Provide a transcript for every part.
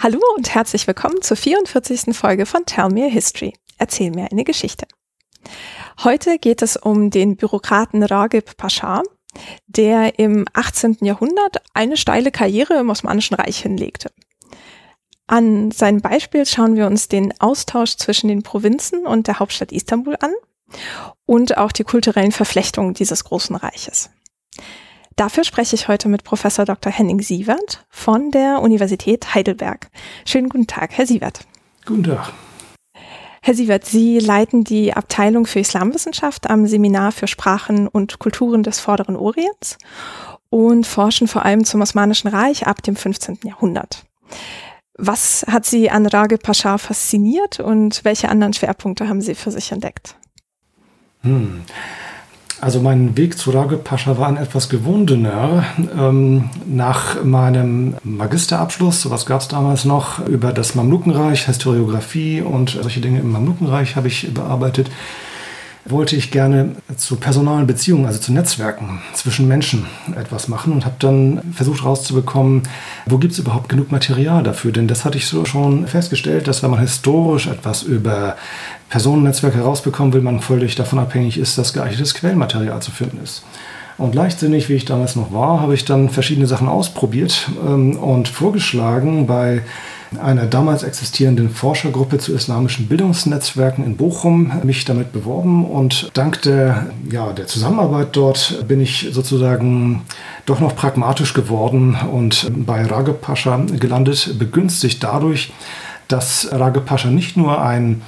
Hallo und herzlich willkommen zur 44. Folge von Tell Me a History. Erzähl mir eine Geschichte. Heute geht es um den Bürokraten Ragip Pascha, der im 18. Jahrhundert eine steile Karriere im Osmanischen Reich hinlegte. An seinem Beispiel schauen wir uns den Austausch zwischen den Provinzen und der Hauptstadt Istanbul an und auch die kulturellen Verflechtungen dieses großen Reiches. Dafür spreche ich heute mit Professor Dr. Henning Sievert von der Universität Heidelberg. Schönen guten Tag, Herr Sievert. Guten Tag. Herr Sievert, Sie leiten die Abteilung für Islamwissenschaft am Seminar für Sprachen und Kulturen des Vorderen Orients und forschen vor allem zum Osmanischen Reich ab dem 15. Jahrhundert. Was hat Sie an Ragip Pascha fasziniert und welche anderen Schwerpunkte haben Sie für sich entdeckt? Also mein Weg zu Ragip Pascha war ein etwas gewundener. Nach meinem Magisterabschluss, sowas gab es damals noch, über das Mamlukenreich, Historiographie und solche Dinge im Mamlukenreich habe ich bearbeitet, wollte ich gerne zu personalen Beziehungen, also zu Netzwerken zwischen Menschen etwas machen und habe dann versucht herauszubekommen, wo gibt es überhaupt genug Material dafür. Denn das hatte ich so schon festgestellt, dass wenn man historisch etwas über Personennetzwerke herausbekommen will, man völlig davon abhängig ist, dass geeignetes Quellenmaterial zu finden ist. Und leichtsinnig, wie ich damals noch war, habe ich dann verschiedene Sachen ausprobiert und vorgeschlagen, bei einer damals existierenden Forschergruppe zu islamischen Bildungsnetzwerken in Bochum mich damit beworben und dank der Zusammenarbeit dort bin ich sozusagen doch noch pragmatisch geworden und bei Ragip Pascha gelandet, begünstigt dadurch, dass Ragip Pascha nicht nur ein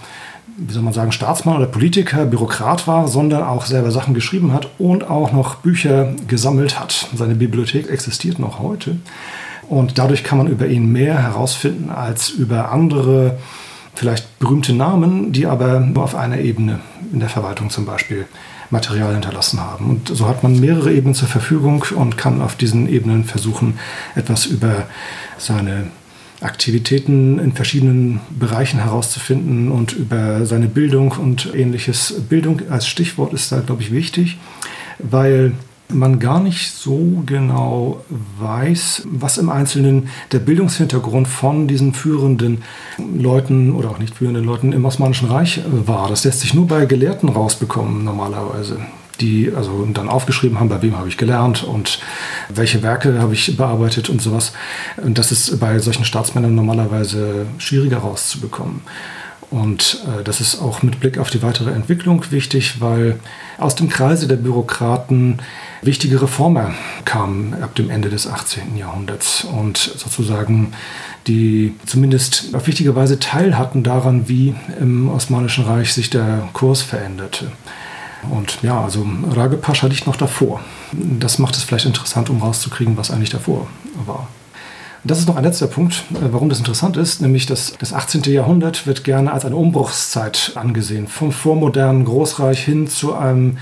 Staatsmann oder Politiker, Bürokrat war, sondern auch selber Sachen geschrieben hat und auch noch Bücher gesammelt hat. Seine Bibliothek existiert noch heute. Und dadurch kann man über ihn mehr herausfinden als über andere, vielleicht berühmte Namen, die aber nur auf einer Ebene in der Verwaltung zum Beispiel Material hinterlassen haben. Und so hat man mehrere Ebenen zur Verfügung und kann auf diesen Ebenen versuchen, etwas über seine Aktivitäten in verschiedenen Bereichen herauszufinden und über seine Bildung und ähnliches. Bildung als Stichwort ist da, glaube ich, wichtig, weil man gar nicht so genau weiß, was im Einzelnen der Bildungshintergrund von diesen führenden Leuten oder auch nicht führenden Leuten im Osmanischen Reich war. Das lässt sich nur bei Gelehrten rausbekommen normalerweise, die also dann aufgeschrieben haben, bei wem habe ich gelernt und welche Werke habe ich bearbeitet und sowas. Und das ist bei solchen Staatsmännern normalerweise schwieriger rauszubekommen. Und das ist auch mit Blick auf die weitere Entwicklung wichtig, weil aus dem Kreise der Bürokraten wichtige Reformer kamen ab dem Ende des 18. Jahrhunderts und sozusagen die zumindest auf wichtige Weise teil hatten daran, wie im Osmanischen Reich sich der Kurs veränderte. Und ja, also Ragip Pascha liegt noch davor. Das macht es vielleicht interessant, um rauszukriegen, was eigentlich davor war. Das ist noch ein letzter Punkt, warum das interessant ist, nämlich das 18. Jahrhundert wird gerne als eine Umbruchszeit angesehen, vom vormodernen Großreich hin zu einem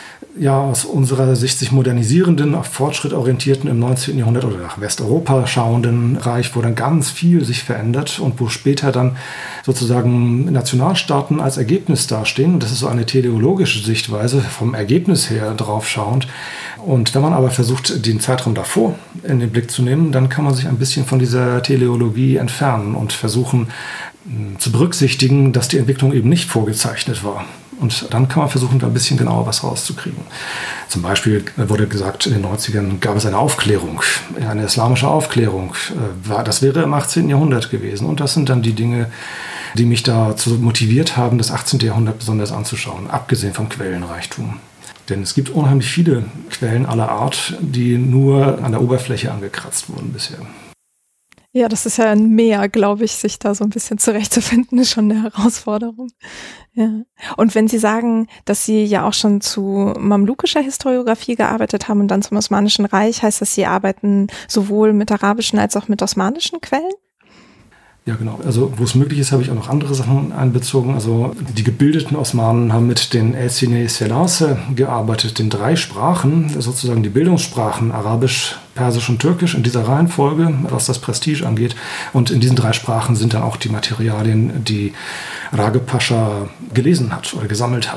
aus unserer Sicht sich modernisierenden, auf Fortschritt orientierten im 19. Jahrhundert oder nach Westeuropa schauenden Reich, wo dann ganz viel sich verändert und wo später dann sozusagen Nationalstaaten als Ergebnis dastehen. Und das ist so eine teleologische Sichtweise vom Ergebnis her draufschauend. Und wenn man aber versucht, den Zeitraum davor in den Blick zu nehmen, dann kann man sich ein bisschen von dieser Teleologie entfernen und versuchen zu berücksichtigen, dass die Entwicklung eben nicht vorgezeichnet war. Und dann kann man versuchen, da ein bisschen genauer was rauszukriegen. Zum Beispiel wurde gesagt, in den 90ern gab es eine Aufklärung, eine islamische Aufklärung. Das wäre im 18. Jahrhundert gewesen. Und das sind dann die Dinge, die mich dazu motiviert haben, das 18. Jahrhundert besonders anzuschauen, abgesehen vom Quellenreichtum. Denn es gibt unheimlich viele Quellen aller Art, die nur an der Oberfläche angekratzt wurden bisher. Ja, das ist ja ein Meer, glaube ich, sich da so ein bisschen zurechtzufinden, ist schon eine Herausforderung. Ja. Und wenn Sie sagen, dass Sie ja auch schon zu mamlukischer Historiographie gearbeitet haben und dann zum Osmanischen Reich, heißt das, Sie arbeiten sowohl mit arabischen als auch mit osmanischen Quellen? Ja, genau. Also wo es möglich ist, habe ich auch noch andere Sachen einbezogen. Also die gebildeten Osmanen haben mit den El-Sine Selase gearbeitet, den 3 Sprachen, sozusagen die Bildungssprachen, Arabisch, Persisch und Türkisch in dieser Reihenfolge, was das Prestige angeht. Und in diesen 3 Sprachen sind dann auch die Materialien, die Ragip Pascha gelesen hat oder gesammelt hat.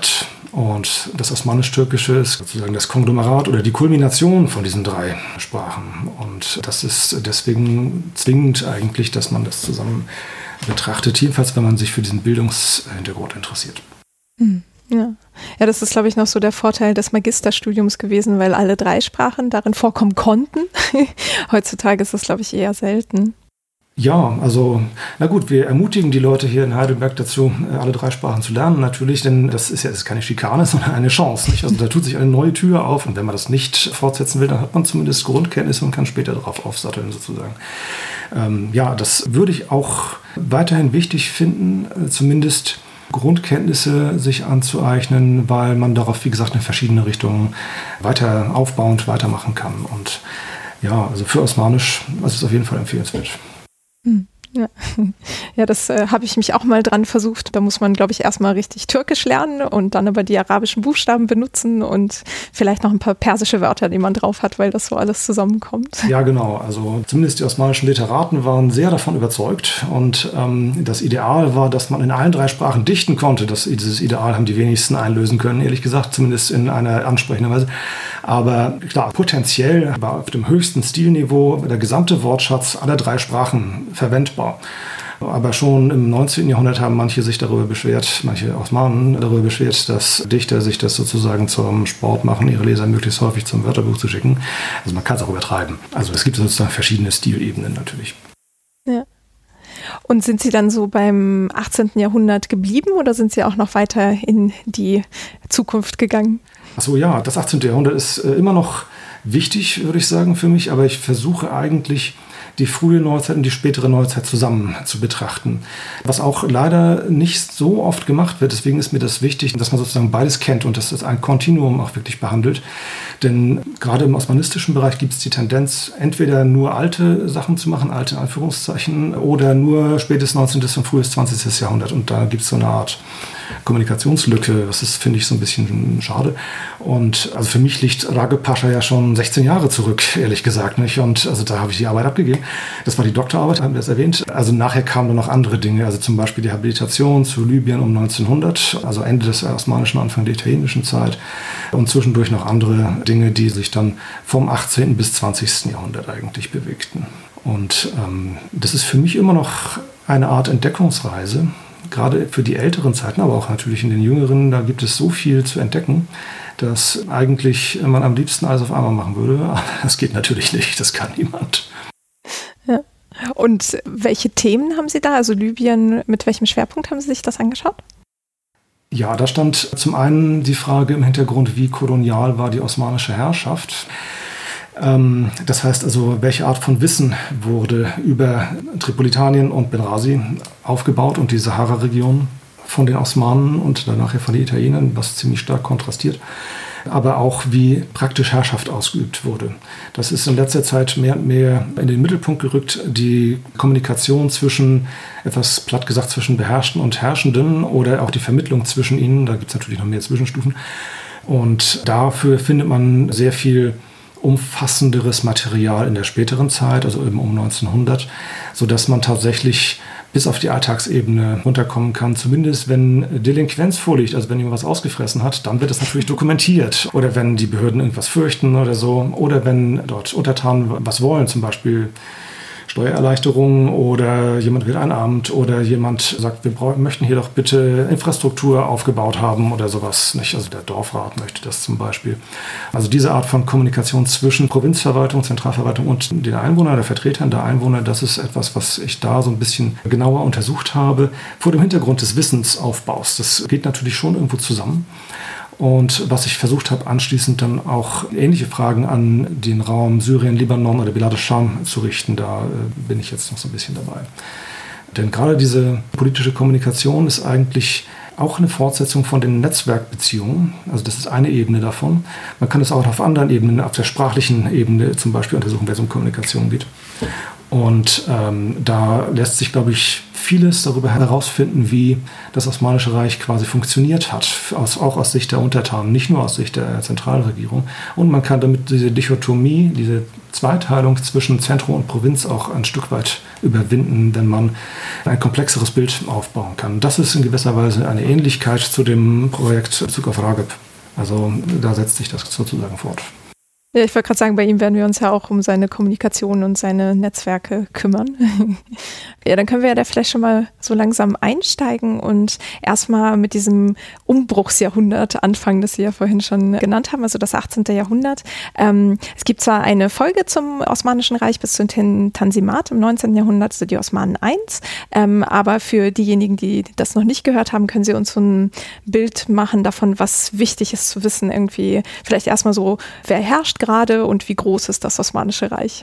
Und das Osmanisch-Türkische ist sozusagen das Konglomerat oder die Kulmination von diesen 3 Sprachen. Und das ist deswegen zwingend eigentlich, dass man das zusammen betrachtet, jedenfalls wenn man sich für diesen Bildungshintergrund interessiert. Ja. Ja, das ist, glaube ich, noch so der Vorteil des Magisterstudiums gewesen, weil alle 3 Sprachen darin vorkommen konnten. Heutzutage ist das, glaube ich, eher selten. Ja, also, na gut, wir ermutigen die Leute hier in Heidelberg dazu, alle 3 Sprachen zu lernen, natürlich, denn das ist keine Schikane, sondern eine Chance, nicht? Also da tut sich eine neue Tür auf und wenn man das nicht fortsetzen will, dann hat man zumindest Grundkenntnisse und kann später darauf aufsatteln, sozusagen. Ja, das würde ich auch weiterhin wichtig finden, zumindest Grundkenntnisse sich anzueignen, weil man darauf, wie gesagt, in verschiedene Richtungen weiter aufbauend weitermachen kann. Und ja, also für Osmanisch, das ist auf jeden Fall empfehlenswert. Ja, ja, das habe ich mich auch mal dran versucht. Da muss man, glaube ich, erstmal richtig Türkisch lernen und dann aber die arabischen Buchstaben benutzen und vielleicht noch ein paar persische Wörter, die man drauf hat, weil das so alles zusammenkommt. Ja, genau. Also zumindest die osmanischen Literaten waren sehr davon überzeugt und das Ideal war, dass man in allen 3 Sprachen dichten konnte. Dieses Ideal haben die wenigsten einlösen können, ehrlich gesagt, zumindest in einer ansprechenden Weise. Aber klar, potenziell war auf dem höchsten Stilniveau der gesamte Wortschatz aller 3 Sprachen verwendbar. Aber schon im 19. Jahrhundert haben manche Osmanen darüber beschwert, dass Dichter sich das sozusagen zum Sport machen, ihre Leser möglichst häufig zum Wörterbuch zu schicken. Also man kann es auch übertreiben. Also es gibt sozusagen verschiedene Stilebenen natürlich. Ja. Und sind Sie dann so beim 18. Jahrhundert geblieben oder sind Sie auch noch weiter in die Zukunft gegangen? Achso, ja, das 18. Jahrhundert ist immer noch wichtig, würde ich sagen, für mich. Aber ich versuche eigentlich, die frühe Neuzeit und die spätere Neuzeit zusammen zu betrachten. Was auch leider nicht so oft gemacht wird. Deswegen ist mir das wichtig, dass man sozusagen beides kennt und dass das ein Kontinuum auch wirklich behandelt. Denn gerade im osmanistischen Bereich gibt es die Tendenz, entweder nur alte Sachen zu machen, alte Anführungszeichen, oder nur spätes 19. und frühes 20. Jahrhundert. Und da gibt es so eine Art Kommunikationslücke. Das ist, finde ich, so ein bisschen schade. Und also für mich liegt Ragıp Pascha ja schon 16 Jahre zurück, ehrlich gesagt, nicht? Und also da habe ich die Arbeit abgegeben. Das war die Doktorarbeit, haben wir das erwähnt. Also nachher kamen dann noch andere Dinge, also zum Beispiel die Habilitation zu Libyen um 1900, also Ende des osmanischen, Anfang der italienischen Zeit. Und zwischendurch noch andere Dinge, die sich dann vom 18. bis 20. Jahrhundert eigentlich bewegten. Und das ist für mich immer noch eine Art Entdeckungsreise. Gerade für die älteren Zeiten, aber auch natürlich in den jüngeren, da gibt es so viel zu entdecken, dass eigentlich man am liebsten alles auf einmal machen würde. Aber das geht natürlich nicht, das kann niemand. Ja. Und welche Themen haben Sie da? Also Libyen, mit welchem Schwerpunkt haben Sie sich das angeschaut? Ja, da stand zum einen die Frage im Hintergrund, wie kolonial war die osmanische Herrschaft. Das heißt also, welche Art von Wissen wurde über Tripolitanien und Benghazi aufgebaut und die Sahara-Region von den Osmanen und danach von den Italienern, was ziemlich stark kontrastiert. Aber auch, wie praktisch Herrschaft ausgeübt wurde. Das ist in letzter Zeit mehr und mehr in den Mittelpunkt gerückt, die Kommunikation zwischen, etwas platt gesagt, zwischen Beherrschten und Herrschenden oder auch die Vermittlung zwischen ihnen. Da gibt es natürlich noch mehr Zwischenstufen. Und dafür findet man sehr viel umfassenderes Material in der späteren Zeit, also eben um 1900, sodass man tatsächlich bis auf die Alltagsebene runterkommen kann. Zumindest wenn Delinquenz vorliegt, also wenn jemand was ausgefressen hat, dann wird das natürlich dokumentiert. Oder wenn die Behörden irgendwas fürchten oder so. Oder wenn dort Untertanen was wollen, zum Beispiel Steuererleichterungen oder jemand wird einarmt oder jemand sagt, wir möchten hier doch bitte Infrastruktur aufgebaut haben oder sowas. Nicht? Also der Dorfrat möchte das zum Beispiel. Also diese Art von Kommunikation zwischen Provinzverwaltung, Zentralverwaltung und den Einwohnern oder Vertretern der Einwohner, das ist etwas, was ich da so ein bisschen genauer untersucht habe, vor dem Hintergrund des Wissensaufbaus. Das geht natürlich schon irgendwo zusammen. Und was ich versucht habe, anschließend dann auch ähnliche Fragen an den Raum Syrien, Libanon oder Bilad al-Sham zu richten, da bin ich jetzt noch so ein bisschen dabei. Denn gerade diese politische Kommunikation ist eigentlich auch eine Fortsetzung von den Netzwerkbeziehungen. Also das ist eine Ebene davon. Man kann es auch auf anderen Ebenen, auf der sprachlichen Ebene zum Beispiel untersuchen, wenn es um Kommunikation geht. Und da lässt sich, glaube ich, vieles darüber herausfinden, wie das Osmanische Reich quasi funktioniert hat, auch aus Sicht der Untertanen, nicht nur aus Sicht der Zentralregierung. Und man kann damit diese Dichotomie, diese Zweiteilung zwischen Zentrum und Provinz auch ein Stück weit überwinden, wenn man ein komplexeres Bild aufbauen kann. Das ist in gewisser Weise eine Ähnlichkeit zu dem Projekt Bezug auf Rageb. Also da setzt sich das sozusagen fort. Ja, ich wollte gerade sagen, bei ihm werden wir uns ja auch um seine Kommunikation und seine Netzwerke kümmern. Ja, dann können wir ja da vielleicht schon mal so langsam einsteigen und erstmal mit diesem Umbruchsjahrhundert anfangen, das Sie ja vorhin schon genannt haben, also das 18. Jahrhundert. Es gibt zwar eine Folge zum Osmanischen Reich bis zu den Tanzimat im 19. Jahrhundert, also die Osmanen I, aber für diejenigen, die das noch nicht gehört haben, können Sie uns so ein Bild machen davon, was wichtig ist zu wissen, irgendwie vielleicht erstmal so, wer herrscht gerade und wie groß ist das Osmanische Reich?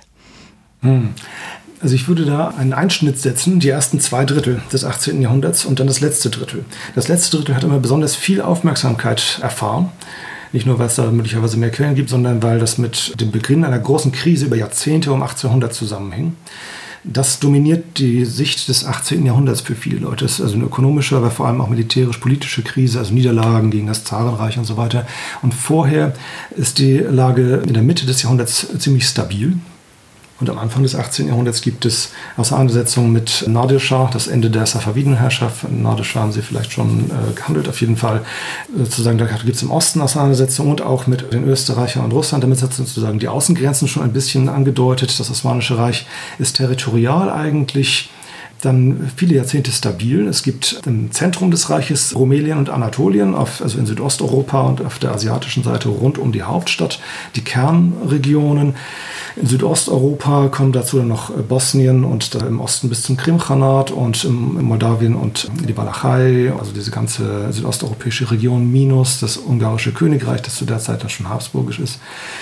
Also ich würde da einen Einschnitt setzen, die ersten 2 Drittel des 18. Jahrhunderts und dann das letzte Drittel. Das letzte Drittel hat immer besonders viel Aufmerksamkeit erfahren. Nicht nur, weil es da möglicherweise mehr Quellen gibt, sondern weil das mit dem Beginn einer großen Krise über Jahrzehnte um 1800 zusammenhing. Das dominiert die Sicht des 18. Jahrhunderts für viele Leute. Es ist also eine ökonomische, aber vor allem auch militärisch-politische Krise, also Niederlagen gegen das Zarenreich und so weiter. Und vorher ist die Lage in der Mitte des Jahrhunderts ziemlich stabil. Und am Anfang des 18. Jahrhunderts gibt es Auseinandersetzungen mit Nadir Schah, das Ende der Safavidenherrschaft. Nadir Schah haben Sie vielleicht schon gehandelt, auf jeden Fall. Sozusagen, da gibt es im Osten Auseinandersetzungen und auch mit den Österreichern und Russland. Damit sind sozusagen die Außengrenzen schon ein bisschen angedeutet. Das Osmanische Reich ist territorial eigentlich dann viele Jahrzehnte stabil. Es gibt im Zentrum des Reiches Rumelien und Anatolien, also in Südosteuropa und auf der asiatischen Seite rund um die Hauptstadt, die Kernregionen. In Südosteuropa kommen dazu dann noch Bosnien und im Osten bis zum Krimkhanat und in Moldawien und die Walachei, also diese ganze südosteuropäische Region minus das ungarische Königreich, das zu der Zeit dann schon habsburgisch ist.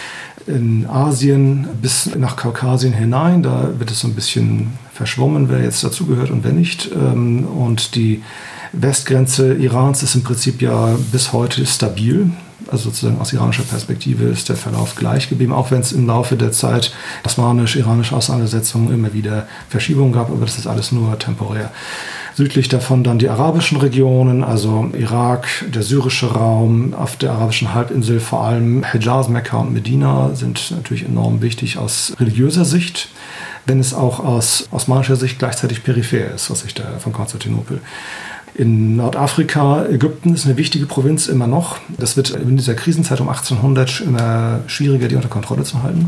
In Asien bis nach Kaukasien hinein, da wird es so ein bisschen verschwommen, wer jetzt dazugehört und wer nicht. Und die Westgrenze Irans ist im Prinzip ja bis heute stabil. Also sozusagen aus iranischer Perspektive ist der Verlauf gleich geblieben, auch wenn es im Laufe der Zeit osmanisch-iranische Auseinandersetzungen immer wieder Verschiebungen gab, aber das ist alles nur temporär. Südlich davon dann die arabischen Regionen, also Irak, der syrische Raum, auf der arabischen Halbinsel vor allem Hejaz, Mekka und Medina sind natürlich enorm wichtig aus religiöser Sicht, wenn es auch aus osmanischer Sicht gleichzeitig peripher ist, aus Sicht von Konstantinopel. In Nordafrika, Ägypten ist eine wichtige Provinz immer noch. Das wird in dieser Krisenzeit um 1800 immer schwieriger, die unter Kontrolle zu halten.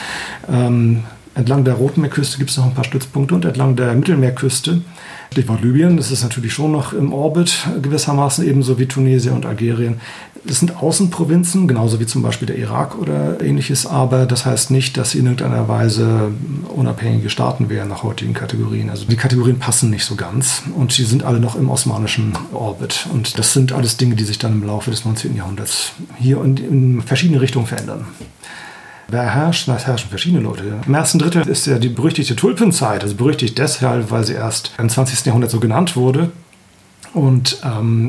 Entlang der Roten Meerküste gibt es noch ein paar Stützpunkte und entlang der Mittelmeerküste, Stichwort Libyen, das ist natürlich schon noch im Orbit gewissermaßen, ebenso wie Tunesien und Algerien. Das sind Außenprovinzen, genauso wie zum Beispiel der Irak oder ähnliches, aber das heißt nicht, dass sie in irgendeiner Weise unabhängige Staaten wären nach heutigen Kategorien. Also die Kategorien passen nicht so ganz und die sind alle noch im osmanischen Orbit. Und das sind alles Dinge, die sich dann im Laufe des 19. Jahrhunderts hier in verschiedene Richtungen verändern. Wer herrscht? Es herrschen verschiedene Leute. Im ersten Drittel ist ja die berüchtigte Tulpenzeit, also berüchtigt deshalb, weil sie erst im 20. Jahrhundert so genannt wurde. Und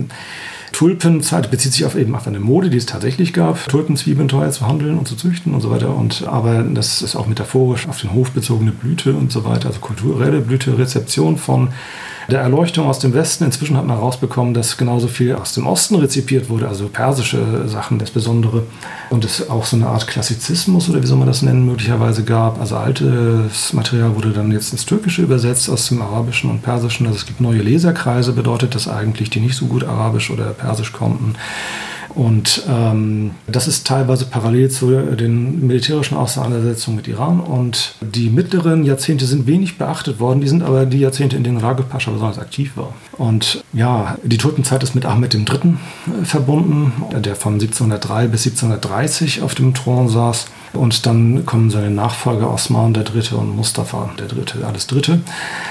Tulpenzeit bezieht sich auf eine Mode, die es tatsächlich gab, Tulpenzwiebeln teuer zu handeln und zu züchten und so weiter. Aber das ist auch metaphorisch auf den Hof bezogene Blüte und so weiter, also kulturelle Blüte, Rezeption von der Erleuchtung aus dem Westen. Inzwischen hat man herausbekommen, dass genauso viel aus dem Osten rezipiert wurde, also persische Sachen insbesondere. Und es auch so eine Art Klassizismus, oder wie soll man das nennen, möglicherweise gab. Also altes Material wurde dann jetzt ins Türkische übersetzt, aus dem Arabischen und Persischen. Also es gibt neue Leserkreise, bedeutet das eigentlich, die nicht so gut Arabisch oder Persisch konnten. Und das ist teilweise parallel zu den militärischen Auseinandersetzungen mit Iran. Und die mittleren Jahrzehnte sind wenig beachtet worden. Die sind aber die Jahrzehnte, in denen Rageb Pascha besonders aktiv war. Und ja, die Tulpenzeit ist mit Ahmed III. Verbunden, der von 1703 bis 1730 auf dem Thron saß. Und dann kommen seine Nachfolger Osman III. Und Mustafa III., alles Dritte.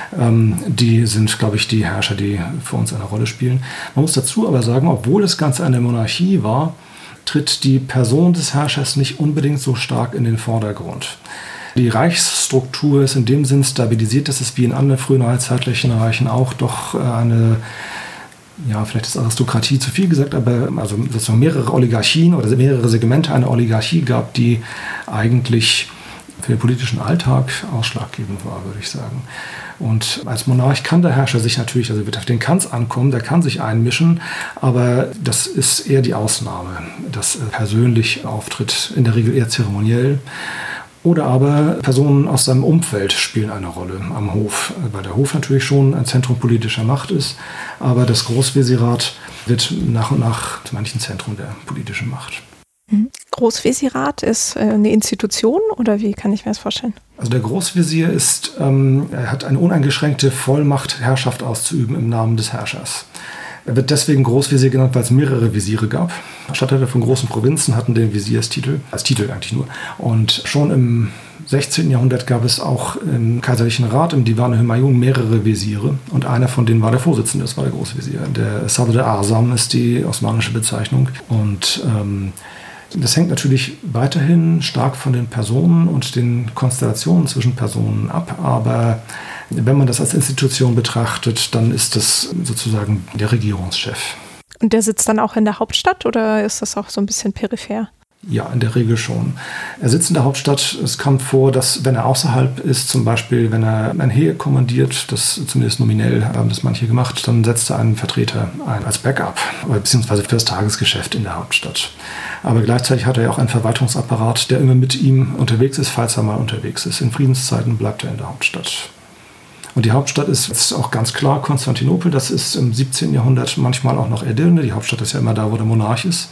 Die sind, glaube ich, die Herrscher, die für uns eine Rolle spielen. Man muss dazu aber sagen, obwohl das Ganze eine Monarchie war, tritt die Person des Herrschers nicht unbedingt so stark in den Vordergrund. Die Reichsstruktur ist in dem Sinn stabilisiert, dass es wie in anderen frühen neuzeitlichen Reichen auch doch eine, ja, vielleicht ist Aristokratie zu viel gesagt, aber also sozusagen mehrere Oligarchien oder mehrere Segmente einer Oligarchie gab, die eigentlich für den politischen Alltag ausschlaggebend war, würde ich sagen. Und als Monarch kann der Herrscher sich natürlich, also auf den kann es ankommen, der kann sich einmischen, aber das ist eher die Ausnahme, dass er persönlich auftritt, in der Regel eher zeremoniell. Oder aber Personen aus seinem Umfeld spielen eine Rolle am Hof, weil der Hof natürlich schon ein Zentrum politischer Macht ist, aber das Großvizierat wird nach und nach zu manchen Zentrum der politischen Macht. Großvizierat ist eine Institution oder wie kann ich mir das vorstellen? Also der Großvezier er hat eine uneingeschränkte Vollmacht, Herrschaft auszuüben im Namen des Herrschers. Er wird deswegen Großvezier genannt, weil es mehrere Visiere gab. Statthalter von großen Provinzen hatten den Vizierstitel, als Titel eigentlich nur. Und schon im 16. Jahrhundert gab es auch im Kaiserlichen Rat, im Divan Humayun, mehrere Visiere. Und einer von denen war der Vorsitzende, das war der Großvezier. Der Sadr Azam ist die osmanische Bezeichnung. Und das hängt natürlich weiterhin stark von den Personen und den Konstellationen zwischen Personen ab, aber wenn man das als Institution betrachtet, dann ist das sozusagen der Regierungschef. Und der sitzt dann auch in der Hauptstadt oder ist das auch so ein bisschen peripher? Ja, in der Regel schon. Er sitzt in der Hauptstadt. Es kommt vor, dass, wenn er außerhalb ist, zum Beispiel, wenn er ein Heer kommandiert, das zumindest nominell haben das manche gemacht, dann setzt er einen Vertreter ein als Backup, beziehungsweise für das Tagesgeschäft in der Hauptstadt. Aber gleichzeitig hat er ja auch einen Verwaltungsapparat, der immer mit ihm unterwegs ist, falls er mal unterwegs ist. In Friedenszeiten bleibt er in der Hauptstadt. Und die Hauptstadt ist jetzt auch ganz klar Konstantinopel. Das ist im 17. Jahrhundert manchmal auch noch Edirne. Die Hauptstadt ist ja immer da, wo der Monarch ist.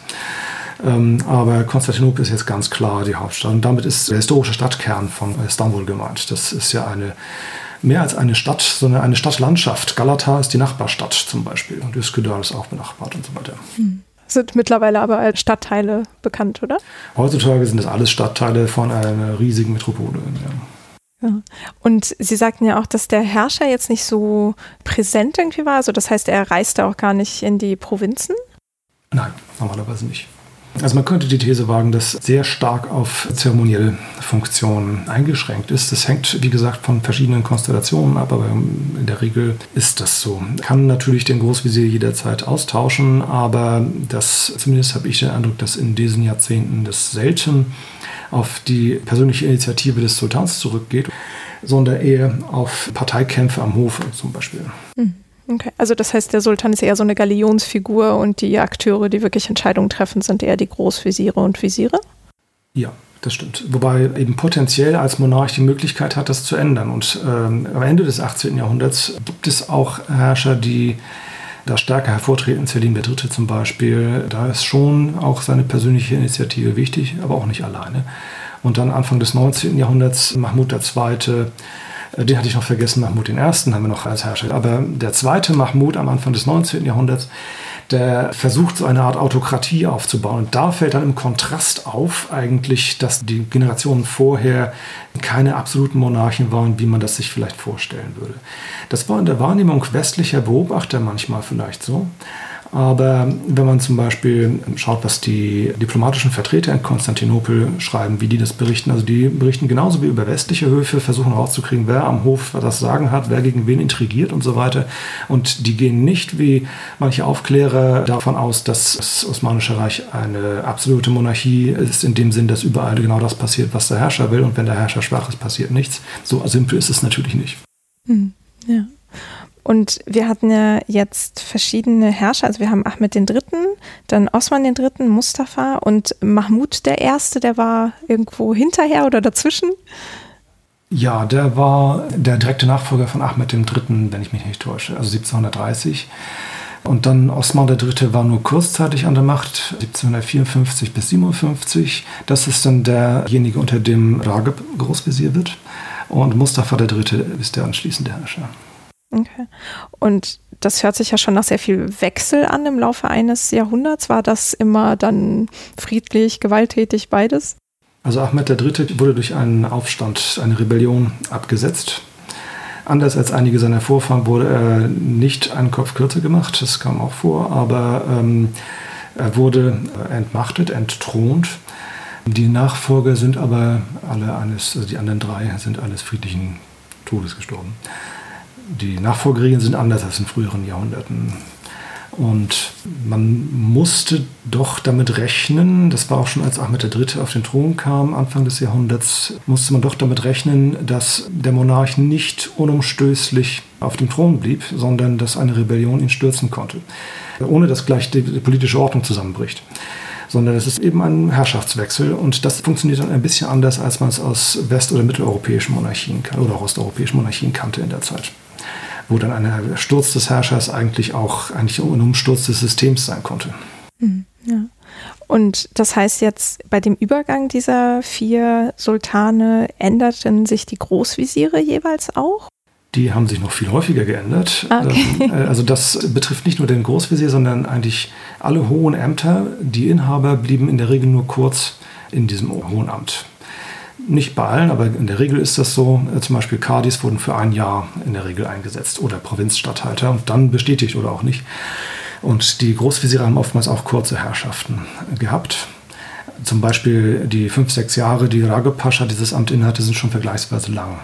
Aber Konstantinopel ist jetzt ganz klar die Hauptstadt. Und damit ist der historische Stadtkern von Istanbul gemeint. Das ist ja mehr als eine Stadt, sondern eine Stadtlandschaft. Galata ist die Nachbarstadt zum Beispiel. Und Üsküdar ist auch benachbart und so weiter. Sind mittlerweile aber als Stadtteile bekannt, oder? Heutzutage sind das alles Stadtteile von einer riesigen Metropole. Ja. Ja. Und Sie sagten ja auch, dass der Herrscher jetzt nicht so präsent irgendwie war. Also das heißt, er reiste auch gar nicht in die Provinzen? Nein, normalerweise nicht. Also man könnte die These wagen, dass sehr stark auf zeremonielle Funktionen eingeschränkt ist. Das hängt, wie gesagt, von verschiedenen Konstellationen ab, aber in der Regel ist das so. Kann natürlich den Großvezier jederzeit austauschen, aber zumindest habe ich den Eindruck, dass in diesen Jahrzehnten das selten auf die persönliche Initiative des Sultans zurückgeht, sondern eher auf Parteikämpfe am Hof zum Beispiel. Okay, also das heißt, der Sultan ist eher so eine Galionsfigur und die Akteure, die wirklich Entscheidungen treffen, sind eher die Großveziere und Visiere? Ja, das stimmt. Wobei eben potenziell als Monarch die Möglichkeit hat, das zu ändern. Und am Ende des 18. Jahrhunderts gibt es auch Herrscher, die da stärker hervortreten. Selim III. Zum Beispiel. Da ist schon auch seine persönliche Initiative wichtig, aber auch nicht alleine. Und dann Anfang des 19. Jahrhunderts Mahmud II., den hatte ich noch vergessen, Mahmud I. haben wir noch als Herrscher. Aber der zweite Mahmud am Anfang des 19. Jahrhunderts, der versucht, so eine Art Autokratie aufzubauen. Und da fällt dann im Kontrast auf eigentlich, dass die Generationen vorher keine absoluten Monarchen waren, wie man das sich vielleicht vorstellen würde. Das war in der Wahrnehmung westlicher Beobachter manchmal vielleicht so. Aber wenn man zum Beispiel schaut, was die diplomatischen Vertreter in Konstantinopel schreiben, wie die das berichten, also die berichten genauso wie über westliche Höfe, versuchen rauszukriegen, wer am Hof das Sagen hat, wer gegen wen intrigiert und so weiter. Und die gehen nicht wie manche Aufklärer davon aus, dass das Osmanische Reich eine absolute Monarchie ist, in dem Sinn, dass überall genau das passiert, was der Herrscher will. Und wenn der Herrscher schwach ist, passiert nichts. So simpel ist es natürlich nicht. Ja. Und wir hatten ja jetzt verschiedene Herrscher, also wir haben Ahmed III., dann Osman III., Mustafa und Mahmud I., der war irgendwo hinterher oder dazwischen? Ja, der war der direkte Nachfolger von Ahmed III., wenn ich mich nicht täusche, also 1730. Und dann Osman III. War nur kurzzeitig an der Macht, 1754 bis 57. Das ist dann derjenige, unter dem Ragib Großvezier wird. Und Mustafa III. Ist der anschließende Herrscher. Okay. Und das hört sich ja schon nach sehr viel Wechsel an im Laufe eines Jahrhunderts. War das immer dann friedlich, gewalttätig, beides? Also Ahmed III. Wurde durch einen Aufstand, eine Rebellion abgesetzt. Anders als einige seiner Vorfahren wurde er nicht einen Kopf kürzer gemacht, das kam auch vor, aber er wurde entmachtet, entthront. Die Nachfolger sind aber die anderen drei sind eines friedlichen Todes gestorben. Die Nachfolgerinnen sind anders als in früheren Jahrhunderten. Und man musste doch damit rechnen, das war auch schon als Ahmed III. Auf den Thron kam, Anfang des Jahrhunderts, musste man doch damit rechnen, dass der Monarch nicht unumstößlich auf dem Thron blieb, sondern dass eine Rebellion ihn stürzen konnte, ohne dass gleich die politische Ordnung zusammenbricht. Sondern es ist eben ein Herrschaftswechsel und das funktioniert dann ein bisschen anders, als man es aus west- oder mitteleuropäischen Monarchien oder auch osteuropäischen Monarchien kannte in der Zeit. Wo dann ein Sturz des Herrschers eigentlich ein Umsturz des Systems sein konnte. Ja. Und das heißt jetzt, bei dem Übergang dieser 4 Sultane änderten sich die Großwesire jeweils auch? Die haben sich noch viel häufiger geändert. Okay. Also das betrifft nicht nur den Großvezier, sondern eigentlich alle hohen Ämter. Die Inhaber blieben in der Regel nur kurz in diesem hohen Amt. Nicht bei allen, aber in der Regel ist das so. Zum Beispiel Kadis wurden für 1 Jahr in der Regel eingesetzt oder Provinzstatthalter und dann bestätigt oder auch nicht. Und die Großveziere haben oftmals auch kurze Herrschaften gehabt. Zum Beispiel die 5, 6 Jahre, die Ragıp Pascha dieses Amt innehatte, sind schon vergleichsweise lang.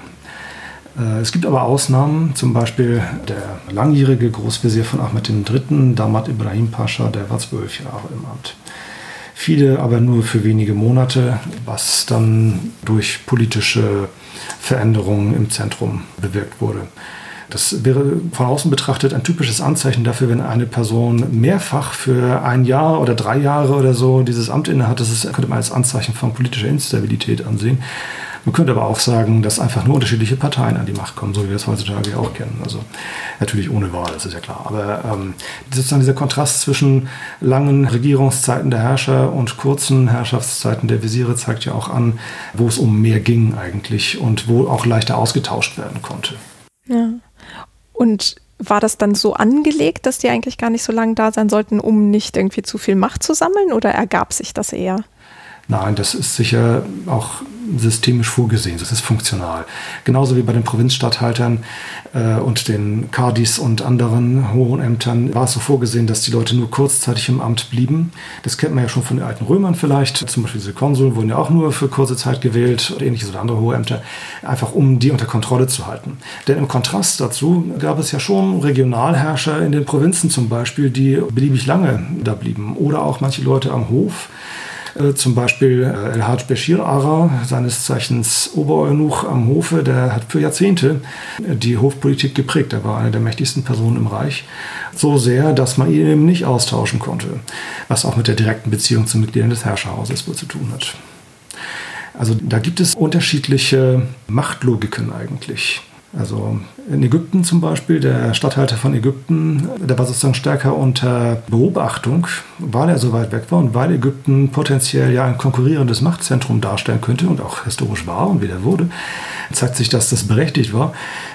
Es gibt aber Ausnahmen, zum Beispiel der langjährige Großvezier von Ahmed III., Damat Ibrahim Pascha, der war 12 Jahre im Amt. Viele aber nur für wenige Monate, was dann durch politische Veränderungen im Zentrum bewirkt wurde. Das wäre von außen betrachtet ein typisches Anzeichen dafür, wenn eine Person mehrfach für 1 Jahr oder 3 Jahre oder so dieses Amt innehat. Das könnte man als Anzeichen von politischer Instabilität ansehen. Man könnte aber auch sagen, dass einfach nur unterschiedliche Parteien an die Macht kommen, so wie wir es heutzutage ja auch kennen. Also natürlich ohne Wahl, das ist ja klar. Aber sozusagen dieser Kontrast zwischen langen Regierungszeiten der Herrscher und kurzen Herrschaftszeiten der Wesire zeigt ja auch an, wo es um mehr ging eigentlich und wo auch leichter ausgetauscht werden konnte. Ja. Und war das dann so angelegt, dass die eigentlich gar nicht so lange da sein sollten, um nicht irgendwie zu viel Macht zu sammeln, oder ergab sich das eher? Nein, das ist sicher auch systemisch vorgesehen, das ist funktional. Genauso wie bei den Provinzstatthaltern und den Kadis und anderen hohen Ämtern war es so vorgesehen, dass die Leute nur kurzzeitig im Amt blieben. Das kennt man ja schon von den alten Römern vielleicht. Zum Beispiel diese Konsuln wurden ja auch nur für kurze Zeit gewählt, oder ähnliches oder andere hohe Ämter, einfach um die unter Kontrolle zu halten. Denn im Kontrast dazu gab es ja schon Regionalherrscher in den Provinzen zum Beispiel, die beliebig lange da blieben. Oder auch manche Leute am Hof. Zum Beispiel El-Hajj Beschir Ara, seines Zeichens Obereunuch am Hofe, der hat für Jahrzehnte die Hofpolitik geprägt. Er war eine der mächtigsten Personen im Reich. So sehr, dass man ihn eben nicht austauschen konnte. Was auch mit der direkten Beziehung zu Mitgliedern des Herrscherhauses wohl zu tun hat. Also da gibt es unterschiedliche Machtlogiken eigentlich. Also in Ägypten zum Beispiel, der Statthalter von Ägypten, der war sozusagen stärker unter Beobachtung, weil er so weit weg war und weil Ägypten potenziell ja ein konkurrierendes Machtzentrum darstellen könnte und auch historisch war und wieder wurde, zeigt sich, dass das berechtigt war.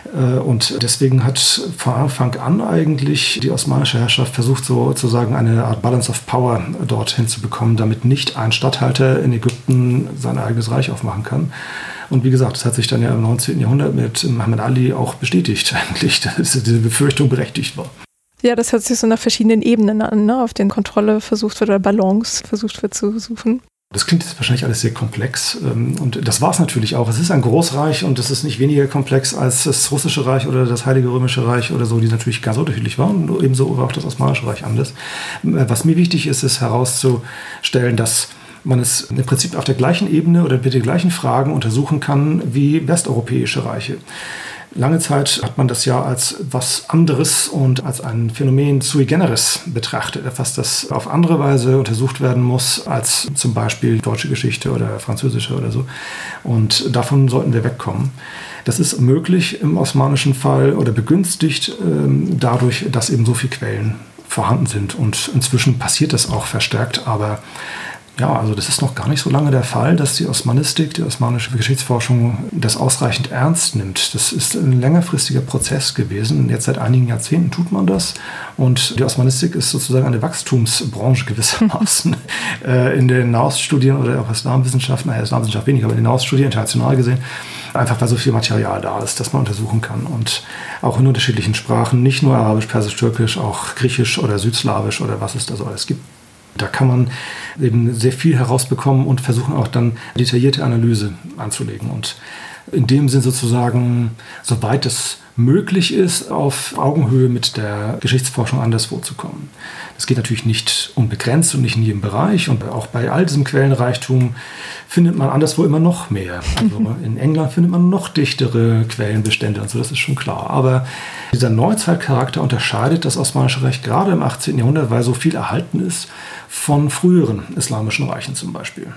Und deswegen hat von Anfang an eigentlich die osmanische Herrschaft versucht, sozusagen eine Art Balance of Power dorthin zu bekommen, damit nicht ein Statthalter in Ägypten sein eigenes Reich aufmachen kann. Und wie gesagt, das hat sich dann ja im 19. Jahrhundert mit Muhammad Ali auch bestätigt eigentlich, dass diese Befürchtung berechtigt war. Ja, das hört sich so nach verschiedenen Ebenen an, ne? Auf denen Kontrolle versucht wird oder Balance versucht wird zu suchen. Das klingt jetzt wahrscheinlich alles sehr komplex und das war es natürlich auch. Es ist ein Großreich und es ist nicht weniger komplex als das Russische Reich oder das Heilige Römische Reich oder so, die natürlich ganz unterschiedlich waren. Und ebenso war auch das Osmanische Reich anders. Was mir wichtig ist, ist herauszustellen, dass man es im Prinzip auf der gleichen Ebene oder mit den gleichen Fragen untersuchen kann wie westeuropäische Reiche. Lange Zeit hat man das ja als was anderes und als ein Phänomen sui generis betrachtet, etwas, das auf andere Weise untersucht werden muss als zum Beispiel deutsche Geschichte oder französische oder so. Und davon sollten wir wegkommen. Das ist möglich im osmanischen Fall oder begünstigt dadurch, dass eben so viele Quellen vorhanden sind. Und inzwischen passiert das auch verstärkt, aber ja, also das ist noch gar nicht so lange der Fall, dass die Osmanistik, die osmanische Geschichtsforschung das ausreichend ernst nimmt. Das ist ein längerfristiger Prozess gewesen. Jetzt seit einigen Jahrzehnten tut man das. Und die Osmanistik ist sozusagen eine Wachstumsbranche gewissermaßen. In den Nahoststudien oder auch Islamwissenschaften, Islamwissenschaft weniger, aber in den Nahoststudien international gesehen, einfach weil so viel Material da ist, das man untersuchen kann. Und auch in unterschiedlichen Sprachen, nicht nur Arabisch, Persisch, Türkisch, auch Griechisch oder Südslawisch oder was es da so alles gibt. Da kann man eben sehr viel herausbekommen und versuchen auch dann detaillierte Analyse anzulegen. Und in dem Sinn sozusagen, soweit es möglich ist, auf Augenhöhe mit der Geschichtsforschung anderswo zu kommen. Das geht natürlich nicht unbegrenzt und nicht in jedem Bereich. Und auch bei all diesem Quellenreichtum findet man anderswo immer noch mehr. Also in England findet man noch dichtere Quellenbestände und so, das ist schon klar. Aber dieser Neuzeitcharakter unterscheidet das Osmanische Reich gerade im 18. Jahrhundert, weil so viel erhalten ist von früheren islamischen Reichen zum Beispiel.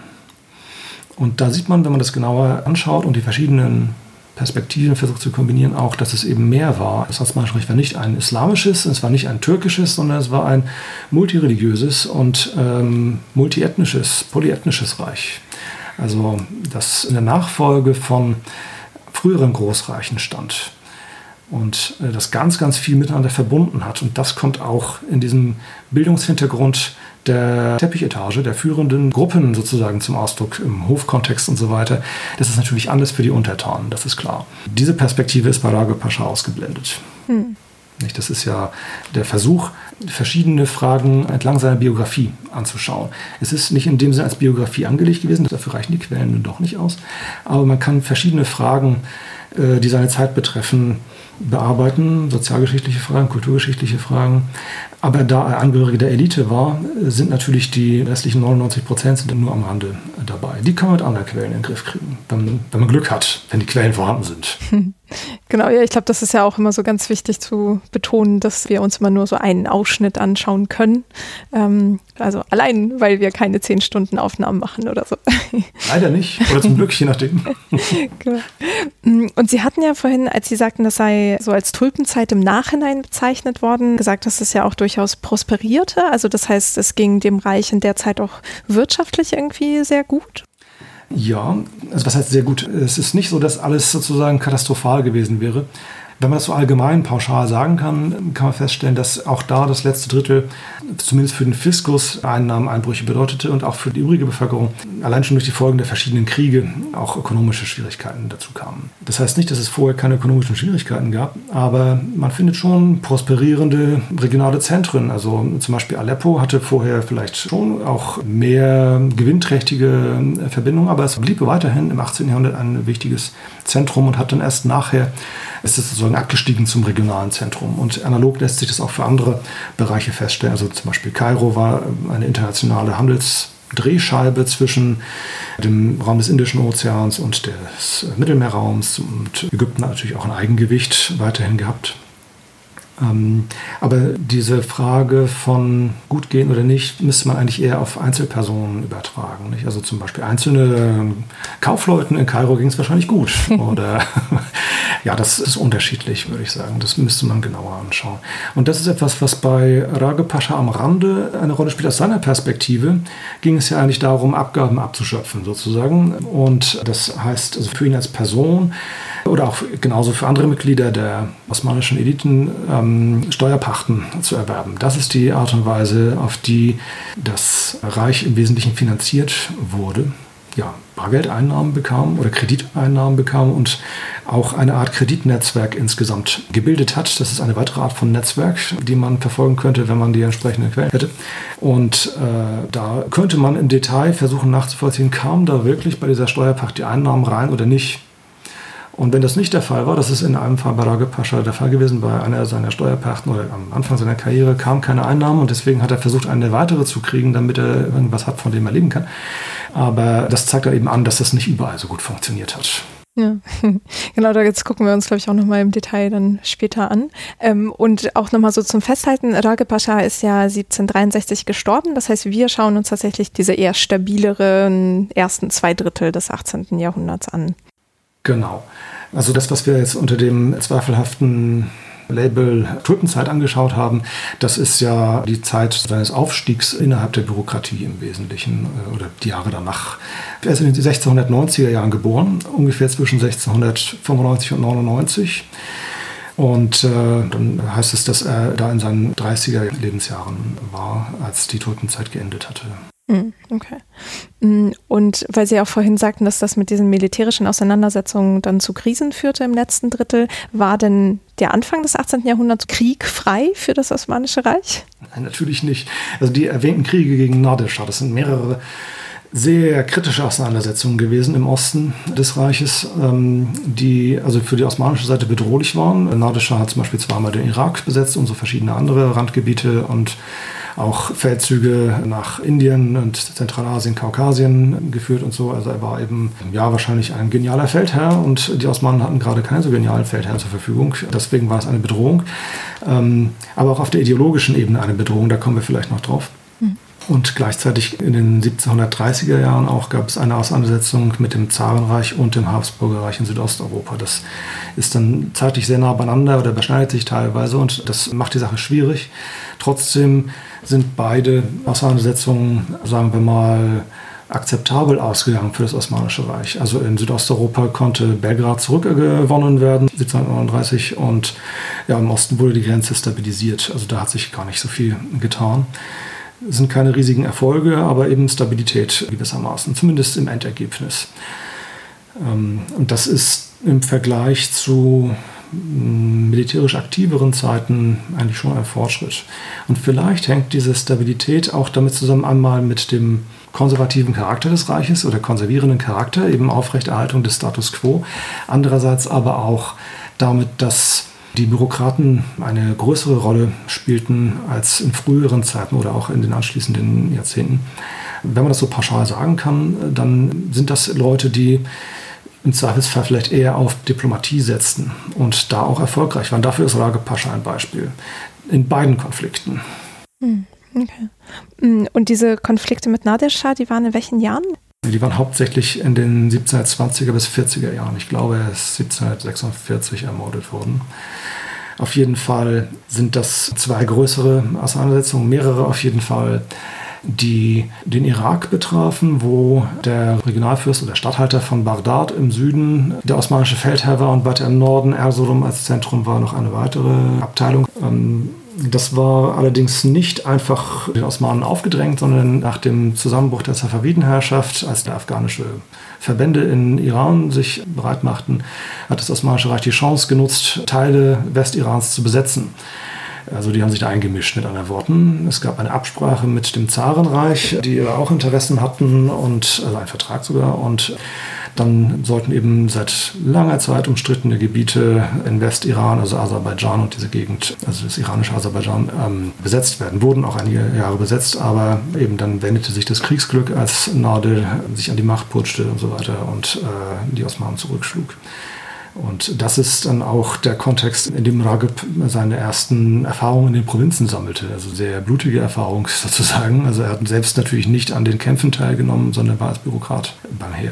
Und da sieht man, wenn man das genauer anschaut und die verschiedenen Perspektiven versucht zu kombinieren, auch, dass es eben mehr war. Das Osmanische Reich war nicht ein islamisches, es war nicht ein türkisches, sondern es war ein multireligiöses und multiethnisches, polyethnisches Reich. Also das in der Nachfolge von früheren Großreichen stand und das ganz, ganz viel miteinander verbunden hat. Und das kommt auch in diesem Bildungshintergrund der Teppichetage, der führenden Gruppen sozusagen zum Ausdruck im Hofkontext und so weiter. Das ist natürlich anders für die Untertanen, das ist klar. Diese Perspektive ist bei Ragıp Pascha ausgeblendet. Das ist ja der Versuch, verschiedene Fragen entlang seiner Biografie anzuschauen. Es ist nicht in dem Sinne als Biografie angelegt gewesen, dafür reichen die Quellen nun doch nicht aus, aber man kann verschiedene Fragen, die seine Zeit betreffen, bearbeiten, sozialgeschichtliche Fragen, kulturgeschichtliche Fragen. Aber da er Angehörige der Elite war, sind natürlich die restlichen 99% nur am Rande dabei. Die kann man mit anderen Quellen in den Griff kriegen, wenn man Glück hat, wenn die Quellen vorhanden sind. Genau, ja, ich glaube, das ist ja auch immer so ganz wichtig zu betonen, dass wir uns immer nur so einen Ausschnitt anschauen können. Also allein, weil wir keine 10 Stunden Aufnahmen machen oder so. Leider nicht, oder zum Glück, je nachdem. Genau. Und Sie hatten ja vorhin, als Sie sagten, das sei so als Tulpenzeit im Nachhinein bezeichnet worden, gesagt, dass es ja auch durchaus prosperierte. Also das heißt, es ging dem Reich in der Zeit auch wirtschaftlich irgendwie sehr gut. Ja, also was heißt sehr gut? Es ist nicht so, dass alles sozusagen katastrophal gewesen wäre. Wenn man das so allgemein pauschal sagen kann, kann man feststellen, dass auch da das letzte Drittel zumindest für den Fiskus Einnahmeneinbrüche bedeutete und auch für die übrige Bevölkerung allein schon durch die Folgen der verschiedenen Kriege auch ökonomische Schwierigkeiten dazu kamen. Das heißt nicht, dass es vorher keine ökonomischen Schwierigkeiten gab, aber man findet schon prosperierende regionale Zentren. Also zum Beispiel Aleppo hatte vorher vielleicht schon auch mehr gewinnträchtige Verbindungen, aber es blieb weiterhin im 18. Jahrhundert ein wichtiges Zentrum und hat dann erst nachher ist es sozusagen abgestiegen zum regionalen Zentrum. Und analog lässt sich das auch für andere Bereiche feststellen. Also zum Beispiel Kairo war eine internationale Handelsdrehscheibe zwischen dem Raum des Indischen Ozeans und des Mittelmeerraums. Und Ägypten hat natürlich auch ein Eigengewicht weiterhin gehabt. Aber diese Frage von gut gehen oder nicht, müsste man eigentlich eher auf Einzelpersonen übertragen. Nicht? Also zum Beispiel einzelne Kaufleuten in Kairo ging es wahrscheinlich gut. Oder ja, das ist unterschiedlich, würde ich sagen. Das müsste man genauer anschauen. Und das ist etwas, was bei Ragıp Pascha am Rande eine Rolle spielt. Aus seiner Perspektive ging es ja eigentlich darum, Abgaben abzuschöpfen sozusagen. Und das heißt, also für ihn als Person oder auch genauso für andere Mitglieder der osmanischen Eliten Steuerpachten zu erwerben. Das ist die Art und Weise, auf die das Reich im Wesentlichen finanziert wurde. Ja, Bargeldeinnahmen bekam oder Krediteinnahmen bekam und auch eine Art Kreditnetzwerk insgesamt gebildet hat. Das ist eine weitere Art von Netzwerk, die man verfolgen könnte, wenn man die entsprechenden Quellen hätte. Und da könnte man im Detail versuchen nachzuvollziehen, kam da wirklich bei dieser Steuerpacht die Einnahmen rein oder nicht. Und wenn das nicht der Fall war, das ist in einem Fall bei Ragıp Pascha der Fall gewesen, bei einer seiner Steuerpachten oder am Anfang seiner Karriere kamen keine Einnahmen und deswegen hat er versucht, eine weitere zu kriegen, damit er irgendwas hat, von dem er leben kann. Aber das zeigt dann eben an, dass das nicht überall so gut funktioniert hat. Ja, genau, da jetzt gucken wir uns, glaube ich, auch nochmal im Detail dann später an. Und auch nochmal so zum Festhalten, Ragıp Pascha ist ja 1763 gestorben, das heißt, wir schauen uns tatsächlich diese eher stabileren ersten 2 Drittel des 18. Jahrhunderts an. Genau. Also das, was wir jetzt unter dem zweifelhaften Label Tulpenzeit angeschaut haben, das ist ja die Zeit seines Aufstiegs innerhalb der Bürokratie im Wesentlichen oder die Jahre danach. Er ist in den 1690er Jahren geboren, ungefähr zwischen 1695 und 99. Und dann heißt es, dass er da in seinen 30er Lebensjahren war, als die Tulpenzeit geendet hatte. Okay. Und weil Sie auch vorhin sagten, dass das mit diesen militärischen Auseinandersetzungen dann zu Krisen führte im letzten Drittel, war denn der Anfang des 18. Jahrhunderts kriegfrei für das Osmanische Reich? Nein, natürlich nicht. Also die erwähnten Kriege gegen Nadir Schah, das sind mehrere sehr kritische Auseinandersetzungen gewesen im Osten des Reiches, die also für die osmanische Seite bedrohlich waren. Nadir Schah hat zum Beispiel zweimal den Irak besetzt und so verschiedene andere Randgebiete und auch Feldzüge nach Indien und Zentralasien, Kaukasien geführt und so. Also er war eben wahrscheinlich ein genialer Feldherr und die Osmanen hatten gerade keinen so genialen Feldherrn zur Verfügung. Deswegen war es eine Bedrohung. Aber auch auf der ideologischen Ebene eine Bedrohung, da kommen wir vielleicht noch drauf. Und gleichzeitig in den 1730er Jahren auch gab es eine Auseinandersetzung mit dem Zarenreich und dem Habsburgerreich in Südosteuropa. Das ist dann zeitlich sehr nah beieinander oder überschneidet sich teilweise und das macht die Sache schwierig. Trotzdem sind beide Auseinandersetzungen, sagen wir mal, akzeptabel ausgegangen für das Osmanische Reich. Also in Südosteuropa konnte Belgrad zurückgewonnen werden, 1739, und im Osten wurde die Grenze stabilisiert. Also da hat sich gar nicht so viel getan. Es sind keine riesigen Erfolge, aber eben Stabilität gewissermaßen, zumindest im Endergebnis. Und das ist im Vergleich zu militärisch aktiveren Zeiten eigentlich schon ein Fortschritt. Und vielleicht hängt diese Stabilität auch damit zusammen, einmal mit dem konservativen Charakter des Reiches oder konservierenden Charakter, eben Aufrechterhaltung des Status quo. Andererseits aber auch damit, dass die Bürokraten eine größere Rolle spielten als in früheren Zeiten oder auch in den anschließenden Jahrzehnten. Wenn man das so pauschal sagen kann, dann sind das Leute, die im Zweifelsfall vielleicht eher auf Diplomatie setzten und da auch erfolgreich waren. Dafür ist Ragip Pascha ein Beispiel. In beiden Konflikten. Okay. Und diese Konflikte mit Nadir Schah, die waren in welchen Jahren? Die waren hauptsächlich in den 1720er bis 40er Jahren. Ich glaube, er ist 1746 ermordet worden. Auf jeden Fall sind das zwei größere Auseinandersetzungen, mehrere auf jeden Fall, die den Irak betrafen, wo der Regionalfürst oder Statthalter von Bagdad im Süden der osmanische Feldherr war und weiter im Norden Erzurum als Zentrum war noch eine weitere Abteilung. Das war allerdings nicht einfach den Osmanen aufgedrängt, sondern nach dem Zusammenbruch der Safavidenherrschaft, als die afghanische Verbände in Iran sich bereit machten, hat das Osmanische Reich die Chance genutzt, Teile Westirans zu besetzen. Also die haben sich da eingemischt, mit anderen Worten. Es gab eine Absprache mit dem Zarenreich, die auch Interessen hatten, und also einen Vertrag sogar. Und dann sollten eben seit langer Zeit umstrittene Gebiete in Westiran, also Aserbaidschan und diese Gegend, also das iranische Aserbaidschan, besetzt werden. Wurden auch einige Jahre besetzt, aber eben dann wendete sich das Kriegsglück, als Nadir sich an die Macht putschte und so weiter und die Osmanen zurückschlug. Und das ist dann auch der Kontext, in dem Ragip seine ersten Erfahrungen in den Provinzen sammelte. Also sehr blutige Erfahrung sozusagen. Also er hat selbst natürlich nicht an den Kämpfen teilgenommen, sondern war als Bürokrat beim Heer.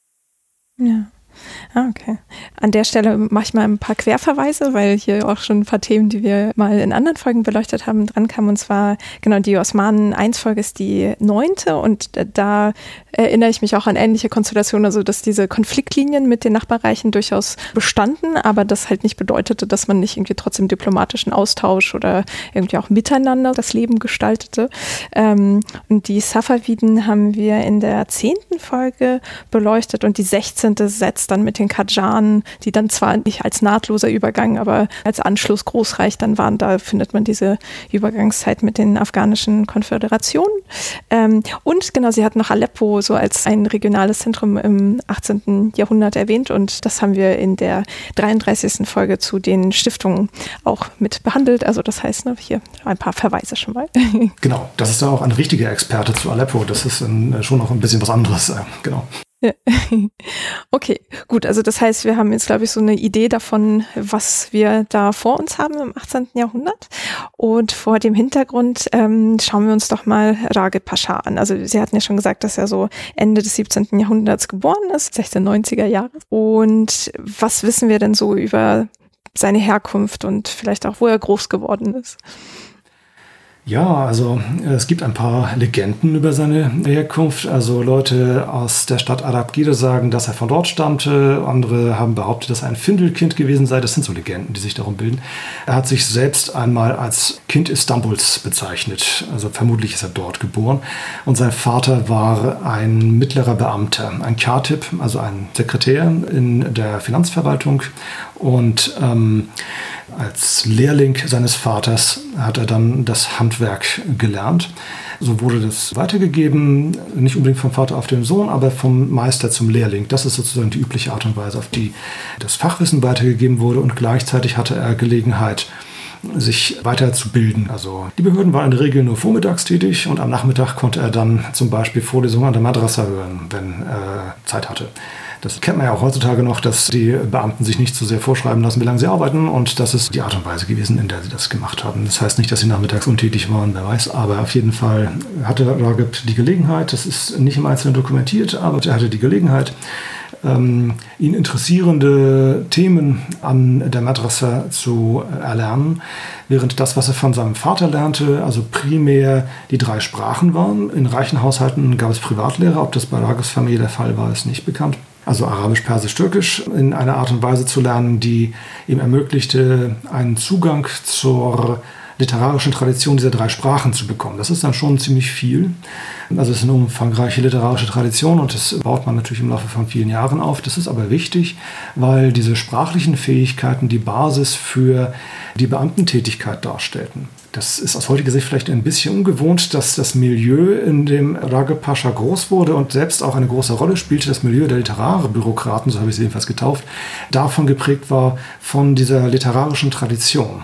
Ja. Okay. An der Stelle mache ich mal ein paar Querverweise, weil hier auch schon ein paar Themen, die wir mal in anderen Folgen beleuchtet haben, drankamen. Und zwar, genau, die Osmanen-1-Folge ist die 9. und da erinnere ich mich auch an ähnliche Konstellationen, also dass diese Konfliktlinien mit den Nachbarreichen durchaus bestanden, aber das halt nicht bedeutete, dass man nicht irgendwie trotzdem diplomatischen Austausch oder irgendwie auch miteinander das Leben gestaltete. Und die Safaviden haben wir in der 10. Folge beleuchtet und die 16. setzt dann mit den Qajanen, die dann zwar nicht als nahtloser Übergang, aber als Anschluss Großreich dann waren. Da findet man diese Übergangszeit mit den afghanischen Konföderationen. Und genau, sie hat noch Aleppo so als ein regionales Zentrum im 18. Jahrhundert erwähnt und das haben wir in der 33. Folge zu den Stiftungen auch mit behandelt. Also das heißt, hier ein paar Verweise schon mal. Genau, das ist da auch ein richtiger Experte zu Aleppo. Das ist schon noch ein bisschen was anderes. Genau. Ja. Okay, gut. Also das heißt, wir haben jetzt, glaube ich, so eine Idee davon, was wir da vor uns haben im 18. Jahrhundert. Und vor dem Hintergrund schauen wir uns doch mal Ragip Pascha an. Also Sie hatten ja schon gesagt, dass er so Ende des 17. Jahrhunderts geboren ist, 1690er Jahre. Und was wissen wir denn so über seine Herkunft und vielleicht auch, wo er groß geworden ist? Ja, also es gibt ein paar Legenden über seine Herkunft. Also Leute aus der Stadt Arabgir sagen, dass er von dort stammte. Andere haben behauptet, dass er ein Findelkind gewesen sei. Das sind so Legenden, die sich darum bilden. Er hat sich selbst einmal als Kind Istanbuls bezeichnet. Also vermutlich ist er dort geboren. Und sein Vater war ein mittlerer Beamter, ein Katib, also ein Sekretär in der Finanzverwaltung. Und Als Lehrling seines Vaters hat er dann das Handwerk gelernt. So wurde das weitergegeben, nicht unbedingt vom Vater auf den Sohn, aber vom Meister zum Lehrling. Das ist sozusagen die übliche Art und Weise, auf die das Fachwissen weitergegeben wurde. Und gleichzeitig hatte er Gelegenheit, sich weiterzubilden. Also die Behörden waren in der Regel nur vormittags tätig und am Nachmittag konnte er dann zum Beispiel Vorlesungen an der Madrasa hören, wenn er Zeit hatte. Das kennt man ja auch heutzutage noch, dass die Beamten sich nicht so sehr vorschreiben lassen, wie lange sie arbeiten, und das ist die Art und Weise gewesen, in der sie das gemacht haben. Das heißt nicht, dass sie nachmittags untätig waren, wer weiß, aber auf jeden Fall hatte Ragib die Gelegenheit, das ist nicht im Einzelnen dokumentiert, aber er hatte die Gelegenheit, ihn interessierende Themen an der Madrasa zu erlernen, während das, was er von seinem Vater lernte, also primär die 3 Sprachen waren. In reichen Haushalten gab es Privatlehrer, ob das bei Ragibs Familie der Fall war, ist nicht bekannt. Also Arabisch, Persisch, Türkisch in einer Art und Weise zu lernen, die ihm ermöglichte, einen Zugang zur literarischen Tradition dieser 3 Sprachen zu bekommen. Das ist dann schon ziemlich viel. Also es ist eine umfangreiche literarische Tradition und das baut man natürlich im Laufe von vielen Jahren auf. Das ist aber wichtig, weil diese sprachlichen Fähigkeiten die Basis für die Beamtentätigkeit darstellten. Das ist aus heutiger Sicht vielleicht ein bisschen ungewohnt, dass das Milieu, in dem Ragib Pascha groß wurde und selbst auch eine große Rolle spielte, das Milieu der Literarbürokraten, so habe ich es jedenfalls getauft, davon geprägt war von dieser literarischen Tradition.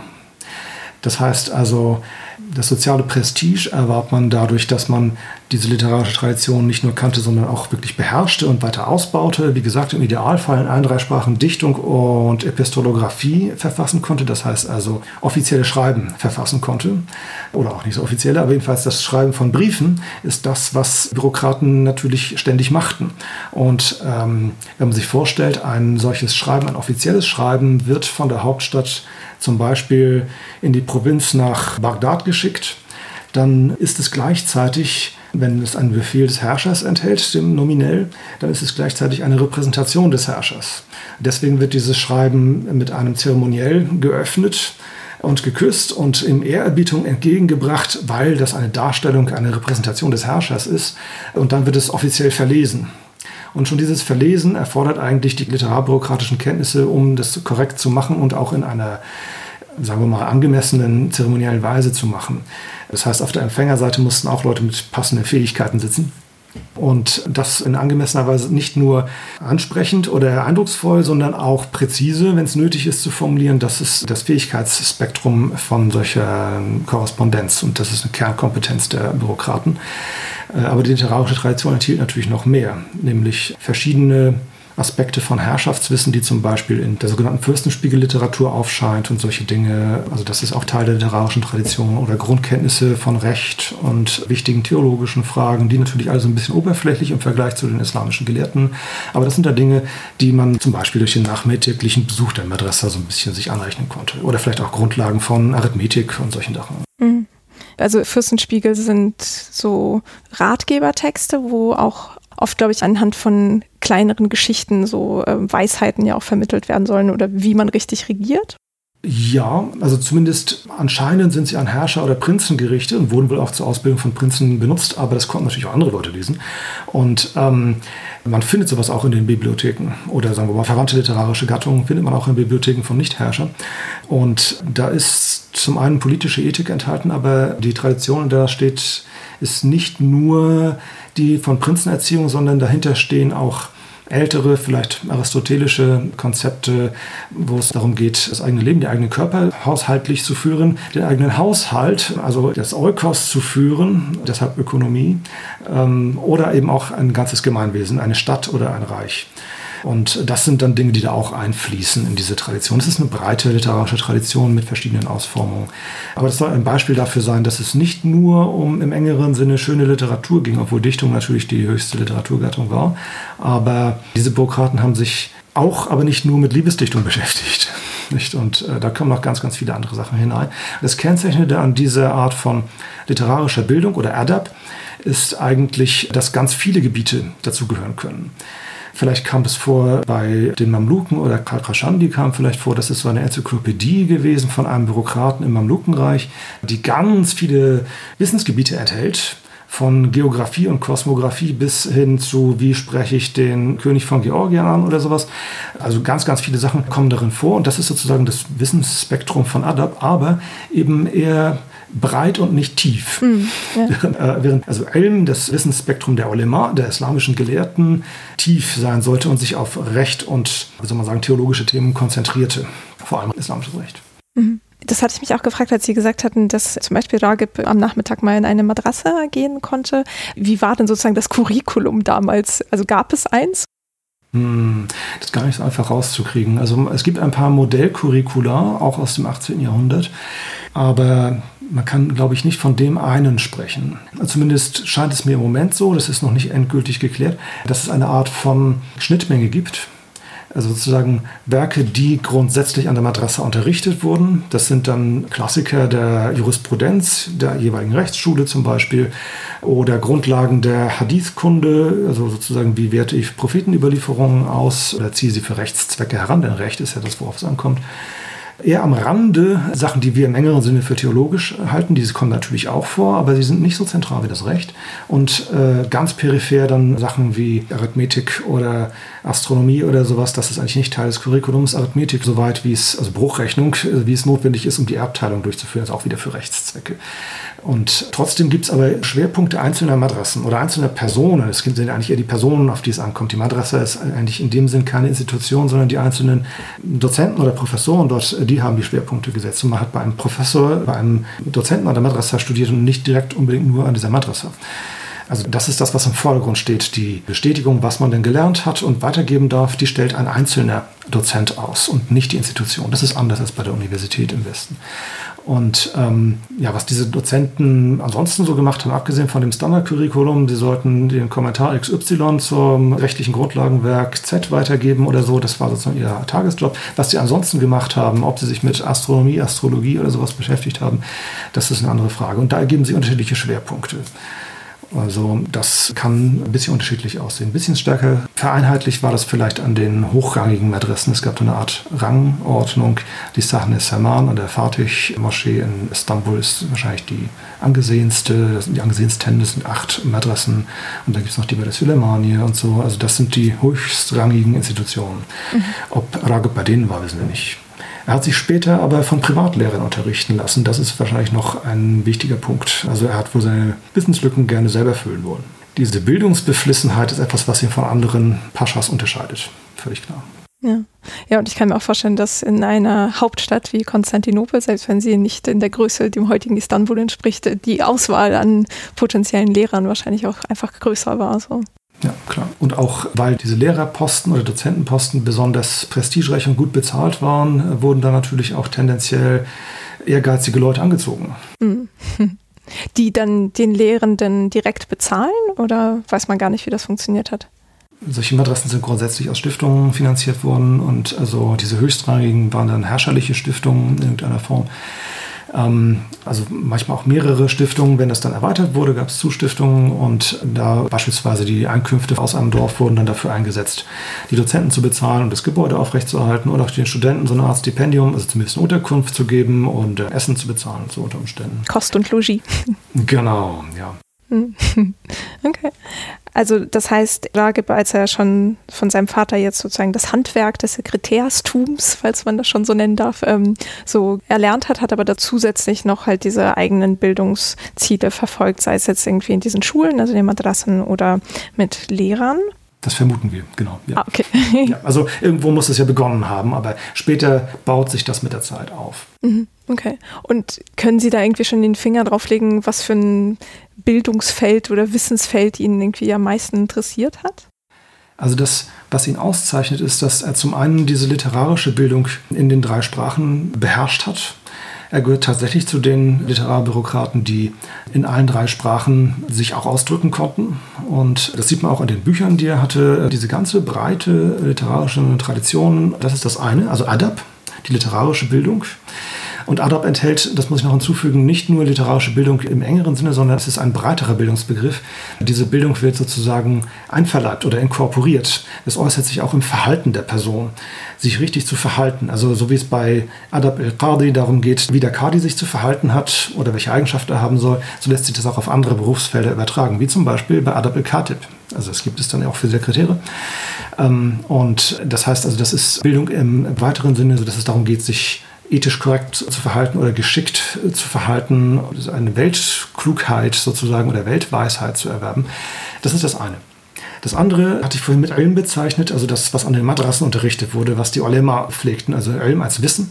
Das heißt also, das soziale Prestige erwarb man dadurch, dass man diese literarische Tradition nicht nur kannte, sondern auch wirklich beherrschte und weiter ausbaute. Wie gesagt, im Idealfall in allen 3 Sprachen Dichtung und Epistolographie verfassen konnte. Das heißt also offizielle Schreiben verfassen konnte. Oder auch nicht so offizielle, aber jedenfalls das Schreiben von Briefen ist das, was Bürokraten natürlich ständig machten. Und wenn man sich vorstellt, ein solches Schreiben, ein offizielles Schreiben wird von der Hauptstadt zum Beispiel in die Provinz nach Bagdad geschickt, dann ist es gleichzeitig, wenn es einen Befehl des Herrschers enthält, dem nominell, dann ist es gleichzeitig eine Repräsentation des Herrschers. Deswegen wird dieses Schreiben mit einem Zeremoniell geöffnet und geküsst und in Ehrerbietung entgegengebracht, weil das eine Darstellung, eine Repräsentation des Herrschers ist. Und dann wird es offiziell verlesen. Und schon dieses Verlesen erfordert eigentlich die literarbürokratischen Kenntnisse, um das korrekt zu machen und auch in einer, sagen wir mal, angemessenen zeremoniellen Weise zu machen. Das heißt, auf der Empfängerseite mussten auch Leute mit passenden Fähigkeiten sitzen. Und das in angemessener Weise nicht nur ansprechend oder eindrucksvoll, sondern auch präzise, wenn es nötig ist, zu formulieren. Das ist das Fähigkeitsspektrum von solcher Korrespondenz und das ist eine Kernkompetenz der Bürokraten. Aber die literarische Tradition enthielt natürlich noch mehr, nämlich verschiedene Aspekte von Herrschaftswissen, die zum Beispiel in der sogenannten Fürstenspiegelliteratur aufscheint und solche Dinge. Also das ist auch Teil der literarischen Tradition oder Grundkenntnisse von Recht und wichtigen theologischen Fragen, die natürlich alle so ein bisschen oberflächlich im Vergleich zu den islamischen Gelehrten. Aber das sind da Dinge, die man zum Beispiel durch den nachmittäglichen Besuch der Madrasa so ein bisschen sich anrechnen konnte. Oder vielleicht auch Grundlagen von Arithmetik und solchen Sachen. Also Fürstenspiegel sind so Ratgebertexte, wo auch oft, glaube ich, anhand von kleineren Geschichten so Weisheiten ja auch vermittelt werden sollen oder wie man richtig regiert. Ja, also zumindest anscheinend sind sie an Herrscher oder Prinzen gerichtet und wurden wohl auch zur Ausbildung von Prinzen benutzt, aber das konnten natürlich auch andere Leute lesen. Und man findet sowas auch in den Bibliotheken oder sagen wir mal verwandte literarische Gattungen findet man auch in Bibliotheken von Nichtherrschern. Und da ist zum einen politische Ethik enthalten, aber die Tradition, in der das steht, ist nicht nur die von Prinzenerziehung, sondern dahinter stehen auch ältere, vielleicht aristotelische Konzepte, wo es darum geht, das eigene Leben, den eigenen Körper haushaltlich zu führen, den eigenen Haushalt, also das Oikos zu führen, deshalb Ökonomie, oder eben auch ein ganzes Gemeinwesen, eine Stadt oder ein Reich. Und das sind dann Dinge, die da auch einfließen in diese Tradition. Es ist eine breite literarische Tradition mit verschiedenen Ausformungen. Aber das soll ein Beispiel dafür sein, dass es nicht nur um im engeren Sinne schöne Literatur ging, obwohl Dichtung natürlich die höchste Literaturgattung war. Aber diese Bürokraten haben sich auch, aber nicht nur mit Liebesdichtung beschäftigt. Nicht? Und da kommen noch ganz, ganz viele andere Sachen hinein. Das Kennzeichnende an dieser Art von literarischer Bildung oder Adab ist eigentlich, dass ganz viele Gebiete dazugehören können. Vielleicht kam es vor bei den Mamluken oder Khatrashandi kam vielleicht vor, das ist so eine Enzyklopädie gewesen von einem Bürokraten im Mamlukenreich, die ganz viele Wissensgebiete enthält. von Geografie und Kosmographie bis hin zu, wie spreche ich den König von Georgien an oder sowas. Also ganz, ganz viele Sachen kommen darin vor. Und das ist sozusagen das Wissensspektrum von Adab, aber eben eher breit und nicht tief. Während also Ilm, das Wissensspektrum der Ulema, der islamischen Gelehrten, tief sein sollte und sich auf Recht und, wie soll man sagen, theologische Themen konzentrierte. Vor allem islamisches Recht. Das hatte ich mich auch gefragt, als Sie gesagt hatten, dass zum Beispiel Ragib am Nachmittag mal in eine Madrasa gehen konnte. Wie war denn sozusagen das Curriculum damals? Also gab es eins? Das ist gar nicht so einfach rauszukriegen. Also es gibt ein paar Modellcurricula, auch aus dem 18. Jahrhundert, aber man kann, glaube ich, nicht von dem einen sprechen. Zumindest scheint es mir im Moment so, das ist noch nicht endgültig geklärt, dass es eine Art von Schnittmenge gibt. Also sozusagen Werke, die grundsätzlich an der Madrasa unterrichtet wurden. Das sind dann Klassiker der Jurisprudenz, der jeweiligen Rechtsschule zum Beispiel, oder Grundlagen der Hadithkunde, also sozusagen, wie werte ich Prophetenüberlieferungen aus oder ziehe sie für Rechtszwecke heran, denn Recht ist ja das, worauf es ankommt. Eher am Rande Sachen, die wir im engeren Sinne für theologisch halten, diese kommen natürlich auch vor, aber sie sind nicht so zentral wie das Recht. Und ganz peripher dann Sachen wie Arithmetik oder Astronomie oder sowas, das ist eigentlich nicht Teil des Curriculums. Arithmetik, soweit wie es, also Bruchrechnung, wie es notwendig ist, um die Erbteilung durchzuführen, ist auch wieder für Rechtszwecke. Und trotzdem gibt es aber Schwerpunkte einzelner Madrassen oder einzelner Personen. Es sind eigentlich eher die Personen, auf die es ankommt. Die Madrasa ist eigentlich in dem Sinn keine Institution, sondern die einzelnen Dozenten oder Professoren dort, die haben die Schwerpunkte gesetzt. Und man hat bei einem Professor, bei einem Dozenten an der Madrasa studiert und nicht direkt unbedingt nur an dieser Madrasa. Also das ist das, was im Vordergrund steht. Die Bestätigung, was man denn gelernt hat und weitergeben darf, die stellt ein einzelner Dozent aus und nicht die Institution. Das ist anders als bei der Universität im Westen. Und was diese Dozenten ansonsten so gemacht haben, abgesehen von dem Standard-Curriculum, sie sollten den Kommentar XY zum rechtlichen Grundlagenwerk Z weitergeben oder so, das war sozusagen ihr Tagesjob. Was sie ansonsten gemacht haben, ob sie sich mit Astronomie, Astrologie oder sowas beschäftigt haben, das ist eine andere Frage. Und da ergeben sich unterschiedliche Schwerpunkte. Also das kann ein bisschen unterschiedlich aussehen. Ein bisschen stärker vereinheitlicht war das vielleicht an den hochrangigen Madrassen. Es gab eine Art Rangordnung. Die Sahne Saman an der Fatih-Moschee in Istanbul ist wahrscheinlich die angesehenste. Das sind die angesehensten, das sind 8 Madrassen. Und dann gibt es noch die bei der Süleymaniye und so. Also das sind die höchstrangigen Institutionen. Ob Ragib bei denen war, wissen wir nicht. Er hat sich später aber von Privatlehrern unterrichten lassen. Das ist wahrscheinlich noch ein wichtiger Punkt. Also er hat wohl seine Wissenslücken gerne selber füllen wollen. Diese Bildungsbeflissenheit ist etwas, was ihn von anderen Paschas unterscheidet. Völlig klar. Ja, und ich kann mir auch vorstellen, dass in einer Hauptstadt wie Konstantinopel, selbst wenn sie nicht in der Größe dem heutigen Istanbul entspricht, die Auswahl an potenziellen Lehrern wahrscheinlich auch einfach größer war. So. Ja, klar. Und auch, weil diese Lehrerposten oder Dozentenposten besonders prestigereich und gut bezahlt waren, wurden da natürlich auch tendenziell ehrgeizige Leute angezogen. Die dann den Lehrenden direkt bezahlen oder weiß man gar nicht, wie das funktioniert hat? Solche Madrassen sind grundsätzlich aus Stiftungen finanziert worden und also diese höchstrangigen waren dann herrscherliche Stiftungen in irgendeiner Form. Also manchmal auch mehrere Stiftungen. Wenn das dann erweitert wurde, gab es Zustiftungen und da beispielsweise die Einkünfte aus einem Dorf wurden dann dafür eingesetzt, die Dozenten zu bezahlen und das Gebäude aufrechtzuerhalten oder auch den Studenten so eine Art Stipendium, also zumindest eine Unterkunft zu geben und Essen zu bezahlen, so unter Umständen. Kost und Logis. Genau, ja. Okay. Also das heißt, Ragib, als er schon von seinem Vater jetzt sozusagen das Handwerk des Sekretärstums, falls man das schon so nennen darf, so erlernt hat, hat aber da zusätzlich noch halt diese eigenen Bildungsziele verfolgt, sei es jetzt irgendwie in diesen Schulen, also in den Madrassen oder mit Lehrern. Das vermuten wir, genau. Ja. Ah, okay. Ja, also irgendwo muss es ja begonnen haben, aber später baut sich das mit der Zeit auf. Okay. Und können Sie da irgendwie schon den Finger drauf legen, was für ein Bildungsfeld oder Wissensfeld ihn irgendwie am meisten interessiert hat? Also das, was ihn auszeichnet, ist, dass er zum einen diese literarische Bildung in den 3 Sprachen beherrscht hat. Er gehört tatsächlich zu den Literarbürokraten, die in allen 3 Sprachen sich auch ausdrücken konnten. Und das sieht man auch an den Büchern, die er hatte. Diese ganze breite literarische Tradition, das ist das eine, also Adab, die literarische Bildung. Und Adab enthält, das muss ich noch hinzufügen, nicht nur literarische Bildung im engeren Sinne, sondern es ist ein breiterer Bildungsbegriff. Diese Bildung wird sozusagen einverleibt oder inkorporiert. Es äußert sich auch im Verhalten der Person, sich richtig zu verhalten. Also so wie es bei Adab al-Qadi darum geht, wie der Qadi sich zu verhalten hat oder welche Eigenschaften er haben soll, so lässt sich das auch auf andere Berufsfelder übertragen, wie zum Beispiel bei Adab al-Katib. Also das gibt es dann auch für Sekretäre. Und das heißt also, das ist Bildung im weiteren Sinne, dass es darum geht, sich ethisch korrekt zu verhalten oder geschickt zu verhalten, eine Weltklugheit sozusagen oder Weltweisheit zu erwerben. Das ist das eine. Das andere hatte ich vorhin mit Ilm bezeichnet, also das, was an den Madrassen unterrichtet wurde, was die Ulema pflegten, also Ilm als Wissen.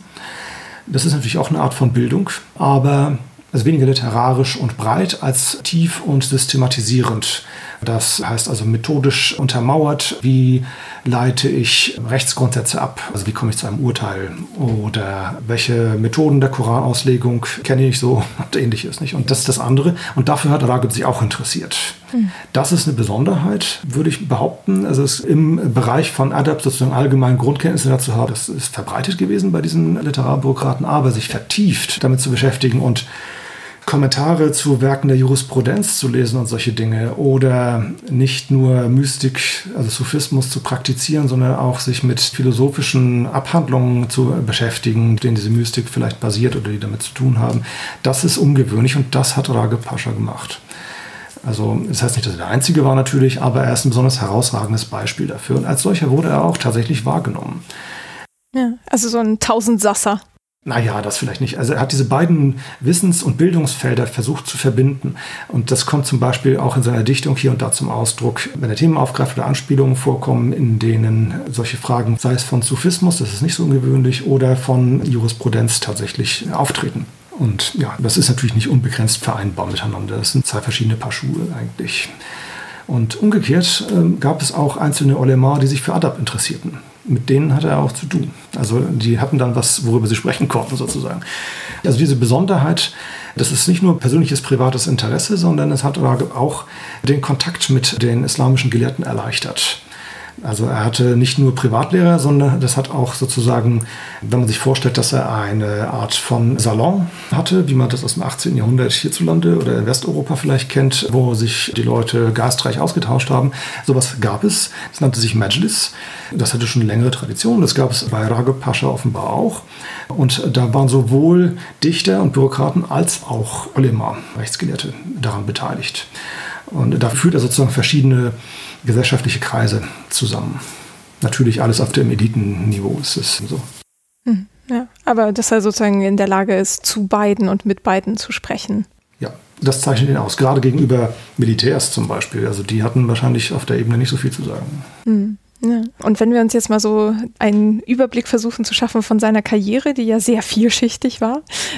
Das ist natürlich auch eine Art von Bildung, aber also weniger literarisch und breit als tief und systematisierend. Das heißt also methodisch untermauert, wie leite ich Rechtsgrundsätze ab, also wie komme ich zu einem Urteil oder welche Methoden der Koranauslegung kenne ich so und ähnliches, nicht? Und das ist das andere und dafür hat Ragib sich auch interessiert. Das ist eine Besonderheit, würde ich behaupten. Also es im Bereich von Adab sozusagen allgemein Grundkenntnisse dazu haben, das ist verbreitet gewesen bei diesen Literarbürokraten, aber sich vertieft damit zu beschäftigen und Kommentare zu Werken der Jurisprudenz zu lesen und solche Dinge oder nicht nur Mystik, also Sufismus zu praktizieren, sondern auch sich mit philosophischen Abhandlungen zu beschäftigen, denen diese Mystik vielleicht basiert oder die damit zu tun haben. Das ist ungewöhnlich und das hat Ragib Pascha gemacht. Also das heißt nicht, dass er der Einzige war natürlich, aber er ist ein besonders herausragendes Beispiel dafür und als solcher wurde er auch tatsächlich wahrgenommen. Ja, also so ein Tausendsasser. Naja, das vielleicht nicht. Also er hat diese beiden Wissens- und Bildungsfelder versucht zu verbinden. Und das kommt zum Beispiel auch in seiner Dichtung hier und da zum Ausdruck, wenn er Themen aufgreift oder Anspielungen vorkommen, in denen solche Fragen, sei es von Sufismus, das ist nicht so ungewöhnlich, oder von Jurisprudenz tatsächlich auftreten. Und ja, das ist natürlich nicht unbegrenzt vereinbar miteinander. Das sind zwei verschiedene Paar Schuhe eigentlich. Und umgekehrt gab es auch einzelne Ulema, die sich für Adab interessierten. Mit denen hatte er auch zu tun. Also die hatten dann was, worüber sie sprechen konnten sozusagen. Also diese Besonderheit, das ist nicht nur persönliches, privates Interesse, sondern es hat auch den Kontakt mit den islamischen Gelehrten erleichtert. Also er hatte nicht nur Privatlehrer, sondern das hat auch sozusagen, wenn man sich vorstellt, dass er eine Art von Salon hatte, wie man das aus dem 18. Jahrhundert hierzulande oder in Westeuropa vielleicht kennt, wo sich die Leute geistreich ausgetauscht haben. Sowas gab es. Das nannte sich Majlis. Das hatte schon eine längere Tradition. Das gab es bei Ragib Pascha offenbar auch. Und da waren sowohl Dichter und Bürokraten als auch Ulema, Rechtsgelehrte, daran beteiligt. Und da führt er sozusagen verschiedene gesellschaftliche Kreise zusammen. Natürlich alles auf dem Elitenniveau ist es so. Ja, aber dass er sozusagen in der Lage ist, zu beiden und mit beiden zu sprechen. Ja, das zeichnet ihn aus. Gerade gegenüber Militärs zum Beispiel. Also die hatten wahrscheinlich auf der Ebene nicht so viel zu sagen. Ja. Und wenn wir uns jetzt mal so einen Überblick versuchen zu schaffen von seiner Karriere, die ja sehr vielschichtig war,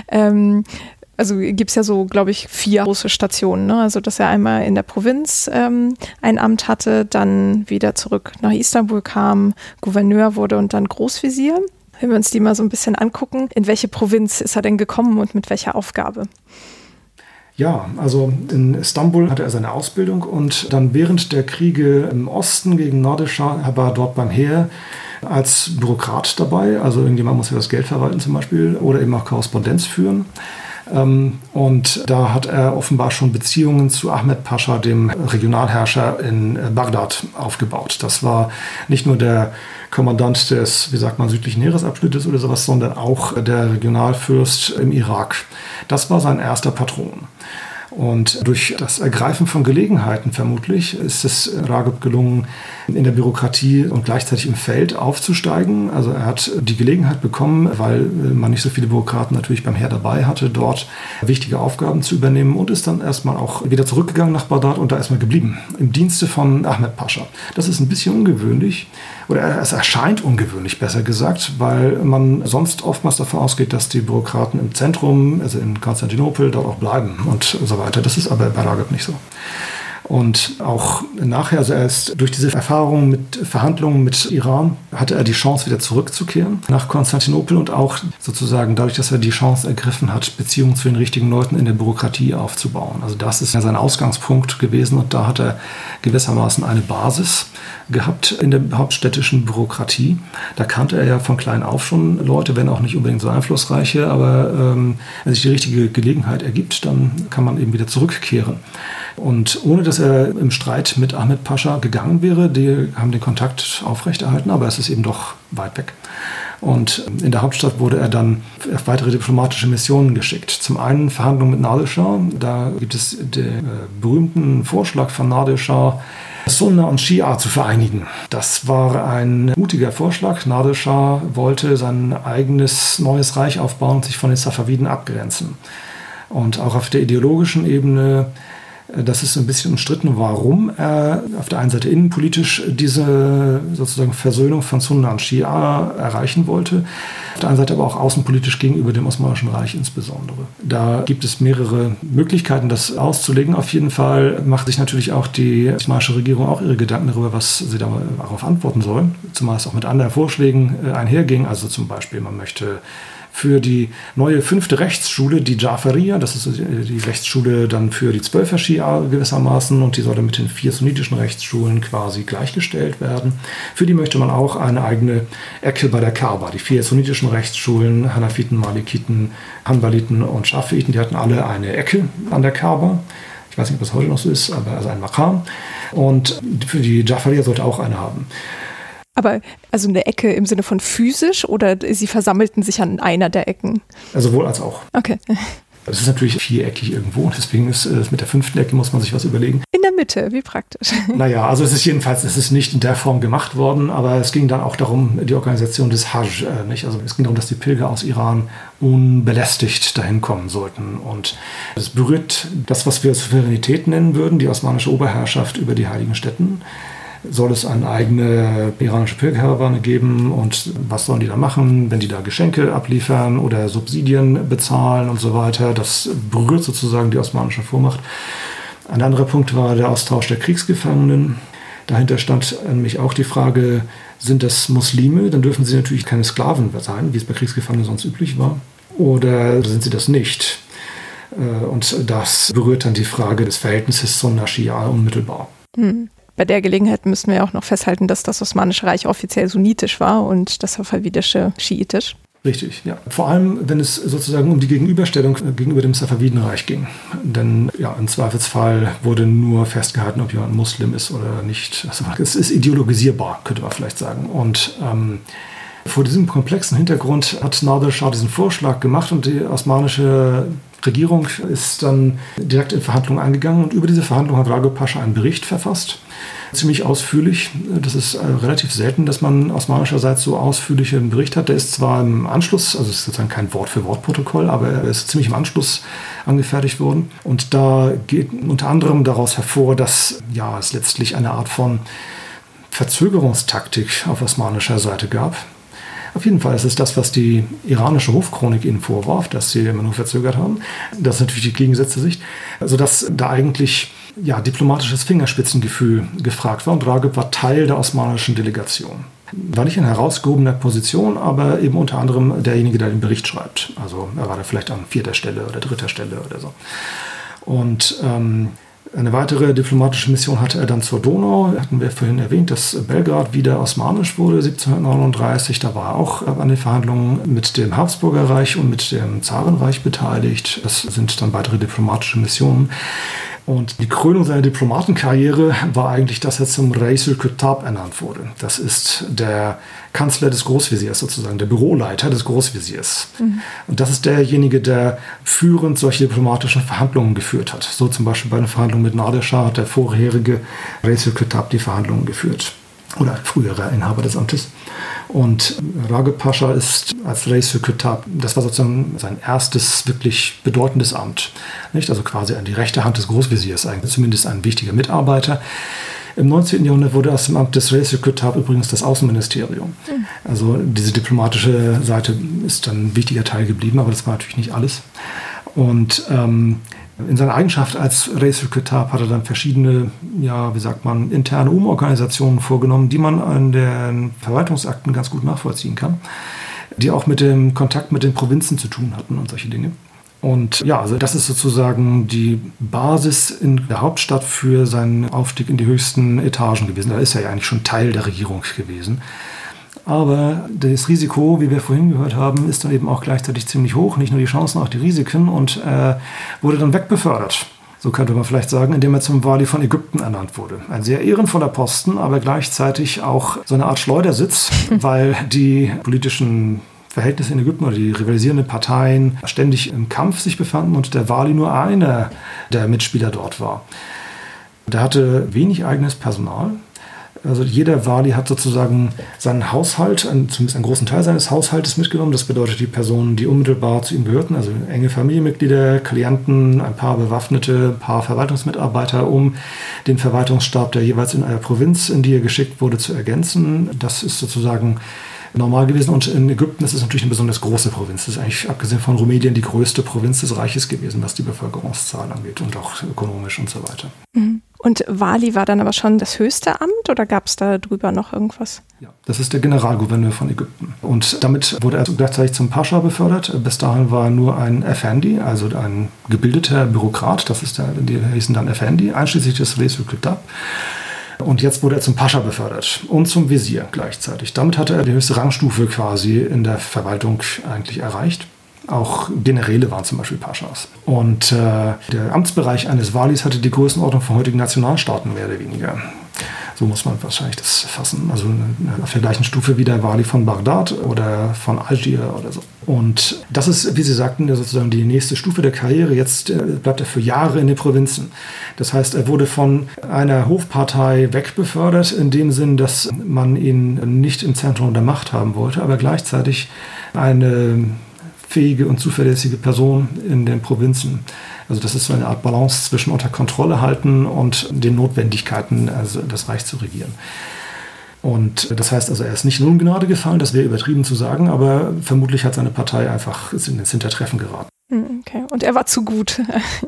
also gibt es ja so, glaube ich, 4 große Stationen. Ne? Also dass er einmal in der Provinz ein Amt hatte, dann wieder zurück nach Istanbul kam, Gouverneur wurde und dann Großvezier. Wenn wir uns die mal so ein bisschen angucken, in welche Provinz ist er denn gekommen und mit welcher Aufgabe? Ja, also in Istanbul hatte er seine Ausbildung und dann während der Kriege im Osten gegen Nordischer war er dort beim Heer als Bürokrat dabei. Also irgendjemand muss ja das Geld verwalten zum Beispiel oder eben auch Korrespondenz führen. Und da hat er offenbar schon Beziehungen zu Ahmed Pascha, dem Regionalherrscher in Bagdad, aufgebaut. Das war nicht nur der Kommandant des, wie sagt man, südlichen Heeresabschnittes oder sowas, sondern auch der Regionalfürst im Irak. Das war sein erster Patron. Und durch das Ergreifen von Gelegenheiten vermutlich ist es Ragib gelungen, in der Bürokratie und gleichzeitig im Feld aufzusteigen. Also er hat die Gelegenheit bekommen, weil man nicht so viele Bürokraten natürlich beim Heer dabei hatte, dort wichtige Aufgaben zu übernehmen und ist dann erstmal auch wieder zurückgegangen nach Bagdad und da erstmal geblieben, im Dienste von Ahmed Pascha. Das ist ein bisschen ungewöhnlich, oder es erscheint ungewöhnlich, besser gesagt, weil man sonst oftmals davon ausgeht, dass die Bürokraten im Zentrum, also in Konstantinopel, dort auch bleiben und so weiter. Das ist aber bei Ragib nicht so. Und auch nachher, also erst durch diese Erfahrung mit Verhandlungen mit Iran, hatte er die Chance, wieder zurückzukehren nach Konstantinopel und auch sozusagen dadurch, dass er die Chance ergriffen hat, Beziehungen zu den richtigen Leuten in der Bürokratie aufzubauen. Also das ist ja sein Ausgangspunkt gewesen und da hat er gewissermaßen eine Basis gehabt in der hauptstädtischen Bürokratie. Da kannte er ja von klein auf schon Leute, wenn auch nicht unbedingt so einflussreiche, aber wenn sich die richtige Gelegenheit ergibt, dann kann man eben wieder zurückkehren. Und ohne dass er im Streit mit Ahmed Pascha gegangen wäre, die haben den Kontakt aufrechterhalten, aber es ist eben doch weit weg. Und in der Hauptstadt wurde er dann auf weitere diplomatische Missionen geschickt. Zum einen Verhandlungen mit Nadir Schah. Da gibt es den berühmten Vorschlag von Nadir Schah, Sunna und Schia zu vereinigen. Das war ein mutiger Vorschlag. Nadir Schah wollte sein eigenes neues Reich aufbauen und sich von den Safawiden abgrenzen. Und auch auf der ideologischen Ebene, das ist ein bisschen umstritten, warum er auf der einen Seite innenpolitisch diese sozusagen Versöhnung von Sunna und Schia erreichen wollte, auf der anderen Seite aber auch außenpolitisch gegenüber dem Osmanischen Reich insbesondere. Da gibt es mehrere Möglichkeiten, das auszulegen. Auf jeden Fall macht sich natürlich auch die osmanische Regierung auch ihre Gedanken darüber, was sie darauf antworten soll, zumal es auch mit anderen Vorschlägen einherging. Also zum Beispiel, man möchte für die neue 5. Rechtsschule, die Ja'fariya, das ist die Rechtsschule dann für die 12er Schia gewissermaßen und die soll dann mit den 4 sunnitischen Rechtsschulen quasi gleichgestellt werden. Für die möchte man auch eine eigene Ecke bei der Kaaba. Die 4 sunnitischen Rechtsschulen, Hanafiten, Malikiten, Hanbaliten und Schafiiten, die hatten alle eine Ecke an der Kaaba. Ich weiß nicht, ob das heute noch so ist, aber also ein Maqam. Und für die Ja'fariya sollte auch eine haben. Aber also eine Ecke im Sinne von physisch oder sie versammelten sich an einer der Ecken? Also sowohl als auch. Okay. Das ist natürlich viereckig irgendwo, deswegen ist mit der 5. Ecke muss man sich was überlegen. In der Mitte, wie praktisch. Naja, also es ist nicht in der Form gemacht worden, aber es ging dann auch darum, die Organisation des Hajj, nicht? Also es ging darum, dass die Pilger aus Iran unbelästigt dahin kommen sollten. Und es berührt das, was wir Souveränität nennen würden, die osmanische Oberherrschaft über die heiligen Städten. Soll es eine eigene iranische Pilgerkarawane geben und was sollen die da machen, wenn die da Geschenke abliefern oder Subsidien bezahlen und so weiter. Das berührt sozusagen die osmanische Vormacht. Ein anderer Punkt war der Austausch der Kriegsgefangenen. Dahinter stand nämlich auch die Frage, sind das Muslime? Dann dürfen sie natürlich keine Sklaven sein, wie es bei Kriegsgefangenen sonst üblich war. Oder sind sie das nicht? Und das berührt dann die Frage des Verhältnisses Sunna Schia unmittelbar. Bei der Gelegenheit müssen wir auch noch festhalten, dass das Osmanische Reich offiziell sunnitisch war und das safavidische schiitisch. Richtig, ja. Vor allem, wenn es sozusagen um die Gegenüberstellung gegenüber dem Safavidenreich ging. Denn ja, im Zweifelsfall wurde nur festgehalten, ob jemand Muslim ist oder nicht. Also, es ist ideologisierbar, könnte man vielleicht sagen. Und vor diesem komplexen Hintergrund hat Nadir Schah diesen Vorschlag gemacht und die osmanische Regierung ist dann direkt in Verhandlungen eingegangen und über diese Verhandlungen hat Ragip Pascha einen Bericht verfasst, ziemlich ausführlich. Das ist relativ selten, dass man osmanischerseits so ausführlich einen Bericht hat. Der ist zwar im Anschluss, also es ist sozusagen kein Wort-für-Wort-Protokoll, aber er ist ziemlich im Anschluss angefertigt worden. Und da geht unter anderem daraus hervor, dass ja, es letztlich eine Art von Verzögerungstaktik auf osmanischer Seite gab. Auf jeden Fall ist es das, was die iranische Hofchronik ihnen vorwarf, dass sie immer nur verzögert haben. Das ist natürlich die gegengesetzte Sicht. Also dass da eigentlich ja, diplomatisches Fingerspitzengefühl gefragt war und Ragip war Teil der osmanischen Delegation. War nicht in herausgehobener Position, aber eben unter anderem derjenige, der den Bericht schreibt. Also er war da vielleicht an 4. Stelle oder 3. Stelle oder so. Und eine weitere diplomatische Mission hatte er dann zur Donau. Hatten wir vorhin erwähnt, dass Belgrad wieder osmanisch wurde 1739. Da war er auch an den Verhandlungen mit dem Habsburgerreich und mit dem Zarenreich beteiligt. Das sind dann weitere diplomatische Missionen. Und die Krönung seiner Diplomatenkarriere war eigentlich, dass er zum Reis al-Kutab ernannt wurde. Das ist der Kanzler des Großveziers sozusagen, der Büroleiter des Großveziers. Und das ist derjenige, der führend solche diplomatischen Verhandlungen geführt hat. So zum Beispiel bei den Verhandlungen mit Nadir Schah hat der vorherige Reis al-Kutab die Verhandlungen geführt. Oder ein früherer Inhaber des Amtes. Und Ragip Pascha ist als Reis al-Kutab, das war sozusagen sein erstes wirklich bedeutendes Amt. Nicht? Also quasi an die rechte Hand des Großveziers, eigentlich zumindest ein wichtiger Mitarbeiter. Im 19. Jahrhundert wurde aus dem Amt des Reis al-Kutab übrigens das Außenministerium. Also diese diplomatische Seite ist dann ein wichtiger Teil geblieben, aber das war natürlich nicht alles. Und In seiner Eigenschaft als Reis Kütab hat er dann verschiedene, interne Umorganisationen vorgenommen, die man an den Verwaltungsakten ganz gut nachvollziehen kann, die auch mit dem Kontakt mit den Provinzen zu tun hatten und solche Dinge. Und ja, also das ist sozusagen die Basis in der Hauptstadt für seinen Aufstieg in die höchsten Etagen gewesen. Da ist er ja eigentlich schon Teil der Regierung gewesen. Aber das Risiko, wie wir vorhin gehört haben, ist dann eben auch gleichzeitig ziemlich hoch. Nicht nur die Chancen, auch die Risiken. Und wurde dann wegbefördert. So könnte man vielleicht sagen, indem er zum Wali von Ägypten ernannt wurde. Ein sehr ehrenvoller Posten, aber gleichzeitig auch so eine Art Schleudersitz, weil die politischen Verhältnisse in Ägypten oder die rivalisierenden Parteien ständig im Kampf sich befanden und der Wali nur einer der Mitspieler dort war. Der hatte wenig eigenes Personal. Also jeder Wali hat sozusagen seinen Haushalt, zumindest einen großen Teil seines Haushaltes mitgenommen. Das bedeutet die Personen, die unmittelbar zu ihm gehörten, also enge Familienmitglieder, Klienten, ein paar Bewaffnete, ein paar Verwaltungsmitarbeiter, um den Verwaltungsstab, der jeweils in einer Provinz, in die er geschickt wurde, zu ergänzen. Das ist sozusagen normal gewesen. Und in Ägypten ist es natürlich eine besonders große Provinz. Das ist eigentlich, abgesehen von Rumänien, die größte Provinz des Reiches gewesen, was die Bevölkerungszahl angeht und auch ökonomisch und so weiter. Und Wali war dann aber schon das höchste Amt oder gab es da drüber noch irgendwas? Ja, das ist der Generalgouverneur von Ägypten. Und damit wurde er gleichzeitig zum Pascha befördert. Bis dahin war er nur ein Effendi, also ein gebildeter Bürokrat. Die hießen dann Effendi, einschließlich des Reis Kütab. Und jetzt wurde er zum Pascha befördert und zum Wesir gleichzeitig. Damit hatte er die höchste Rangstufe quasi in der Verwaltung eigentlich erreicht. Auch Generäle waren zum Beispiel Paschas. Und der Amtsbereich eines Walis hatte die Größenordnung von heutigen Nationalstaaten mehr oder weniger. So muss man wahrscheinlich das fassen. Also auf der gleichen Stufe wie der Wali von Bagdad oder von Algier oder so. Und das ist, wie Sie sagten, sozusagen die nächste Stufe der Karriere. Jetzt bleibt er für Jahre in den Provinzen. Das heißt, er wurde von einer Hofpartei wegbefördert, in dem Sinn, dass man ihn nicht im Zentrum der Macht haben wollte, aber gleichzeitig eine fähige und zuverlässige Person in den Provinzen. Also das ist so eine Art Balance zwischen unter Kontrolle halten und den Notwendigkeiten, also das Reich zu regieren. Und das heißt also, er ist nicht in Ungnade gefallen, das wäre übertrieben zu sagen, aber vermutlich hat seine Partei einfach ins Hintertreffen geraten. Okay, und er war zu gut.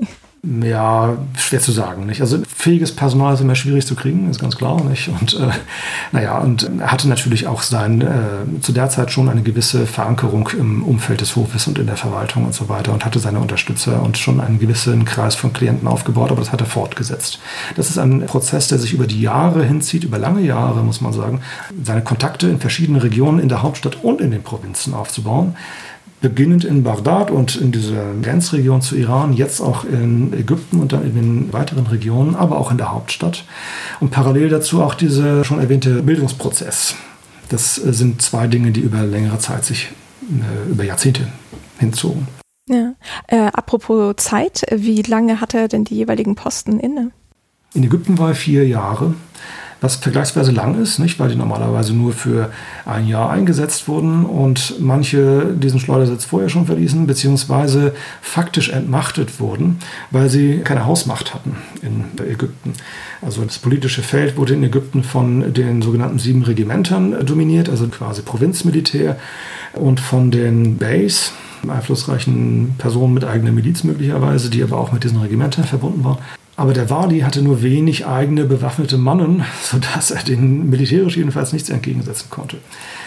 Ja, schwer zu sagen, nicht? Also fähiges Personal ist immer schwierig zu kriegen, ist ganz klar, nicht? Und und er hatte natürlich auch zu der Zeit schon eine gewisse Verankerung im Umfeld des Hofes und in der Verwaltung und so weiter und hatte seine Unterstützer und schon einen gewissen Kreis von Klienten aufgebaut, aber das hat er fortgesetzt. Das ist ein Prozess, der sich über die Jahre hinzieht, über lange Jahre, muss man sagen, seine Kontakte in verschiedenen Regionen in der Hauptstadt und in den Provinzen aufzubauen. Beginnend in Bagdad und in dieser Grenzregion zu Iran, jetzt auch in Ägypten und dann in den weiteren Regionen, aber auch in der Hauptstadt. Und parallel dazu auch dieser schon erwähnte Bildungsprozess. Das sind zwei Dinge, die über längere Zeit sich über Jahrzehnte hinzogen. Ja. Apropos Zeit, wie lange hat er denn die jeweiligen Posten inne? In Ägypten war er 4 Jahre. Was vergleichsweise lang ist, nicht, weil die normalerweise nur für ein Jahr eingesetzt wurden und manche diesen Schleudersitz vorher schon verließen, beziehungsweise faktisch entmachtet wurden, weil sie keine Hausmacht hatten in Ägypten. Also das politische Feld wurde in Ägypten von den sogenannten 7 Regimentern dominiert, also quasi Provinzmilitär, und von den Beys, einflussreichen Personen mit eigener Miliz möglicherweise, die aber auch mit diesen Regimentern verbunden waren. Aber der Wali hatte nur wenig eigene bewaffnete Mannen, sodass er denen militärisch jedenfalls nichts entgegensetzen konnte.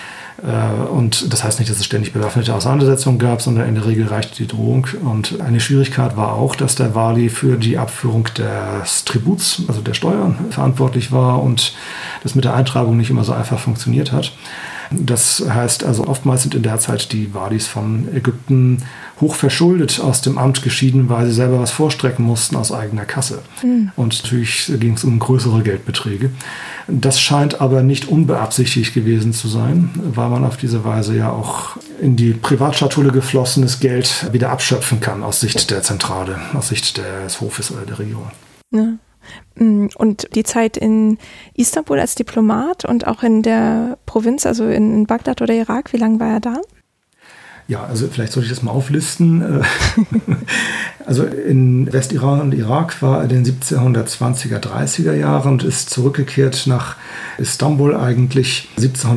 Und das heißt nicht, dass es ständig bewaffnete Auseinandersetzungen gab, sondern in der Regel reichte die Drohung. Und eine Schwierigkeit war auch, dass der Wali für die Abführung des Tributs, also der Steuern, verantwortlich war und das mit der Eintragung nicht immer so einfach funktioniert hat. Das heißt also, oftmals sind in der Zeit die Walis von Ägypten hoch verschuldet aus dem Amt geschieden, weil sie selber was vorstrecken mussten aus eigener Kasse. Und natürlich ging es um größere Geldbeträge. Das scheint aber nicht unbeabsichtigt gewesen zu sein, weil man auf diese Weise ja auch in die Privatschatulle geflossenes Geld wieder abschöpfen kann aus Sicht der Zentrale, aus Sicht des Hofes oder der Regierung. Ja. Und die Zeit in Istanbul als Diplomat und auch in der Provinz, also in Bagdad oder Irak, wie lange war er da? Ja, also vielleicht sollte ich das mal auflisten. Also in Westiran und Irak war er in den 1720er, 30er Jahren und ist zurückgekehrt nach Istanbul eigentlich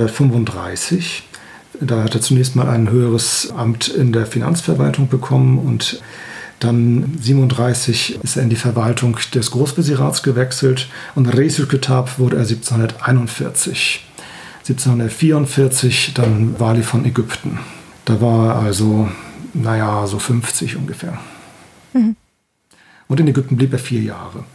1735. Da hat er zunächst mal ein höheres Amt in der Finanzverwaltung bekommen und Dann 37 ist er in die Verwaltung des Großvezirats gewechselt und Reis-ül-Kitab wurde er 1741. 1744 dann Wali von Ägypten. Da war er also, so 50 ungefähr. Mhm. Und in Ägypten blieb er 4 Jahre.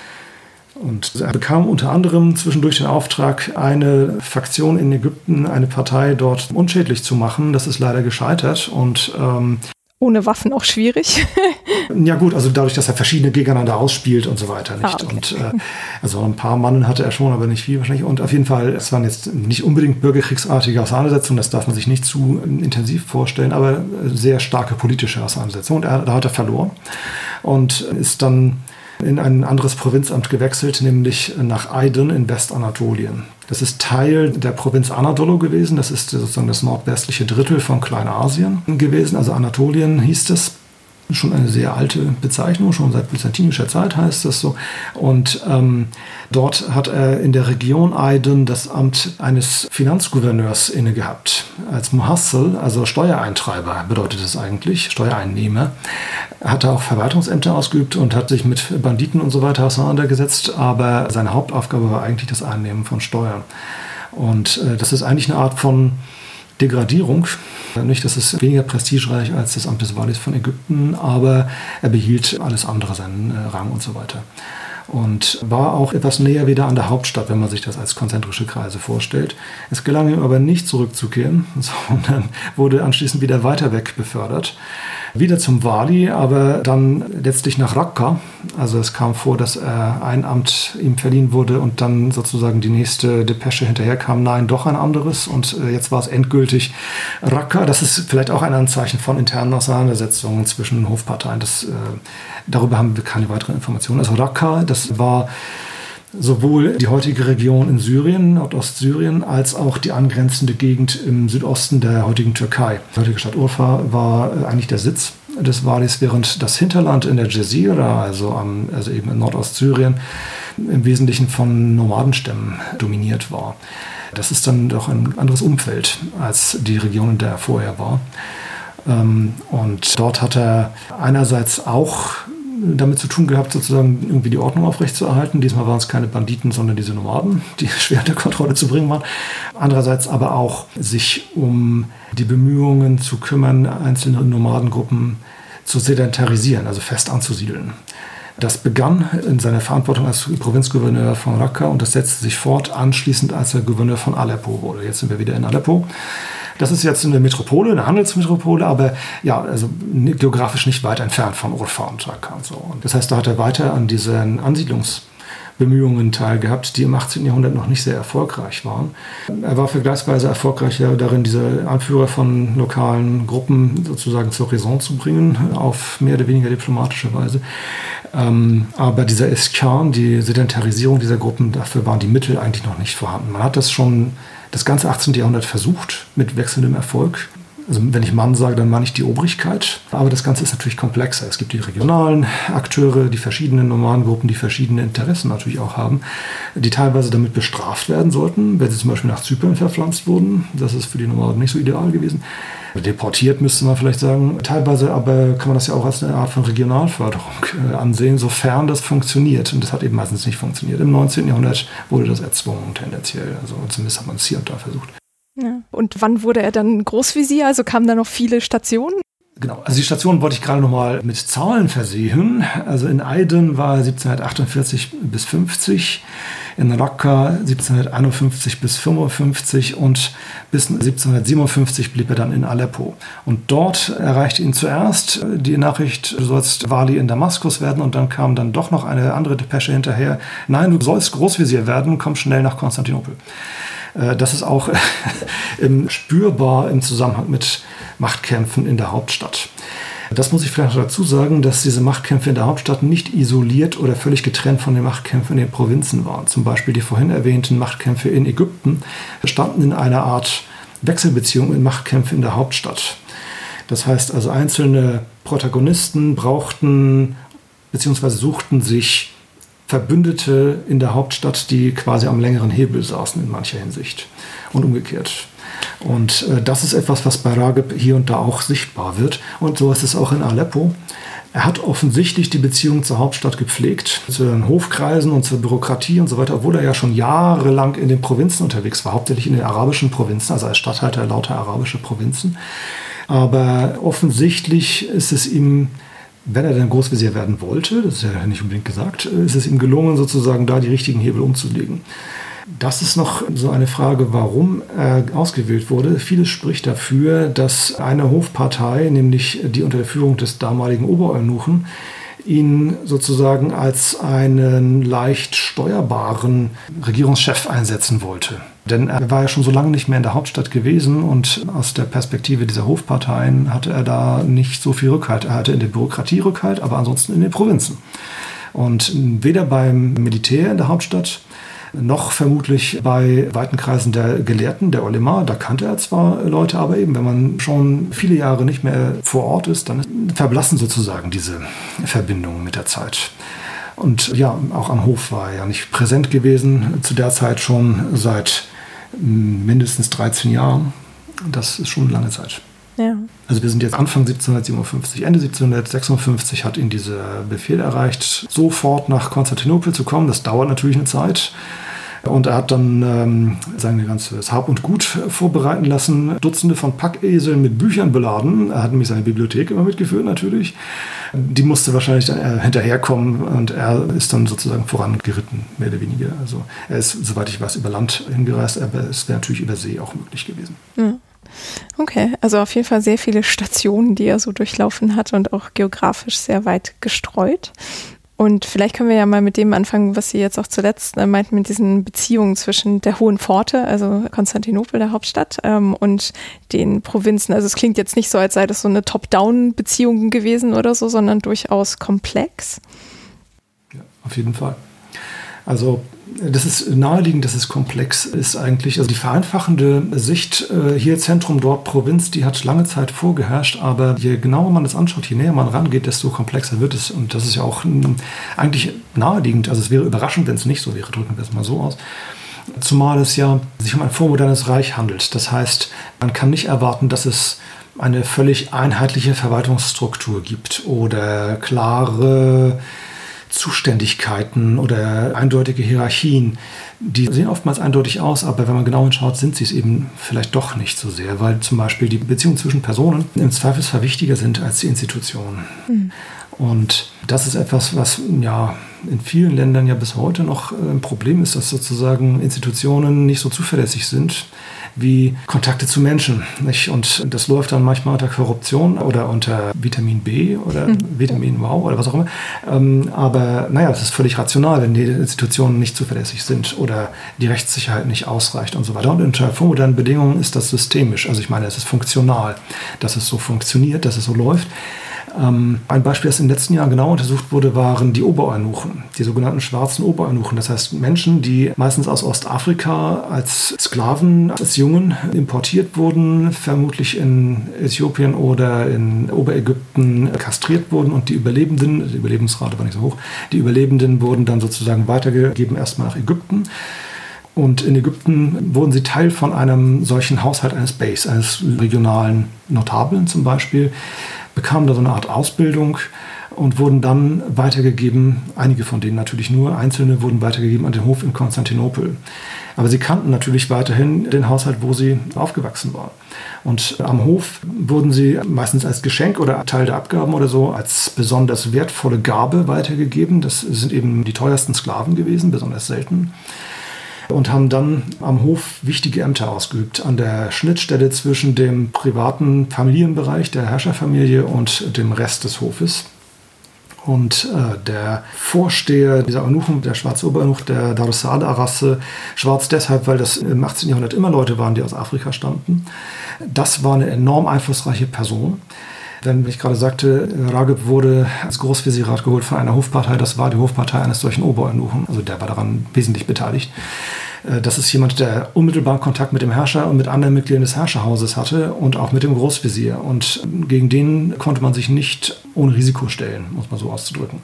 Und er bekam unter anderem zwischendurch den Auftrag, eine Faktion in Ägypten, eine Partei dort unschädlich zu machen. Das ist leider gescheitert. Und ohne Waffen auch schwierig. Ja gut, also dadurch, dass er verschiedene gegeneinander ausspielt und so weiter. Nicht? Okay. Und also ein paar Mannen hatte er schon, aber nicht viel wahrscheinlich. Und auf jeden Fall, es waren jetzt nicht unbedingt bürgerkriegsartige Auseinandersetzungen, das darf man sich nicht zu intensiv vorstellen, aber sehr starke politische Auseinandersetzungen. Und da hat er verloren und ist dann in ein anderes Provinzamt gewechselt, nämlich nach Aydın in Westanatolien. Das ist Teil der Provinz Anadolu gewesen. Das ist sozusagen das nordwestliche Drittel von Kleinasien gewesen. Also Anatolien hieß es. Schon eine sehr alte Bezeichnung, schon seit byzantinischer Zeit heißt das so. Und dort hat er in der Region Aydın das Amt eines Finanzgouverneurs inne gehabt. Als Muhassel, also Steuereintreiber bedeutet es eigentlich, Steuereinnehmer. Hat er auch Verwaltungsämter ausgeübt und hat sich mit Banditen und so weiter auseinandergesetzt, aber seine Hauptaufgabe war eigentlich das Einnehmen von Steuern. Und das ist eigentlich eine Art von Degradierung. Nicht, das ist weniger prestigereich als das Amt des Walis von Ägypten, aber er behielt alles andere, seinen Rang und so weiter. Und war auch etwas näher wieder an der Hauptstadt, wenn man sich das als konzentrische Kreise vorstellt. Es gelang ihm aber nicht zurückzukehren, sondern wurde anschließend wieder weiter weg befördert. Wieder zum Wali, aber dann letztlich nach Rakka. Also es kam vor, dass ein Amt ihm verliehen wurde und dann sozusagen die nächste Depesche hinterher kam, nein, doch ein anderes. Und jetzt war es endgültig Rakka. Das ist vielleicht auch ein Anzeichen von internen Auseinandersetzungen zwischen Hofparteien. Darüber haben wir keine weiteren Informationen. Also Rakka, das war sowohl die heutige Region in Syrien, Nordostsyrien, als auch die angrenzende Gegend im Südosten der heutigen Türkei. Die heutige Stadt Urfa war eigentlich der Sitz des Walis, während das Hinterland in der Jazira, also eben in Nordostsyrien, im Wesentlichen von Nomadenstämmen dominiert war. Das ist dann doch ein anderes Umfeld als die Region, in der er vorher war. Und dort hat er einerseits auch damit zu tun gehabt, sozusagen irgendwie die Ordnung aufrechtzuerhalten. Diesmal waren es keine Banditen, sondern diese Nomaden, die schwer unter Kontrolle zu bringen waren. Andererseits aber auch sich um die Bemühungen zu kümmern, einzelne Nomadengruppen zu sedentarisieren, also fest anzusiedeln. Das begann in seiner Verantwortung als Provinzgouverneur von Rakka und das setzte sich fort anschließend, als er Gouverneur von Aleppo wurde. Jetzt sind wir wieder in Aleppo. Das ist jetzt eine Metropole, eine Handelsmetropole, aber ja, also geografisch nicht weit entfernt von Urfa und Rakka und so. Und das heißt, da hat er weiter an diesen Ansiedlungsbemühungen teilgehabt, die im 18. Jahrhundert noch nicht sehr erfolgreich waren. Er war vergleichsweise erfolgreicher darin, diese Anführer von lokalen Gruppen sozusagen zur Raison zu bringen, auf mehr oder weniger diplomatische Weise. Aber dieser Iskan, die Sedentarisierung dieser Gruppen, dafür waren die Mittel eigentlich noch nicht vorhanden. Man hat das schon das ganze 18. Jahrhundert versucht, mit wechselndem Erfolg. Also wenn ich Mann sage, dann meine ich die Obrigkeit. Aber das Ganze ist natürlich komplexer. Es gibt die regionalen Akteure, die verschiedenen Nomadengruppen, die verschiedene Interessen natürlich auch haben, die teilweise damit bestraft werden sollten, wenn sie zum Beispiel nach Zypern verpflanzt wurden. Das ist für die Nomaden nicht so ideal gewesen. Deportiert, müsste man vielleicht sagen. Teilweise aber kann man das ja auch als eine Art von Regionalförderung ansehen, sofern das funktioniert. Und das hat eben meistens nicht funktioniert. Im 19. Jahrhundert wurde das erzwungen tendenziell. Also zumindest hat man es hier und da versucht. Ja. Und wann wurde er dann Großvezier? Also kamen da noch viele Stationen? Genau, also die Stationen wollte ich gerade noch mal mit Zahlen versehen. Also in Aydın war er 1748 bis 50, in Rakka 1751 bis 55 und bis 1757 blieb er dann in Aleppo. Und dort erreichte ihn zuerst die Nachricht, du sollst Wali in Damaskus werden, und dann kam dann doch noch eine andere Depesche hinterher. Nein, du sollst Großvezier werden, komm schnell nach Konstantinopel. Das ist auch spürbar im Zusammenhang mit Machtkämpfen in der Hauptstadt. Das muss ich vielleicht noch dazu sagen, dass diese Machtkämpfe in der Hauptstadt nicht isoliert oder völlig getrennt von den Machtkämpfen in den Provinzen waren. Zum Beispiel die vorhin erwähnten Machtkämpfe in Ägypten standen in einer Art Wechselbeziehung in Machtkämpfe in der Hauptstadt. Das heißt also, einzelne Protagonisten brauchten bzw. suchten sich Verbündete in der Hauptstadt, die quasi am längeren Hebel saßen in mancher Hinsicht und umgekehrt. Und das ist etwas, was bei Ragib hier und da auch sichtbar wird. Und so ist es auch in Aleppo. Er hat offensichtlich die Beziehung zur Hauptstadt gepflegt, zu den Hofkreisen und zur Bürokratie und so weiter, obwohl er ja schon jahrelang in den Provinzen unterwegs war, hauptsächlich in den arabischen Provinzen, also als Statthalter lauter arabische Provinzen. Aber offensichtlich ist es ihm, wenn er dann Großvezier werden wollte, das ist ja nicht unbedingt gesagt, ist es ihm gelungen, sozusagen da die richtigen Hebel umzulegen. Das ist noch so eine Frage, warum er ausgewählt wurde. Vieles spricht dafür, dass eine Hofpartei, nämlich die unter der Führung des damaligen Obereunuchen, ihn sozusagen als einen leicht steuerbaren Regierungschef einsetzen wollte. Denn er war ja schon so lange nicht mehr in der Hauptstadt gewesen und aus der Perspektive dieser Hofparteien hatte er da nicht so viel Rückhalt. Er hatte in der Bürokratie Rückhalt, aber ansonsten in den Provinzen. Und weder beim Militär in der Hauptstadt noch vermutlich bei weiten Kreisen der Gelehrten, der Ulema, da kannte er zwar Leute, aber eben, wenn man schon viele Jahre nicht mehr vor Ort ist, dann verblassen sozusagen diese Verbindungen mit der Zeit. Und ja, auch am Hof war er ja nicht präsent gewesen, zu der Zeit schon seit mindestens 13 Jahren. Das ist schon eine lange Zeit. Ja. Also wir sind jetzt Anfang 1757, Ende 1756 hat ihn dieser Befehl erreicht, sofort nach Konstantinopel zu kommen. Das dauert natürlich eine Zeit. Und er hat dann sein ganzes Hab und Gut vorbereiten lassen, Dutzende von Packeseln mit Büchern beladen. Er hat nämlich seine Bibliothek immer mitgeführt natürlich. Die musste wahrscheinlich dann hinterherkommen und er ist dann sozusagen vorangeritten, mehr oder weniger. Also er ist, soweit ich weiß, über Land hingereist, aber es wäre natürlich über See auch möglich gewesen. Ja. Okay, also auf jeden Fall sehr viele Stationen, die er so durchlaufen hat und auch geografisch sehr weit gestreut. Und vielleicht können wir ja mal mit dem anfangen, was Sie jetzt auch zuletzt meinten, mit diesen Beziehungen zwischen der Hohen Pforte, also Konstantinopel, der Hauptstadt, und den Provinzen. Also es klingt jetzt nicht so, als sei das so eine Top-Down-Beziehung gewesen oder so, sondern durchaus komplex. Ja, auf jeden Fall. Also das ist naheliegend, dass es komplex ist eigentlich. Also die vereinfachende Sicht, hier Zentrum, dort Provinz, die hat lange Zeit vorgeherrscht, aber je genauer man das anschaut, je näher man rangeht, desto komplexer wird es. Und das ist ja auch eigentlich naheliegend. Also es wäre überraschend, wenn es nicht so wäre, drücken wir es mal so aus. Zumal es ja sich um ein vormodernes Reich handelt. Das heißt, man kann nicht erwarten, dass es eine völlig einheitliche Verwaltungsstruktur gibt oder klare Zuständigkeiten oder eindeutige Hierarchien. Die sehen oftmals eindeutig aus, aber wenn man genau hinschaut, sind sie es eben vielleicht doch nicht so sehr, weil zum Beispiel die Beziehungen zwischen Personen im Zweifelsfall wichtiger sind als die Institutionen. Mhm. Und das ist etwas, was ja in vielen Ländern ja bis heute noch ein Problem ist, dass sozusagen Institutionen nicht so zuverlässig sind wie Kontakte zu Menschen. Nicht? Und das läuft dann manchmal unter Korruption oder unter Vitamin B oder Vitamin Wow oder was auch immer. Aber naja, das ist völlig rational, wenn die Institutionen nicht zuverlässig sind oder die Rechtssicherheit nicht ausreicht und so weiter. Und unter vormodernen Bedingungen ist das systemisch. Also ich meine, es ist funktional, dass es so funktioniert, dass es so läuft. Ein Beispiel, das im letzten Jahr genau untersucht wurde, waren die Obereunuchen, die sogenannten schwarzen Obereunuchen. Das heißt Menschen, die meistens aus Ostafrika als Sklaven, als Jungen importiert wurden, vermutlich in Äthiopien oder in Oberägypten kastriert wurden und die Überlebenden, die Überlebensrate war nicht so hoch, die Überlebenden wurden dann sozusagen weitergegeben erstmal nach Ägypten. Und in Ägypten wurden sie Teil von einem solchen Haushalt eines Beys, eines regionalen Notabeln zum Beispiel, bekamen da so eine Art Ausbildung und wurden dann weitergegeben, einige von denen natürlich nur, einzelne wurden weitergegeben an den Hof in Konstantinopel. Aber sie kannten natürlich weiterhin den Haushalt, wo sie aufgewachsen waren. Und am Hof wurden sie meistens als Geschenk oder Teil der Abgaben oder so als besonders wertvolle Gabe weitergegeben. Das sind eben die teuersten Sklaven gewesen, besonders selten. Und haben dann am Hof wichtige Ämter ausgeübt, an der Schnittstelle zwischen dem privaten Familienbereich der Herrscherfamilie und dem Rest des Hofes. Und der Vorsteher dieser Eunuchen, der schwarze Obereunuch der Darussaada-Rasse, schwarz deshalb, weil das im 18. Jahrhundert immer Leute waren, die aus Afrika stammten. Das war eine enorm einflussreiche Person. Wenn ich gerade sagte, Ragib wurde als Großvizierat geholt von einer Hofpartei, das war die Hofpartei eines solchen Obereunuchen, also der war daran wesentlich beteiligt. Das ist jemand, der unmittelbaren Kontakt mit dem Herrscher und mit anderen Mitgliedern des Herrscherhauses hatte und auch mit dem Großvezier. Und gegen den konnte man sich nicht ohne Risiko stellen, muss man so auszudrücken.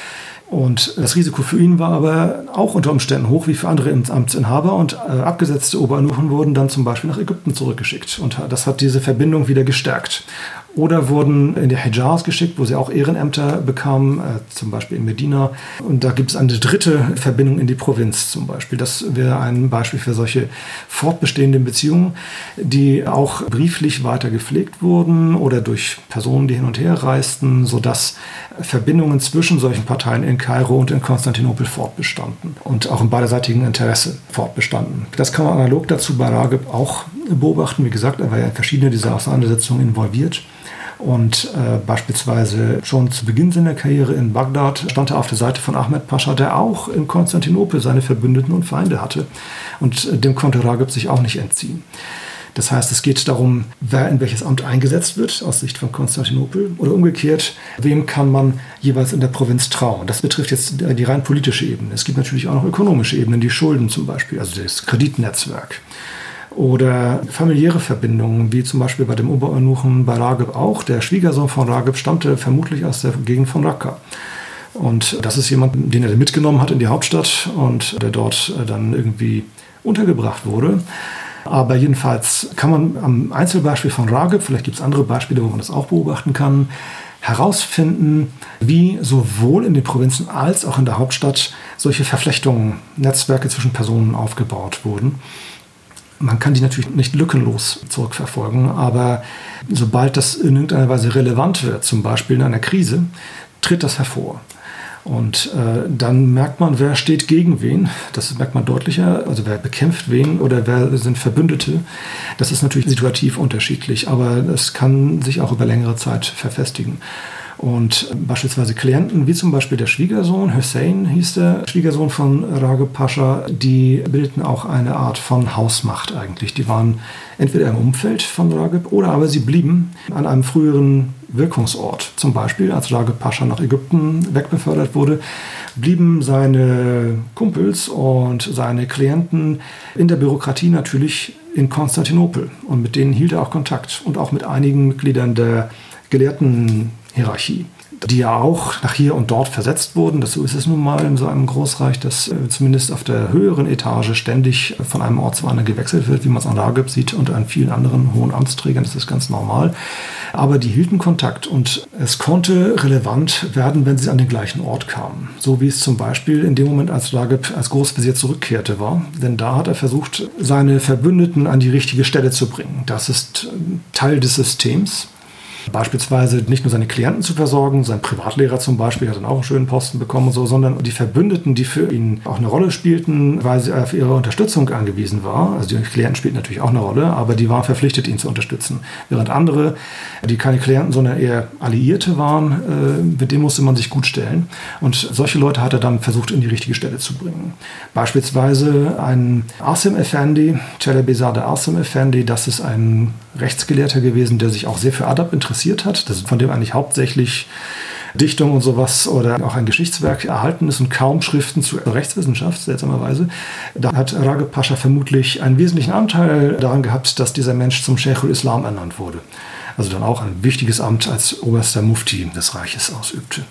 Und das Risiko für ihn war aber auch unter Umständen hoch, wie für andere Amtsinhaber. Und abgesetzte Obereunuchen wurden dann zum Beispiel nach Ägypten zurückgeschickt. Und das hat diese Verbindung wieder gestärkt. oder wurden in die Hijaz geschickt, wo sie auch Ehrenämter bekamen, zum Beispiel in Medina. Und da gibt es eine dritte Verbindung in die Provinz zum Beispiel. Das wäre ein Beispiel für solche fortbestehenden Beziehungen, die auch brieflich weiter gepflegt wurden oder durch Personen, die hin und her reisten, sodass Verbindungen zwischen solchen Parteien in Kairo und in Konstantinopel fortbestanden und auch im beidseitigen Interesse fortbestanden. Das kann man analog dazu bei Ragib auch beobachten. Wie gesagt, er war ja in verschiedene dieser Auseinandersetzungen involviert. Und beispielsweise schon zu Beginn seiner Karriere in Bagdad stand er auf der Seite von Ahmed Pascha, der auch in Konstantinopel seine Verbündeten und Feinde hatte. Und dem konnte Ragib sich auch nicht entziehen. Das heißt, es geht darum, wer in welches Amt eingesetzt wird, aus Sicht von Konstantinopel. Oder umgekehrt, wem kann man jeweils in der Provinz trauen. Das betrifft jetzt die rein politische Ebene. Es gibt natürlich auch noch ökonomische Ebenen, die Schulden zum Beispiel, also das Kreditnetzwerk. Oder familiäre Verbindungen, wie zum Beispiel bei dem Obereunuchen bei Ragib auch. Der Schwiegersohn von Ragib stammte vermutlich aus der Gegend von Raqqa. Und das ist jemand, den er mitgenommen hat in die Hauptstadt und der dort dann irgendwie untergebracht wurde. Aber jedenfalls kann man am Einzelbeispiel von Ragib, vielleicht gibt es andere Beispiele, wo man das auch beobachten kann, herausfinden, wie sowohl in den Provinzen als auch in der Hauptstadt solche Verflechtungen, Netzwerke zwischen Personen aufgebaut wurden. Man kann die natürlich nicht lückenlos zurückverfolgen, aber sobald das in irgendeiner Weise relevant wird, zum Beispiel in einer Krise, tritt das hervor. Und dann merkt man, wer steht gegen wen. Das merkt man deutlicher. Also wer bekämpft wen oder wer sind Verbündete. Das ist natürlich situativ unterschiedlich, aber es kann sich auch über längere Zeit verfestigen. Und beispielsweise Klienten, wie zum Beispiel der Schwiegersohn, Hussein hieß der Schwiegersohn von Ragib Pascha, die bildeten auch eine Art von Hausmacht eigentlich. Die waren entweder im Umfeld von Ragib oder aber sie blieben an einem früheren Wirkungsort. Zum Beispiel, als Ragib Pascha nach Ägypten wegbefördert wurde, blieben seine Kumpels und seine Klienten in der Bürokratie natürlich in Konstantinopel. Und mit denen hielt er auch Kontakt und auch mit einigen Mitgliedern der Gelehrtenhierarchie, die ja auch nach hier und dort versetzt wurden. So ist es nun mal in so einem Großreich, dass zumindest auf der höheren Etage ständig von einem Ort zum anderen gewechselt wird, wie man es an Ragib sieht und an vielen anderen hohen Amtsträgern. Das ist ganz normal. Aber die hielten Kontakt und es konnte relevant werden, wenn sie an den gleichen Ort kamen. So wie es zum Beispiel in dem Moment, als Ragib als Großvezier zurückkehrte, war. Denn da hat er versucht, seine Verbündeten an die richtige Stelle zu bringen. Das ist Teil des Systems. Beispielsweise nicht nur seine Klienten zu versorgen, sein Privatlehrer zum Beispiel hat dann auch einen schönen Posten bekommen und so, sondern die Verbündeten, die für ihn auch eine Rolle spielten, weil sie auf ihre Unterstützung angewiesen war. Also die Klienten spielten natürlich auch eine Rolle, aber die waren verpflichtet, ihn zu unterstützen. Während andere, die keine Klienten, sondern eher Alliierte waren, mit denen musste man sich gut stellen. Und solche Leute hat er dann versucht, in die richtige Stelle zu bringen. Beispielsweise ein Asim Effendi, Celebezade Asim Effendi, das ist ein Rechtsgelehrter gewesen, der sich auch sehr für Adab interessiert hat, von dem eigentlich hauptsächlich Dichtung und sowas oder auch ein Geschichtswerk erhalten ist und kaum Schriften zur Rechtswissenschaft, seltsamerweise. Da hat Ragib Pascha vermutlich einen wesentlichen Anteil daran gehabt, dass dieser Mensch zum Scheichul Islam ernannt wurde. Also dann auch ein wichtiges Amt als oberster Mufti des Reiches ausübte.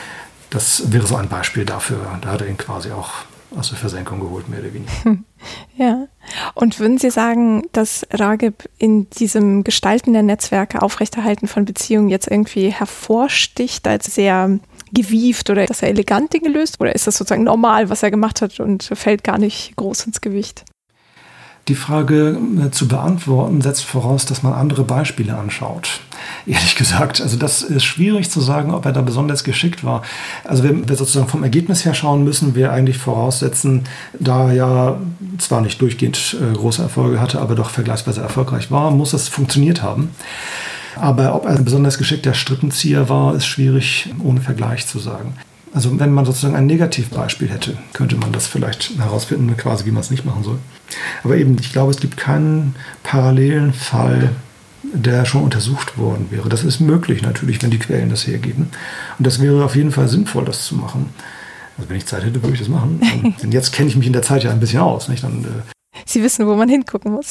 Das wäre so ein Beispiel dafür. Da hat er ihn quasi auch aus der Versenkung geholt, mehr oder weniger. Ja. Und würden Sie sagen, dass Ragib in diesem Gestalten der Netzwerke, Aufrechterhalten von Beziehungen jetzt irgendwie hervorsticht als sehr gewieft oder dass er elegant Dinge löst? Oder ist das sozusagen normal, was er gemacht hat und fällt gar nicht groß ins Gewicht? Die Frage zu beantworten setzt voraus, dass man andere Beispiele anschaut. Ehrlich gesagt, also das ist schwierig zu sagen, ob er da besonders geschickt war. Also wenn wir sozusagen vom Ergebnis her schauen, müssen wir eigentlich voraussetzen, da er ja zwar nicht durchgehend große Erfolge hatte, aber doch vergleichsweise erfolgreich war, muss das funktioniert haben. Aber ob er ein besonders geschickter Strippenzieher war, ist schwierig ohne Vergleich zu sagen. Also wenn man sozusagen ein Negativbeispiel hätte, könnte man das vielleicht herausfinden, quasi wie man es nicht machen soll. Aber eben, ich glaube, es gibt keinen parallelen Fall, der schon untersucht worden wäre. Das ist möglich natürlich, wenn die Quellen das hergeben. Und das wäre auf jeden Fall sinnvoll, das zu machen. Also wenn ich Zeit hätte, würde ich das machen. Denn jetzt kenne ich mich in der Zeit ja ein bisschen aus. Nicht? Dann, Sie wissen, wo man hingucken muss.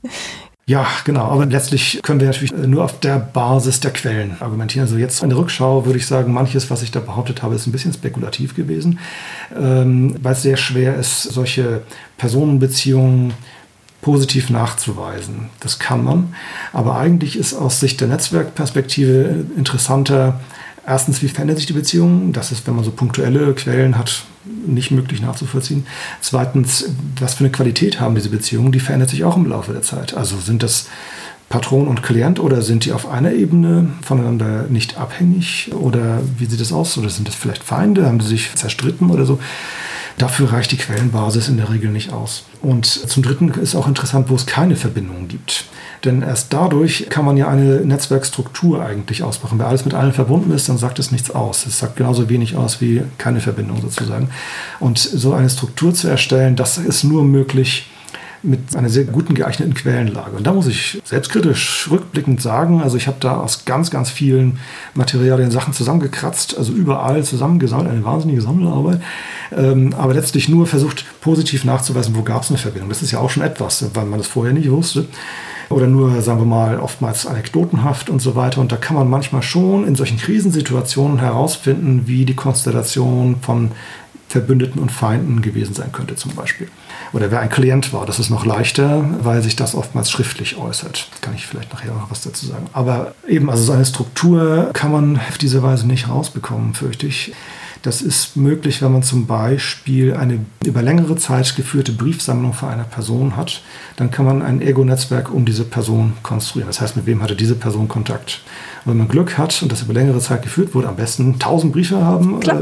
Ja, genau. Aber letztlich können wir natürlich nur auf der Basis der Quellen argumentieren. Also jetzt in der Rückschau würde ich sagen, manches, was ich da behauptet habe, ist ein bisschen spekulativ gewesen, weil es sehr schwer ist, solche Personenbeziehungen positiv nachzuweisen. Das kann man, aber eigentlich ist aus Sicht der Netzwerkperspektive interessanter, erstens, wie verändert sich die Beziehung? Das ist, wenn man so punktuelle Quellen hat, nicht möglich nachzuvollziehen. Zweitens, was für eine Qualität haben diese Beziehungen? Die verändert sich auch im Laufe der Zeit. Also sind das Patron und Klient oder sind die auf einer Ebene voneinander nicht abhängig? Oder wie sieht das aus? Oder sind das vielleicht Feinde? Haben sie sich zerstritten oder so? Dafür reicht die Quellenbasis in der Regel nicht aus. Und zum Dritten ist auch interessant, wo es keine Verbindungen gibt. Denn erst dadurch kann man ja eine Netzwerkstruktur eigentlich ausmachen. Wenn alles mit allem verbunden ist, dann sagt es nichts aus. Es sagt genauso wenig aus wie keine Verbindung sozusagen. Und so eine Struktur zu erstellen, das ist nur möglich mit einer sehr guten geeigneten Quellenlage. Und da muss ich selbstkritisch rückblickend sagen, also ich habe da aus ganz, ganz vielen Materialien Sachen zusammengekratzt, also überall zusammengesammelt, eine wahnsinnige Sammelarbeit, aber letztlich nur versucht, positiv nachzuweisen, wo gab es eine Verbindung. Das ist ja auch schon etwas, weil man das vorher nicht wusste. Oder nur, sagen wir mal, oftmals anekdotenhaft und so weiter. Und da kann man manchmal schon in solchen Krisensituationen herausfinden, wie die Konstellation von Verbündeten und Feinden gewesen sein könnte zum Beispiel. Oder wer ein Klient war, das ist noch leichter, weil sich das oftmals schriftlich äußert. Kann ich vielleicht nachher noch was dazu sagen. Aber eben, also so eine Struktur kann man auf diese Weise nicht rausbekommen, fürchte ich. Das ist möglich, wenn man zum Beispiel eine über längere Zeit geführte Briefsammlung für eine Person hat. Dann kann man ein Ego-Netzwerk um diese Person konstruieren. Das heißt, mit wem hatte diese Person Kontakt? Und wenn man Glück hat und das über längere Zeit geführt wurde, am besten 1000 Briefe haben, die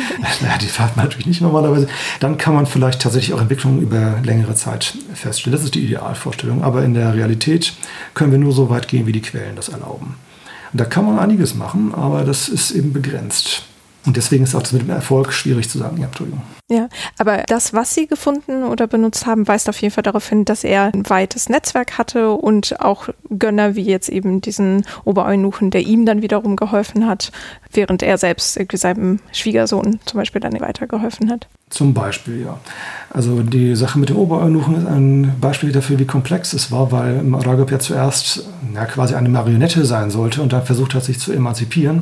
hat man natürlich nicht normalerweise, dann kann man vielleicht tatsächlich auch Entwicklungen über längere Zeit feststellen. Das ist die Idealvorstellung. Aber in der Realität können wir nur so weit gehen, wie die Quellen das erlauben. Und da kann man einiges machen, aber das ist eben begrenzt. Und deswegen ist auch das mit dem Erfolg schwierig zu sagen. Ja, Entschuldigung. Ja, aber das, was Sie gefunden oder benutzt haben, weist auf jeden Fall darauf hin, dass er ein weites Netzwerk hatte und auch Gönner wie jetzt eben diesen Obereunuchen, der ihm dann wiederum geholfen hat, während er selbst irgendwie seinem Schwiegersohn zum Beispiel dann weitergeholfen hat. Zum Beispiel, ja. Also die Sache mit dem Obereunuchen ist ein Beispiel dafür, wie komplex es war, weil Ragib ja zuerst quasi eine Marionette sein sollte und dann versucht hat, sich zu emanzipieren.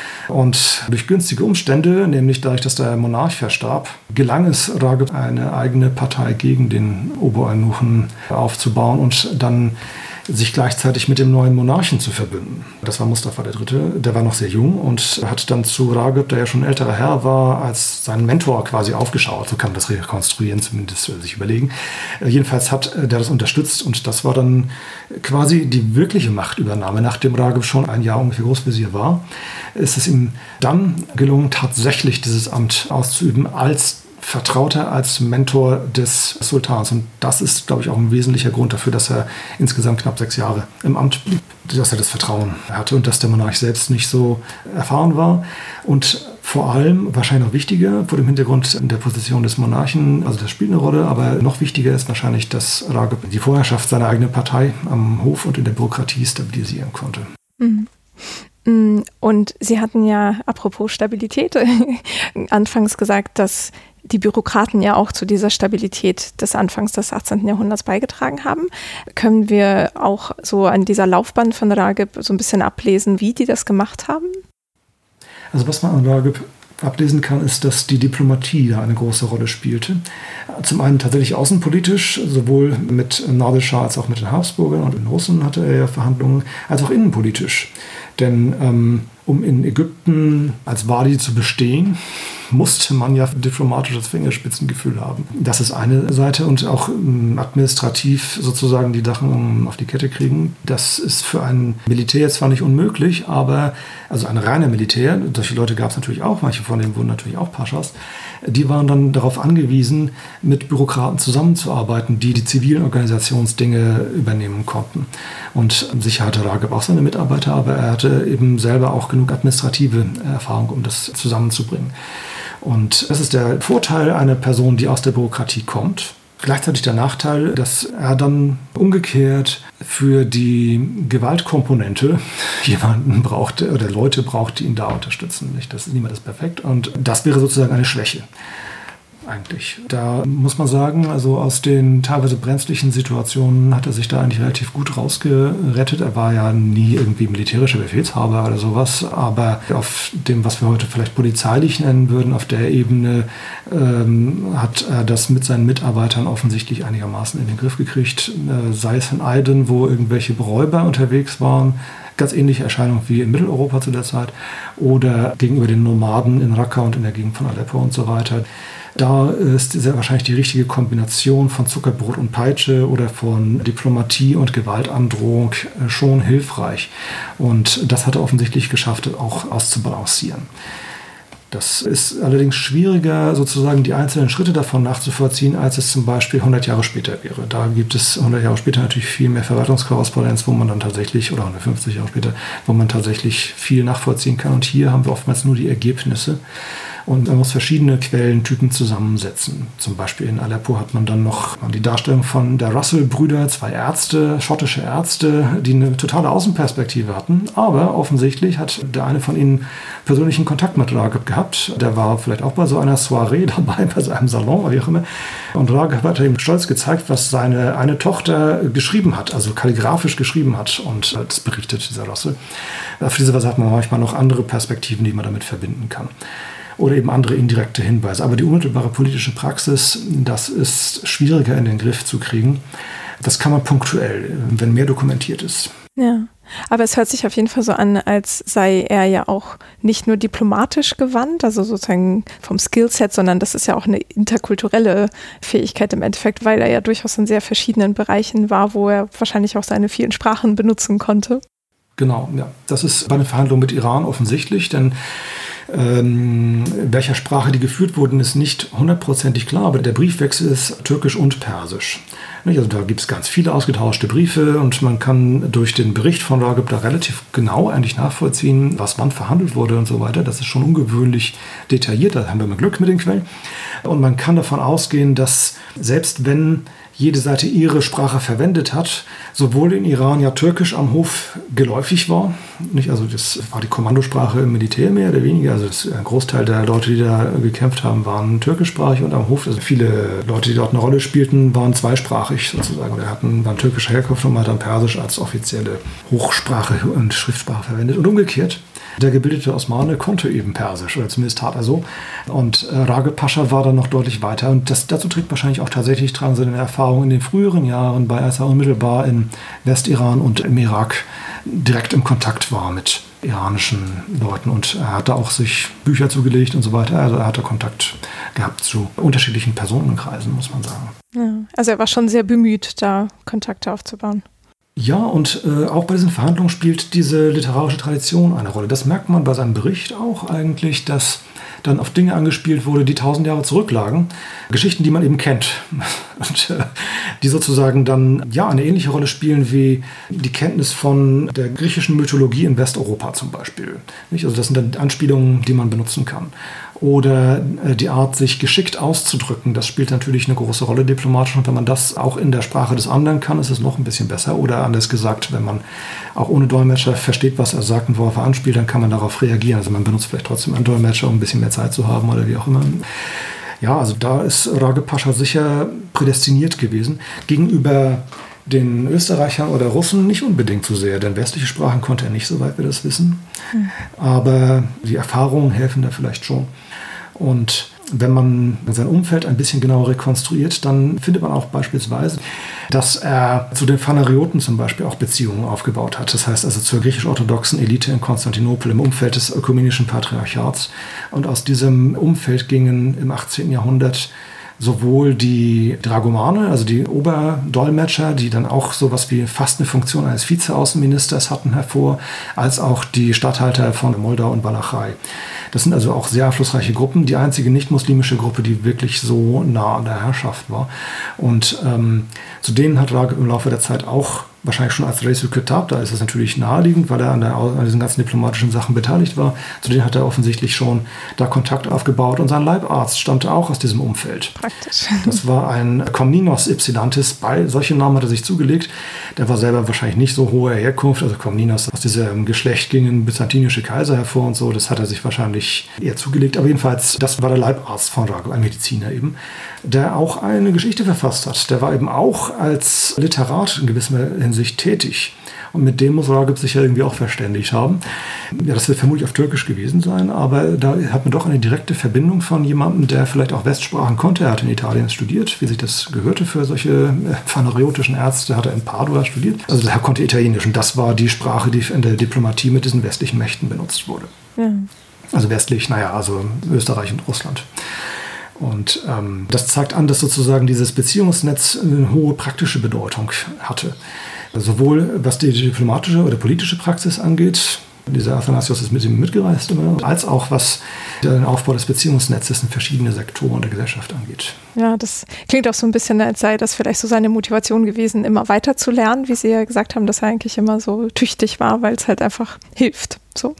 Und durch günstige Umstände, nämlich dadurch, dass der Monarch verstarb, gelang es Ragib, eine eigene Partei gegen den Obereunuchen aufzubauen und dann sich gleichzeitig mit dem neuen Monarchen zu verbünden. Das war Mustafa III., der war noch sehr jung und hat dann zu Ragib, der ja schon ein älterer Herr war, als sein Mentor quasi aufgeschaut. So kann man das rekonstruieren, zumindest sich überlegen. Jedenfalls hat der das unterstützt und das war dann quasi die wirkliche Machtübernahme. Nachdem Ragib schon ein Jahr ungefähr Großvezier war, ist es ihm dann gelungen, tatsächlich dieses Amt auszuüben als Vertrauter, als Mentor des Sultans. Und das ist, glaube ich, auch ein wesentlicher Grund dafür, dass er insgesamt knapp 6 Jahre im Amt blieb, dass er das Vertrauen hatte und dass der Monarch selbst nicht so erfahren war. Und vor allem, wahrscheinlich noch wichtiger, vor dem Hintergrund der Position des Monarchen, also das spielt eine Rolle, aber noch wichtiger ist wahrscheinlich, dass Ragib die Vorherrschaft seiner eigenen Partei am Hof und in der Bürokratie stabilisieren konnte. Mhm. Und Sie hatten ja, apropos Stabilität, anfangs gesagt, dass die Bürokraten ja auch zu dieser Stabilität des Anfangs des 18. Jahrhunderts beigetragen haben. Können wir auch so an dieser Laufbahn von Ragib so ein bisschen ablesen, wie die das gemacht haben? Also was man an Ragib ablesen kann, ist, dass die Diplomatie da eine große Rolle spielte. Zum einen tatsächlich außenpolitisch, sowohl mit Nadir als auch mit den Habsburgern und den Russen hatte er ja Verhandlungen, als auch innenpolitisch. Denn um in Ägypten als Wadi zu bestehen, musste man ja diplomatisches Fingerspitzengefühl haben. Das ist eine Seite und auch administrativ sozusagen die Sachen auf die Kette kriegen. Das ist für ein Militär zwar nicht unmöglich, aber also ein reiner Militär, solche Leute gab es natürlich auch, manche von denen wurden natürlich auch Paschas, die waren dann darauf angewiesen, mit Bürokraten zusammenzuarbeiten, die die zivilen Organisationsdinge übernehmen konnten. Und sicher hatte Ragib auch seine Mitarbeiter, aber er hatte eben selber auch genug administrative Erfahrung, um das zusammenzubringen. Und das ist der Vorteil einer Person, die aus der Bürokratie kommt. Gleichzeitig der Nachteil, dass er dann umgekehrt für die Gewaltkomponente jemanden braucht oder Leute braucht, die ihn da unterstützen. Niemand ist perfekt und das wäre sozusagen eine Schwäche. eigentlich. Da muss man sagen, also aus den teilweise brenzlichen Situationen hat er sich da eigentlich relativ gut rausgerettet. Er war ja nie irgendwie militärischer Befehlshaber oder sowas, aber auf dem, was wir heute vielleicht polizeilich nennen würden, auf der Ebene hat er das mit seinen Mitarbeitern offensichtlich einigermaßen in den Griff gekriegt. Sei es in Aden, wo irgendwelche Räuber unterwegs waren, ganz ähnliche Erscheinung wie in Mitteleuropa zu der Zeit, oder gegenüber den Nomaden in Raqqa und in der Gegend von Aleppo und so weiter. Da ist sehr wahrscheinlich die richtige Kombination von Zuckerbrot und Peitsche oder von Diplomatie und Gewaltandrohung schon hilfreich. Und das hat er offensichtlich geschafft, auch auszubalancieren. Das ist allerdings schwieriger, sozusagen die einzelnen Schritte davon nachzuvollziehen, als es zum Beispiel 100 Jahre später wäre. Da gibt es 100 Jahre später natürlich viel mehr Verwaltungskorrespondenz, wo man dann tatsächlich, oder 150 Jahre später, wo man tatsächlich viel nachvollziehen kann. Und hier haben wir oftmals nur die Ergebnisse. Und man muss verschiedene Quellentypen zusammensetzen. Zum Beispiel in Aleppo hat man dann noch die Darstellung von der Russell-Brüder, 2 Ärzte, schottische Ärzte, die eine totale Außenperspektive hatten. Aber offensichtlich hat der eine von ihnen persönlichen Kontakt mit Ragib gehabt. Der war vielleicht auch bei so einer Soiree dabei, bei seinem Salon oder wie auch immer. Und Ragib hat ihm stolz gezeigt, was seine eine Tochter geschrieben hat, also kalligrafisch geschrieben hat. Und das berichtet dieser Russell. Auf diese Weise hat man manchmal noch andere Perspektiven, die man damit verbinden kann. Oder eben andere indirekte Hinweise. Aber die unmittelbare politische Praxis, das ist schwieriger in den Griff zu kriegen. Das kann man punktuell, wenn mehr dokumentiert ist. Ja, aber es hört sich auf jeden Fall so an, als sei er ja auch nicht nur diplomatisch gewandt, also sozusagen vom Skillset, sondern das ist ja auch eine interkulturelle Fähigkeit im Endeffekt, weil er ja durchaus in sehr verschiedenen Bereichen war, wo er wahrscheinlich auch seine vielen Sprachen benutzen konnte. Genau, ja. Das ist bei den Verhandlungen mit Iran offensichtlich, denn welcher Sprache die geführt wurden, ist nicht hundertprozentig klar, aber der Briefwechsel ist Türkisch und Persisch. Also da gibt es ganz viele ausgetauschte Briefe und man kann durch den Bericht von Ragib da relativ genau eigentlich nachvollziehen, was wann verhandelt wurde und so weiter. Das ist schon ungewöhnlich detailliert, da haben wir mal Glück mit den Quellen. Und man kann davon ausgehen, dass selbst wenn jede Seite ihre Sprache verwendet hat, sowohl in Iran ja Türkisch am Hof geläufig war. Also das war die Kommandosprache im Militär mehr oder weniger. Also ein Großteil der Leute, die da gekämpft haben, waren türkischsprachig und am Hof, also viele Leute, die dort eine Rolle spielten, waren zweisprachig sozusagen. Oder waren türkischer Herkunft und man hat dann Persisch als offizielle Hochsprache und Schriftsprache verwendet. Und umgekehrt. Der gebildete Osmane konnte eben Persisch, oder zumindest tat er so. Und Ragib Pascha war dann noch deutlich weiter. Und dazu trägt wahrscheinlich auch tatsächlich seine Erfahrung in den früheren Jahren, als er unmittelbar in Westiran und im Irak direkt im Kontakt war mit iranischen Leuten. Und er hat da auch sich Bücher zugelegt und so weiter. Also er hatte Kontakt gehabt zu unterschiedlichen Personenkreisen, muss man sagen. Ja, also er war schon sehr bemüht, da Kontakte aufzubauen. Ja, und auch bei diesen Verhandlungen spielt diese literarische Tradition eine Rolle. Das merkt man bei seinem Bericht auch eigentlich, dass dann auf Dinge angespielt wurde, die 1000 Jahre zurücklagen. Geschichten, die man eben kennt. Und die sozusagen dann ja eine ähnliche Rolle spielen wie die Kenntnis von der griechischen Mythologie in Westeuropa zum Beispiel. Nicht? Also das sind dann Anspielungen, die man benutzen kann. Oder die Art, sich geschickt auszudrücken, das spielt natürlich eine große Rolle diplomatisch. Und wenn man das auch in der Sprache des anderen kann, ist es noch ein bisschen besser. Oder anders gesagt, wenn man auch ohne Dolmetscher versteht, was er sagt und worauf er anspielt, dann kann man darauf reagieren. Also man benutzt vielleicht trotzdem einen Dolmetscher, um ein bisschen mehr Zeit zu haben oder wie auch immer. Ja, also da ist Ragib Pascha sicher prädestiniert gewesen. Gegenüber den Österreichern oder Russen nicht unbedingt so sehr, denn westliche Sprachen konnte er nicht, soweit wir das wissen. Aber die Erfahrungen helfen da vielleicht schon. Und wenn man sein Umfeld ein bisschen genauer rekonstruiert, dann findet man auch beispielsweise, dass er zu den Phanarioten zum Beispiel auch Beziehungen aufgebaut hat. Das heißt also zur griechisch-orthodoxen Elite in Konstantinopel im Umfeld des ökumenischen Patriarchats. Und aus diesem Umfeld gingen im 18. Jahrhundert sowohl die Dragomane, also die Oberdolmetscher, die dann auch sowas wie fast eine Funktion eines Vizeaußenministers hatten, hervor, als auch die Statthalter von Moldau und Walachei. Das sind also auch sehr einflussreiche Gruppen, die einzige nicht-muslimische Gruppe, die wirklich so nah an der Herrschaft war. Und zu denen hat Ragib im Laufe der Zeit auch wahrscheinlich schon als Reis Kitab, da ist es natürlich naheliegend, weil er an diesen ganzen diplomatischen Sachen beteiligt war. Zudem hat er offensichtlich schon da Kontakt aufgebaut und sein Leibarzt stammte auch aus diesem Umfeld. Praktisch. Das war ein Komnenos Ypsilantis, solche Namen hat er sich zugelegt. Der war selber wahrscheinlich nicht so hoher Herkunft, also Komnenos, aus diesem Geschlecht gingen byzantinische Kaiser hervor und so, das hat er sich wahrscheinlich eher zugelegt. Aber jedenfalls, das war der Leibarzt von Ragub, ein Mediziner eben, der auch eine Geschichte verfasst hat. Der war eben auch als Literat in gewisser Hinsicht tätig. Und mit dem muss Ragub sich ja irgendwie auch verständigt haben. Ja, das wird vermutlich auf Türkisch gewesen sein, aber da hat man doch eine direkte Verbindung von jemandem, der vielleicht auch Westsprachen konnte. Er hat in Italien studiert, wie sich das gehörte für solche phanariotischen Ärzte, hat er in Padua studiert. Also er konnte Italienisch und das war die Sprache, die in der Diplomatie mit diesen westlichen Mächten benutzt wurde. Ja. Also westlich, also Österreich und Russland. Und das zeigt an, dass sozusagen dieses Beziehungsnetz eine hohe praktische Bedeutung hatte. Sowohl was die diplomatische oder politische Praxis angeht, dieser Athanasios ist mit ihm mitgereist immer, als auch was den Aufbau des Beziehungsnetzes in verschiedene Sektoren der Gesellschaft angeht. Ja, das klingt auch so ein bisschen, als sei das vielleicht so seine Motivation gewesen, immer weiter zu lernen, wie Sie ja gesagt haben, dass er eigentlich immer so tüchtig war, weil es halt einfach hilft. So.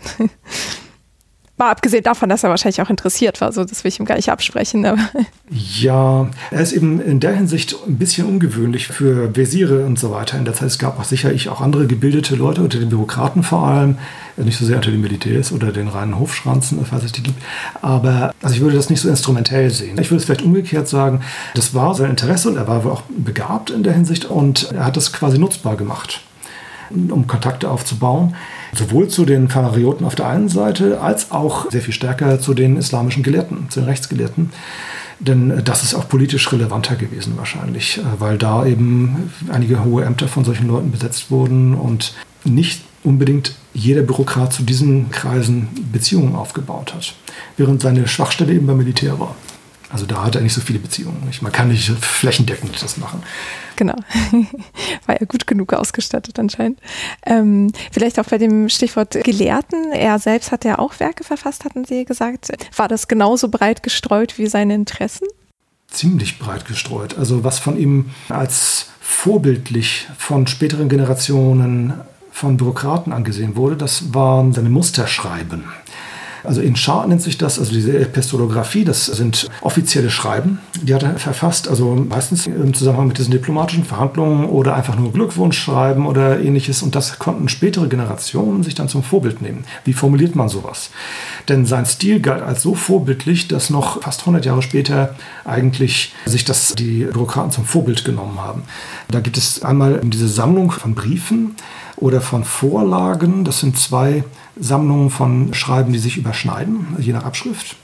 Mal abgesehen davon, dass er wahrscheinlich auch interessiert war, so das will ich ihm gar nicht absprechen. Aber. Ja, er ist eben in der Hinsicht ein bisschen ungewöhnlich für Wesire und so weiter. In der Zeit, es gab auch sicherlich auch andere gebildete Leute, unter den Bürokraten vor allem, nicht so sehr unter den Militärs oder den reinen Hofschranzen, falls es die gibt. Aber also ich würde das nicht so instrumentell sehen. Ich würde es vielleicht umgekehrt sagen, das war sein Interesse und er war auch begabt in der Hinsicht und er hat das quasi nutzbar gemacht, um Kontakte aufzubauen. Sowohl zu den Phanarioten auf der einen Seite, als auch sehr viel stärker zu den islamischen Gelehrten, zu den Rechtsgelehrten. Denn das ist auch politisch relevanter gewesen wahrscheinlich, weil da eben einige hohe Ämter von solchen Leuten besetzt wurden und nicht unbedingt jeder Bürokrat zu diesen Kreisen Beziehungen aufgebaut hat, während seine Schwachstelle eben beim Militär war. Also da hat er nicht so viele Beziehungen. Man kann nicht flächendeckend das machen. Genau. War ja gut genug ausgestattet anscheinend. Vielleicht auch bei dem Stichwort Gelehrten. Er selbst hat ja auch Werke verfasst, hatten Sie gesagt. War das genauso breit gestreut wie seine Interessen? Ziemlich breit gestreut. Also was von ihm als vorbildlich von späteren Generationen von Bürokraten angesehen wurde, das waren seine Musterschreiben. Also in Schar nennt sich das, also diese Epistolographie, das sind offizielle Schreiben, die hat er verfasst, also meistens im Zusammenhang mit diesen diplomatischen Verhandlungen oder einfach nur Glückwunschschreiben oder ähnliches. Und das konnten spätere Generationen sich dann zum Vorbild nehmen. Wie formuliert man sowas? Denn sein Stil galt als so vorbildlich, dass noch fast 100 Jahre später eigentlich sich das die Bürokraten zum Vorbild genommen haben. Da gibt es einmal diese Sammlung von Briefen oder von Vorlagen. Das sind zwei Sammlungen von Schreiben, die sich überschneiden, je nach Abschrift.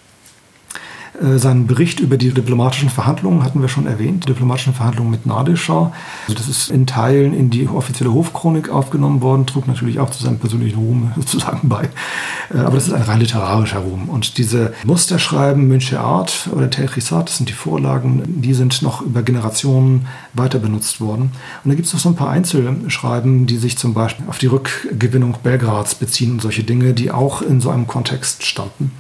Seinen Bericht über die diplomatischen Verhandlungen hatten wir schon erwähnt, die diplomatischen Verhandlungen mit Nadeschar. Also das ist in Teilen in die offizielle Hofchronik aufgenommen worden, trug natürlich auch zu seinem persönlichen Ruhm sozusagen bei. Aber das ist ein rein literarischer Ruhm. Und diese Musterschreiben, Münche Art oder Telchisat, das sind die Vorlagen, die sind noch über Generationen weiter benutzt worden. Und da gibt es noch so ein paar Einzelschreiben, die sich zum Beispiel auf die Rückgewinnung Belgrads beziehen und solche Dinge, die auch in so einem Kontext standen.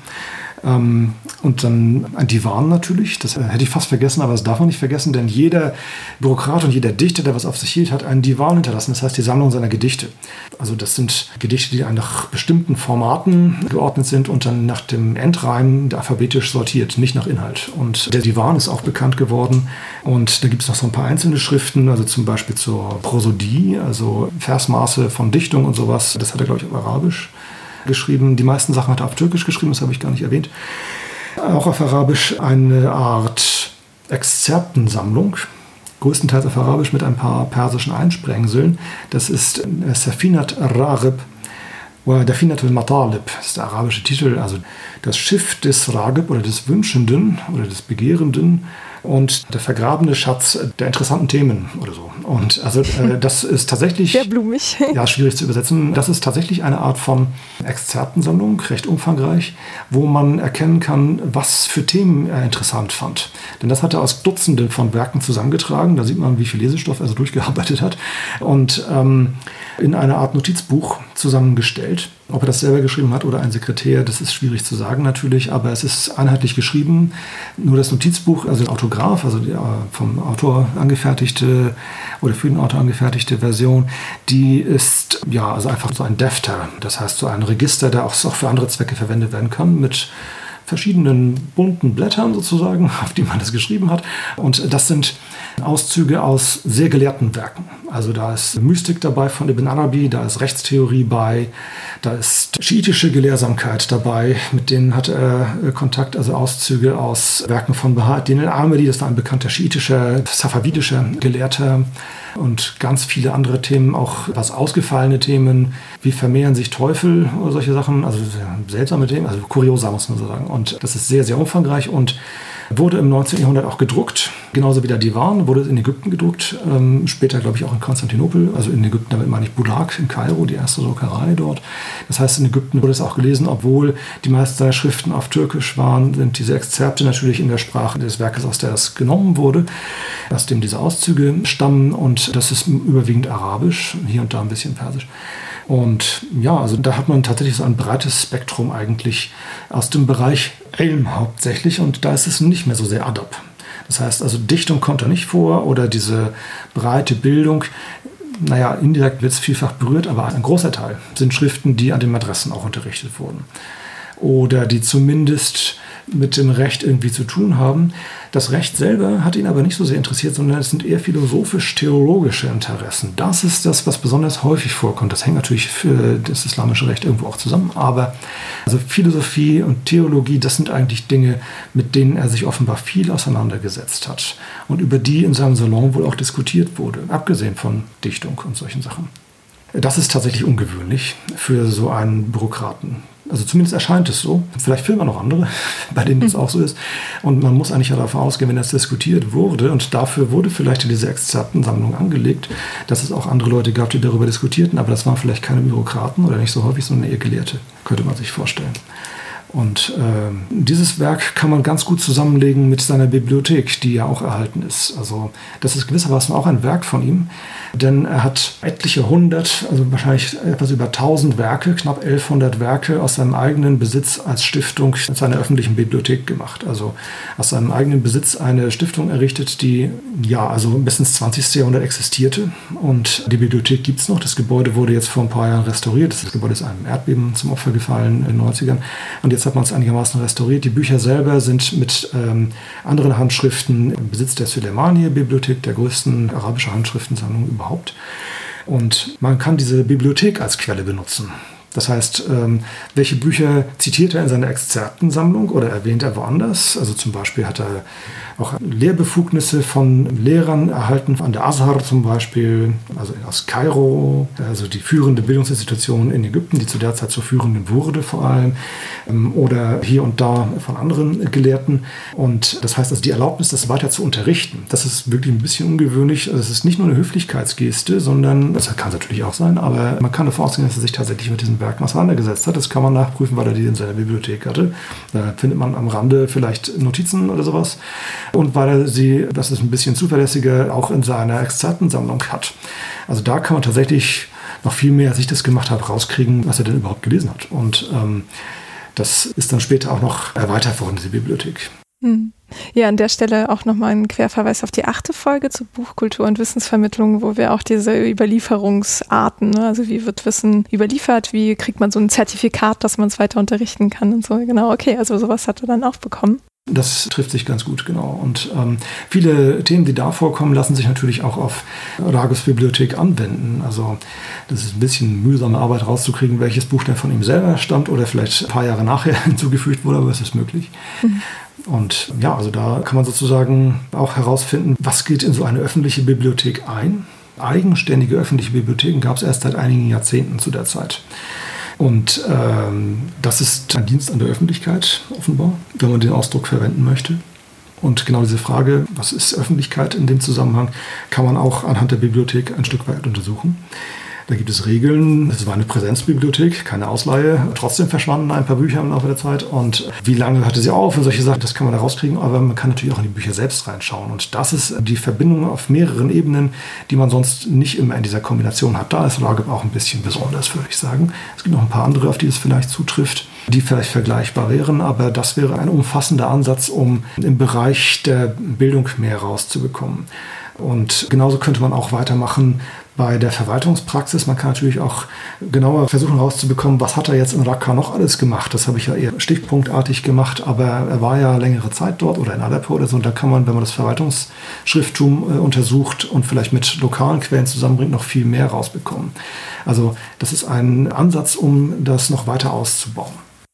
Und dann ein Divan natürlich, das hätte ich fast vergessen, aber das darf man nicht vergessen, denn jeder Bürokrat und jeder Dichter, der was auf sich hielt, hat einen Divan hinterlassen, das heißt die Sammlung seiner Gedichte. Also das sind Gedichte, die nach bestimmten Formaten geordnet sind und dann nach dem Endreim alphabetisch sortiert, nicht nach Inhalt. Und der Divan ist auch bekannt geworden und da gibt es noch so ein paar einzelne Schriften, also zum Beispiel zur Prosodie, also Versmaße von Dichtung und sowas, das hat er, glaube ich, auf Arabisch geschrieben. Die meisten Sachen hat er auf Türkisch geschrieben, das habe ich gar nicht erwähnt. Auch auf Arabisch eine Art Exzerptensammlung, größtenteils auf Arabisch mit ein paar persischen Einsprengseln. Das ist Safinat Ragib oder Dafinat al-Matalib, das ist der arabische Titel, also das Schiff des Ragib oder des Wünschenden oder des Begehrenden und der vergrabene Schatz der interessanten Themen oder so. Und also das ist tatsächlich... Sehr blumig. Ja, schwierig zu übersetzen. Das ist tatsächlich eine Art von Exzerptensammlung, recht umfangreich, wo man erkennen kann, was für Themen er interessant fand. Denn das hat er aus Dutzenden von Werken zusammengetragen. Da sieht man, wie viel Lesestoff er so durchgearbeitet hat. Und in einer Art Notizbuch zusammengestellt. Ob er das selber geschrieben hat oder ein Sekretär, das ist schwierig zu sagen natürlich, aber es ist einheitlich geschrieben. Nur das Notizbuch, also der Autograph, also die vom Autor angefertigte oder für den Autor angefertigte Version, die ist ja also einfach so ein Defter. Das heißt so ein Register, der auch für andere Zwecke verwendet werden kann, mit verschiedenen bunten Blättern sozusagen, auf die man das geschrieben hat. Und das sind Auszüge aus sehr gelehrten Werken. Also da ist Mystik dabei von Ibn Arabi, da ist Rechtstheorie bei, da ist schiitische Gelehrsamkeit dabei, mit denen hat er Kontakt, also Auszüge aus Werken von Baha'u'ddin al-Amili, das war ein bekannter schiitischer, safavidischer Gelehrter, und ganz viele andere Themen, auch etwas ausgefallene Themen, wie vermehren sich Teufel oder solche Sachen, also seltsame Themen, also kuriosa muss man so sagen. Und das ist sehr, sehr umfangreich und wurde im 19. Jahrhundert auch gedruckt, genauso wie der Divan, wurde in Ägypten gedruckt, später glaube ich auch in Konstantinopel, also in Ägypten, damit meine ich Bulak in Kairo, die erste Druckerei dort. Das heißt, in Ägypten wurde es auch gelesen, obwohl die meisten seiner Schriften auf Türkisch waren, sind diese Exzerpte natürlich in der Sprache des Werkes, aus der das genommen wurde, aus dem diese Auszüge stammen, und das ist überwiegend Arabisch, hier und da ein bisschen Persisch. Und ja, also da hat man tatsächlich so ein breites Spektrum eigentlich aus dem Bereich Ilm hauptsächlich, und da ist es nicht mehr so sehr Adab. Das heißt, also Dichtung kommt da nicht vor oder diese breite Bildung. Naja, indirekt wird es vielfach berührt, aber ein großer Teil sind Schriften, die an den Madrassen auch unterrichtet wurden. Oder die zumindest mit dem Recht irgendwie zu tun haben. Das Recht selber hat ihn aber nicht so sehr interessiert, sondern es sind eher philosophisch-theologische Interessen. Das ist das, was besonders häufig vorkommt. Das hängt natürlich für das islamische Recht irgendwo auch zusammen, aber also Philosophie und Theologie, das sind eigentlich Dinge, mit denen er sich offenbar viel auseinandergesetzt hat und über die in seinem Salon wohl auch diskutiert wurde, abgesehen von Dichtung und solchen Sachen. Das ist tatsächlich ungewöhnlich für so einen Bürokraten. Also zumindest erscheint es so. Vielleicht finden wir noch andere, bei denen das auch so ist. Und man muss eigentlich ja davon ausgehen, wenn das diskutiert wurde, und dafür wurde vielleicht diese Exzerptensammlung angelegt, dass es auch andere Leute gab, die darüber diskutierten, aber das waren vielleicht keine Bürokraten oder nicht so häufig, sondern eher Gelehrte, könnte man sich vorstellen. Und dieses Werk kann man ganz gut zusammenlegen mit seiner Bibliothek, die ja auch erhalten ist. Also das ist gewissermaßen auch ein Werk von ihm, denn er hat etliche hundert, also wahrscheinlich etwas über 1000 Werke, knapp 1100 Werke aus seinem eigenen Besitz als Stiftung zu einer öffentlichen Bibliothek gemacht. Also aus seinem eigenen Besitz eine Stiftung errichtet, die ja also bis ins 20. Jahrhundert existierte. Und die Bibliothek gibt es noch. Das Gebäude wurde jetzt vor ein paar Jahren restauriert. Das Gebäude ist einem Erdbeben zum Opfer gefallen in den 90ern. Und jetzt hat man es einigermaßen restauriert. Die Bücher selber sind mit anderen Handschriften im Besitz der Süleymaniye-Bibliothek, der größten arabischen Handschriftensammlung überhaupt. Und man kann diese Bibliothek als Quelle benutzen. Das heißt, welche Bücher zitiert er in seiner Exzerptensammlung oder erwähnt er woanders? Also zum Beispiel hat er auch Lehrbefugnisse von Lehrern erhalten, an der Azhar zum Beispiel, also aus Kairo, also die führende Bildungsinstitution in Ägypten, die zu der Zeit zur führenden wurde vor allem, oder hier und da von anderen Gelehrten. Und das heißt also die Erlaubnis, das weiter zu unterrichten, das ist wirklich ein bisschen ungewöhnlich. Also es ist nicht nur eine Höflichkeitsgeste, sondern, das kann es natürlich auch sein, aber man kann davon ausgehen, dass er sich tatsächlich mit diesen Werken auseinandergesetzt hat. Das kann man nachprüfen, weil er die in seiner Bibliothek hatte. Da findet man am Rande vielleicht Notizen oder sowas. Und weil er sie, das ist ein bisschen zuverlässiger, auch in seiner Exzerptensammlung hat. Also da kann man tatsächlich noch viel mehr, als ich das gemacht habe, rauskriegen, was er denn überhaupt gelesen hat. Und das ist dann später auch noch erweitert worden, diese Bibliothek. Ja, an der Stelle auch nochmal ein Querverweis auf die 8. Folge zu Buchkultur und Wissensvermittlung, wo wir auch diese Überlieferungsarten, ne, also wie wird Wissen überliefert, wie kriegt man so ein Zertifikat, dass man es weiter unterrichten kann und so. Genau, okay, also sowas hat er dann auch bekommen. Das trifft sich ganz gut, genau. Und viele Themen, die da vorkommen, lassen sich natürlich auch auf Ragos Bibliothek anwenden. Also das ist ein bisschen mühsame Arbeit rauszukriegen, welches Buch denn von ihm selber stammt oder vielleicht ein paar Jahre nachher hinzugefügt wurde, aber es ist möglich. Und ja, also da kann man sozusagen auch herausfinden, was geht in so eine öffentliche Bibliothek ein. Eigenständige öffentliche Bibliotheken gab es erst seit einigen Jahrzehnten zu der Zeit. Und das ist ein Dienst an der Öffentlichkeit, offenbar, wenn man den Ausdruck verwenden möchte. Und genau diese Frage, was ist Öffentlichkeit in dem Zusammenhang, kann man auch anhand der Bibliothek ein Stück weit untersuchen. Da gibt es Regeln. Es war eine Präsenzbibliothek, keine Ausleihe. Trotzdem verschwanden ein paar Bücher im Laufe der Zeit. Und wie lange hatte sie auf und solche Sachen, das kann man da rauskriegen. Aber man kann natürlich auch in die Bücher selbst reinschauen. Und das ist die Verbindung auf mehreren Ebenen, die man sonst nicht immer in dieser Kombination hat. Da ist RAGIB auch ein bisschen besonders, würde ich sagen. Es gibt noch ein paar andere, auf die es vielleicht zutrifft, die vielleicht vergleichbar wären. Aber das wäre ein umfassender Ansatz, um im Bereich der Bildung mehr rauszubekommen. Und genauso könnte man auch weitermachen bei der Verwaltungspraxis. Man kann natürlich auch genauer versuchen rauszubekommen, was hat er jetzt in Raqqa noch alles gemacht. Das habe ich ja eher stichpunktartig gemacht, aber er war ja längere Zeit dort oder in Aleppo oder so. Und da kann man, wenn man das Verwaltungsschrifttum untersucht und vielleicht mit lokalen Quellen zusammenbringt, noch viel mehr rausbekommen. Also das ist ein Ansatz, um das noch weiter auszubauen.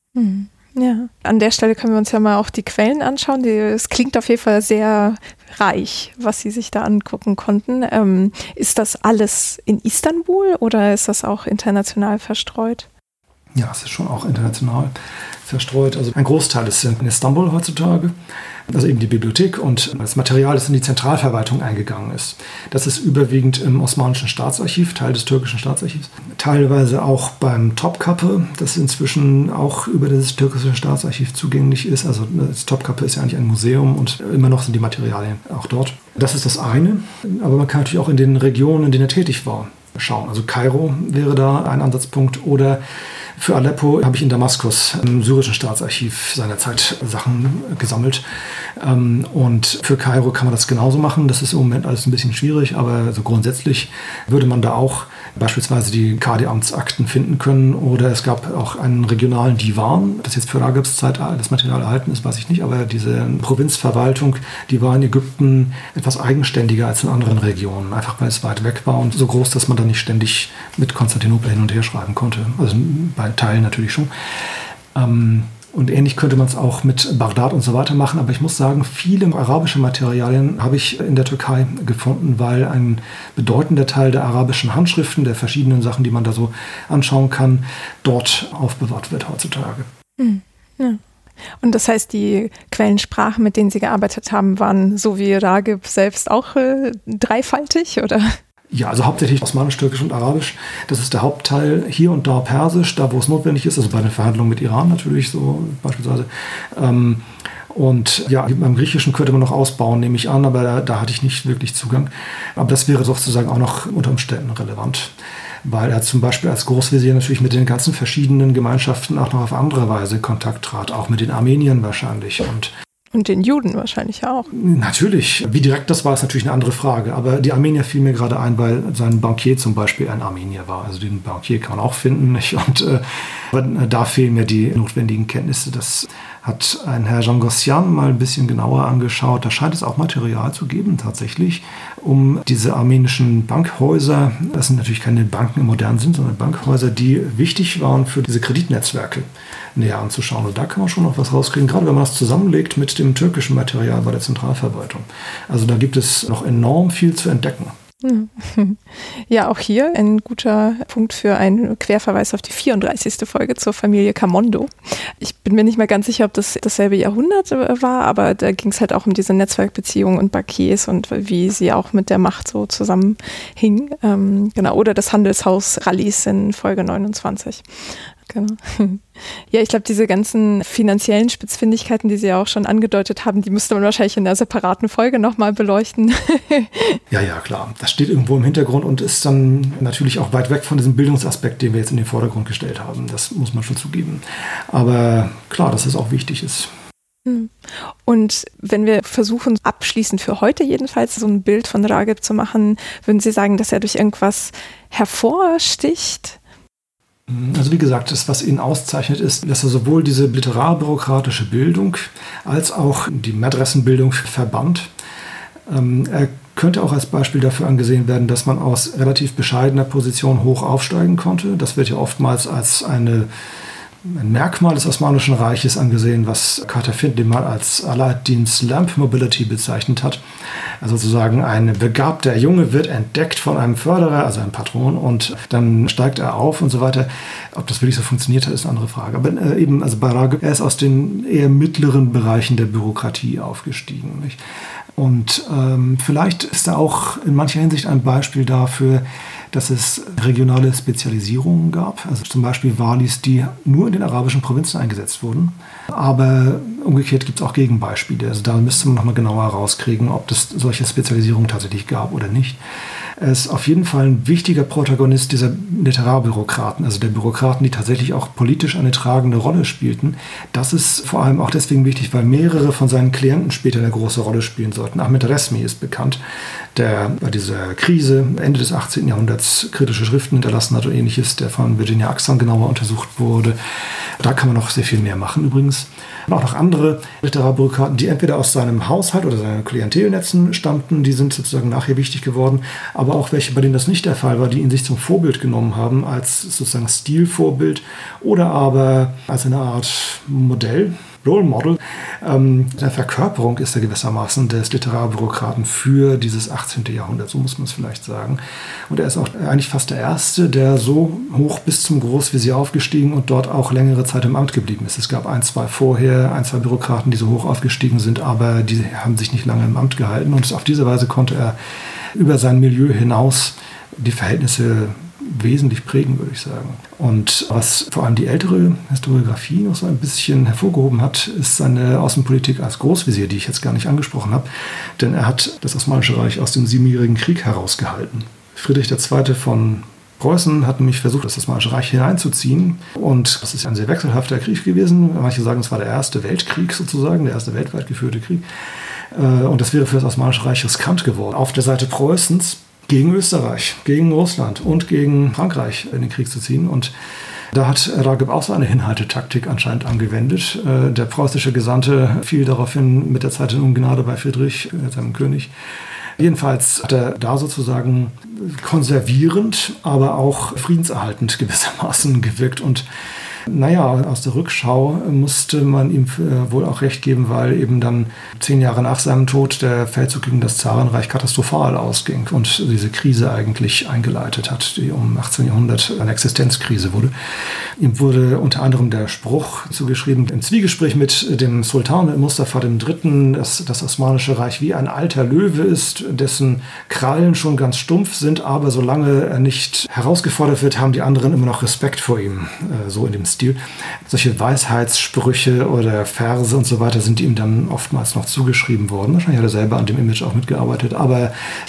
Ja, an der Stelle können wir uns ja mal auch die Quellen anschauen. Es klingt auf jeden Fall sehr reich, was Sie sich da angucken konnten. Ist das alles in Istanbul oder ist das auch international verstreut? Ja, es ist schon auch international verstreut. Also ein Großteil ist in Istanbul heutzutage. Also eben die Bibliothek und das Material, das in die Zentralverwaltung eingegangen ist. Das ist überwiegend im Osmanischen Staatsarchiv, Teil des türkischen Staatsarchivs. Teilweise auch beim Topkapı, das inzwischen auch über das türkische Staatsarchiv zugänglich ist. Also das Topkapı ist ja eigentlich ein Museum und immer noch sind die Materialien auch dort. Das ist das eine. Aber man kann natürlich auch in den Regionen, in denen er tätig war, schauen. Also Kairo wäre da ein Ansatzpunkt oder für Aleppo habe ich in Damaskus im syrischen Staatsarchiv seinerzeit Sachen gesammelt. Und für Kairo kann man das genauso machen. Das ist im Moment alles ein bisschen schwierig, aber so grundsätzlich würde man da auch beispielsweise die Qadi-Amtsakten finden können. Oder es gab auch einen regionalen Diwan, das jetzt für RAGIBs Zeit das Material erhalten ist, weiß ich nicht. Aber diese Provinzverwaltung, die war in Ägypten etwas eigenständiger als in anderen Regionen. Einfach weil es weit weg war und so groß, dass man da nicht ständig mit Konstantinopel hin und her schreiben konnte. Also bei Teilen natürlich schon. Und ähnlich könnte man es auch mit Bagdad und so weiter machen. Aber ich muss sagen, viele arabische Materialien habe ich in der Türkei gefunden, weil ein bedeutender Teil der arabischen Handschriften, der verschiedenen Sachen, die man da so anschauen kann, dort aufbewahrt wird heutzutage. Ja. Und das heißt, die Quellensprachen, mit denen Sie gearbeitet haben, waren so wie RAGIB selbst auch dreifaltig, oder? Ja, also hauptsächlich Osmanisch, Türkisch und Arabisch. Das ist der Hauptteil. Hier und da Persisch, da wo es notwendig ist. Also bei den Verhandlungen mit Iran natürlich so beispielsweise. Und ja, beim Griechischen könnte man noch ausbauen, nehme ich an, aber da hatte ich nicht wirklich Zugang. Aber das wäre sozusagen auch noch unter Umständen relevant. Weil er zum Beispiel als Großvezier natürlich mit den ganzen verschiedenen Gemeinschaften auch noch auf andere Weise Kontakt trat. Auch mit den Armeniern wahrscheinlich und den Juden wahrscheinlich auch. Natürlich. Wie direkt das war, ist natürlich eine andere Frage. Aber die Armenier fiel mir gerade ein, weil sein Bankier zum Beispiel ein Armenier war. Also den Bankier kann man auch finden. Nicht? Und aber da fehlen mir die notwendigen Kenntnisse. Das hat ein Herr Jangossian mal ein bisschen genauer angeschaut. Da scheint es auch Material zu geben tatsächlich, um diese armenischen Bankhäuser, das sind natürlich keine Banken im modernen Sinn, sondern Bankhäuser, die wichtig waren für diese Kreditnetzwerke, näher anzuschauen. Und da kann man schon noch was rauskriegen, gerade wenn man das zusammenlegt mit dem türkischen Material bei der Zentralverwaltung. Also da gibt es noch enorm viel zu entdecken. Ja, auch hier ein guter Punkt für einen Querverweis auf die 34. Folge zur Familie Camondo. Ich bin mir nicht mehr ganz sicher, ob das dasselbe Jahrhundert war, aber da ging es halt auch um diese Netzwerkbeziehungen und Bankiers und wie sie auch mit der Macht so zusammenhingen. Genau, oder das Handelshaus Rallis in Folge 29. Genau. Ja, ich glaube, diese ganzen finanziellen Spitzfindigkeiten, die Sie ja auch schon angedeutet haben, die müsste man wahrscheinlich in einer separaten Folge nochmal beleuchten. Ja, klar. Das steht irgendwo im Hintergrund und ist dann natürlich auch weit weg von diesem Bildungsaspekt, den wir jetzt in den Vordergrund gestellt haben. Das muss man schon zugeben. Aber klar, dass es auch wichtig ist. Und wenn wir versuchen, abschließend für heute jedenfalls so ein Bild von RAGIB zu machen, würden Sie sagen, dass er durch irgendwas hervorsticht? Also wie gesagt, das, was ihn auszeichnet, ist, dass er sowohl diese literarbürokratische Bildung als auch die Madressenbildung verband. Er könnte auch als Beispiel dafür angesehen werden, dass man aus relativ bescheidener Position hoch aufsteigen konnte. Das wird ja oftmals als ein Merkmal des Osmanischen Reiches angesehen, was Carter Findlay mal als Aladdin's Lamp Mobility bezeichnet hat. Also sozusagen ein begabter Junge wird entdeckt von einem Förderer, also einem Patron, und dann steigt er auf und so weiter. Ob das wirklich so funktioniert hat, ist eine andere Frage. Aber eben, also bei RAGIB, er ist aus den eher mittleren Bereichen der Bürokratie aufgestiegen. Nicht? Und vielleicht ist er auch in mancher Hinsicht ein Beispiel dafür, dass es regionale Spezialisierungen gab. Also zum Beispiel Walis, die nur in den arabischen Provinzen eingesetzt wurden. Aber umgekehrt gibt es auch Gegenbeispiele. Also da müsste man nochmal genauer rauskriegen, ob es solche Spezialisierungen tatsächlich gab oder nicht. Er ist auf jeden Fall ein wichtiger Protagonist dieser Literarbürokraten, also der Bürokraten, die tatsächlich auch politisch eine tragende Rolle spielten. Das ist vor allem auch deswegen wichtig, weil mehrere von seinen Klienten später eine große Rolle spielen sollten. Ahmed Resmi ist bekannt, der bei dieser Krise Ende des 18. Jahrhunderts kritische Schriften hinterlassen hat und ähnliches, der von Virginia Axon genauer untersucht wurde. Da kann man noch sehr viel mehr machen übrigens. Und auch noch andere Literarbürokraten, die entweder aus seinem Haushalt oder seinen Klientelnetzen stammten, die sind sozusagen nachher wichtig geworden, aber auch welche, bei denen das nicht der Fall war, die ihn sich zum Vorbild genommen haben, als sozusagen Stilvorbild oder aber als eine Art Modell, Role Model. Eine Verkörperung ist er gewissermaßen des Literarbürokraten für dieses 18. Jahrhundert, so muss man es vielleicht sagen. Und er ist auch eigentlich fast der Erste, der so hoch bis zum Großvezier aufgestiegen und dort auch längere Zeit im Amt geblieben ist. Es gab ein, zwei Bürokraten, die so hoch aufgestiegen sind, aber die haben sich nicht lange im Amt gehalten. Und auf diese Weise konnte er über sein Milieu hinaus die Verhältnisse wesentlich prägen, würde ich sagen. Und was vor allem die ältere Historiografie noch so ein bisschen hervorgehoben hat, ist seine Außenpolitik als Großvezier, die ich jetzt gar nicht angesprochen habe. Denn er hat das Osmanische Reich aus dem Siebenjährigen Krieg herausgehalten. Friedrich II. Von Preußen hat nämlich versucht, das Osmanische Reich hineinzuziehen. Und das ist ein sehr wechselhafter Krieg gewesen. Manche sagen, es war der erste Weltkrieg sozusagen, der erste weltweit geführte Krieg. Und das wäre für das Osmanische Reich riskant geworden. Auf der Seite Preußens gegen Österreich, gegen Russland und gegen Frankreich in den Krieg zu ziehen. Und da hat Ragib auch so eine Hinhaltetaktik anscheinend angewendet. Der preußische Gesandte fiel daraufhin mit der Zeit in Ungnade bei Friedrich, seinem König. Jedenfalls hat er da sozusagen konservierend, aber auch friedenserhaltend gewissermaßen gewirkt. Und naja, aus der Rückschau musste man ihm wohl auch recht geben, weil eben dann 10 Jahre nach seinem Tod der Feldzug gegen das Zarenreich katastrophal ausging und diese Krise eigentlich eingeleitet hat, die um 18. Jahrhundert eine Existenzkrise wurde. Ihm wurde unter anderem der Spruch zugeschrieben, im Zwiegespräch mit dem Sultan Mustafa III., dass das Osmanische Reich wie ein alter Löwe ist, dessen Krallen schon ganz stumpf sind, aber solange er nicht herausgefordert wird, haben die anderen immer noch Respekt vor ihm, so in dem Stil. Solche Weisheitssprüche oder Verse und so weiter sind ihm dann oftmals noch zugeschrieben worden. Wahrscheinlich hat er selber an dem Image auch mitgearbeitet, aber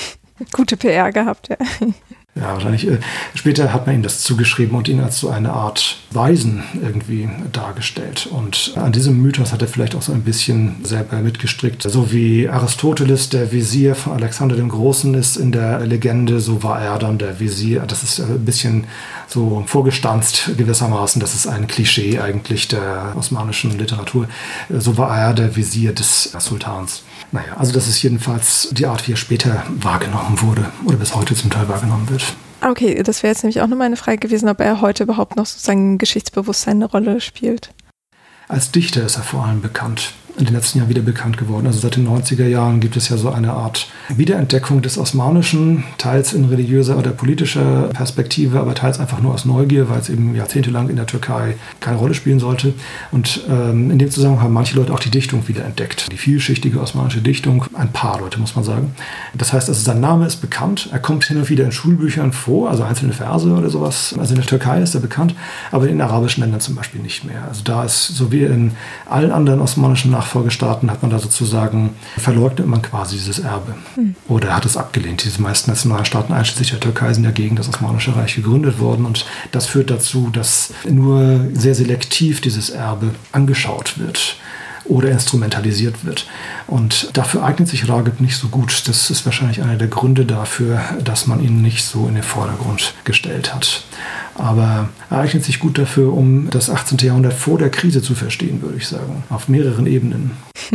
gute PR gehabt, ja. Ja, wahrscheinlich. Später hat man ihm das zugeschrieben und ihn als so eine Art Weisen irgendwie dargestellt. Und an diesem Mythos hat er vielleicht auch so ein bisschen selber mitgestrickt. So wie Aristoteles der Visier von Alexander dem Großen ist in der Legende, so war er dann der Visier. Das ist ein bisschen so vorgestanzt gewissermaßen. Das ist ein Klischee eigentlich der osmanischen Literatur. So war er der Visier des Sultans. Naja, also das ist jedenfalls die Art, wie er später wahrgenommen wurde oder bis heute zum Teil wahrgenommen wird. Okay, das wäre jetzt nämlich auch nochmal eine Frage gewesen, ob er heute überhaupt noch sozusagen im Geschichtsbewusstsein eine Rolle spielt. Als Dichter ist er vor allem bekannt. In den letzten Jahren wieder bekannt geworden. Also seit den 90er Jahren gibt es ja so eine Art Wiederentdeckung des Osmanischen, teils in religiöser oder politischer Perspektive, aber teils einfach nur aus Neugier, weil es eben jahrzehntelang in der Türkei keine Rolle spielen sollte. Und in dem Zusammenhang haben manche Leute auch die Dichtung wiederentdeckt. Die vielschichtige osmanische Dichtung, ein paar Leute, muss man sagen. Das heißt, also sein Name ist bekannt, er kommt hin und wieder in Schulbüchern vor, also einzelne Verse oder sowas. Also in der Türkei ist er bekannt, aber in den arabischen Ländern zum Beispiel nicht mehr. Also da ist, so wie in allen anderen osmanischen Nachfolgestaaten, hat man da sozusagen, verleugnet man quasi dieses Erbe. Oder hat es abgelehnt. Diese meisten Nationalstaaten, einschließlich der Türkei, sind ja gegen das Osmanische Reich gegründet worden. Und das führt dazu, dass nur sehr selektiv dieses Erbe angeschaut wird oder instrumentalisiert wird. Und dafür eignet sich Ragib nicht so gut. Das ist wahrscheinlich einer der Gründe dafür, dass man ihn nicht so in den Vordergrund gestellt hat. Aber er eignet sich gut dafür, um das 18. Jahrhundert vor der Krise zu verstehen, würde ich sagen. Auf mehreren Ebenen.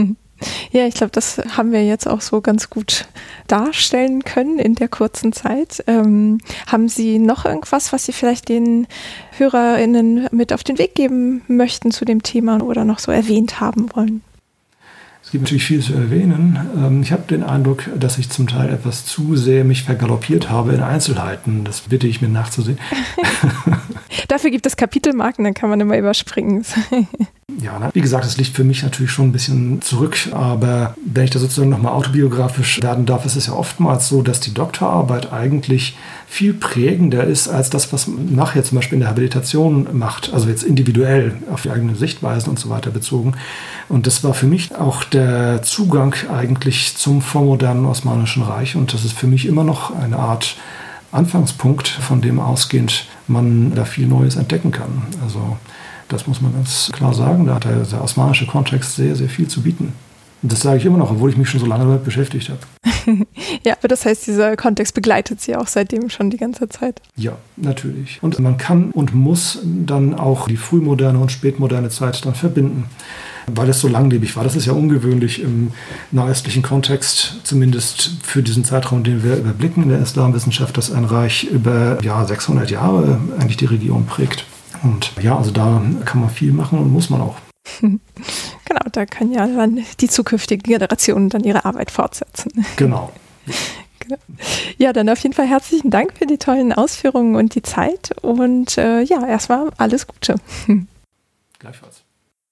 Ja, ich glaube, das haben wir jetzt auch so ganz gut darstellen können in der kurzen Zeit. Haben Sie noch irgendwas, was Sie vielleicht den HörerInnen mit auf den Weg geben möchten zu dem Thema oder noch so erwähnt haben wollen? Es gibt natürlich viel zu erwähnen. Ich habe den Eindruck, dass ich zum Teil etwas zu sehr mich vergaloppiert habe in Einzelheiten. Das bitte ich mir nachzusehen. Dafür gibt es Kapitelmarken, dann kann man immer überspringen. Ja, wie gesagt, es liegt für mich natürlich schon ein bisschen zurück, aber wenn ich da sozusagen nochmal autobiografisch werden darf, ist es ja oftmals so, dass die Doktorarbeit eigentlich viel prägender ist als das, was man nachher zum Beispiel in der Habilitation macht, also jetzt individuell auf die eigenen Sichtweisen und so weiter bezogen. Und das war für mich auch der Zugang eigentlich zum vormodernen Osmanischen Reich, und das ist für mich immer noch eine Art Anfangspunkt, von dem ausgehend man da viel Neues entdecken kann. Also das muss man ganz klar sagen, da hat der osmanische Kontext sehr, sehr viel zu bieten. Und das sage ich immer noch, obwohl ich mich schon so lange damit beschäftigt habe. Ja, aber das heißt, dieser Kontext begleitet Sie auch seitdem schon die ganze Zeit. Ja, natürlich. Und man kann und muss dann auch die frühmoderne und spätmoderne Zeit dann verbinden, weil es so langlebig war. Das ist ja ungewöhnlich im nahöstlichen Kontext, zumindest für diesen Zeitraum, den wir überblicken in der Islamwissenschaft, dass ein Reich über 600 Jahre eigentlich die Region prägt. Und ja, also da kann man viel machen und muss man auch. Genau, da können ja dann die zukünftigen Generationen dann ihre Arbeit fortsetzen. Genau. Ja, dann auf jeden Fall herzlichen Dank für die tollen Ausführungen und die Zeit. Und erstmal alles Gute. Gleichfalls.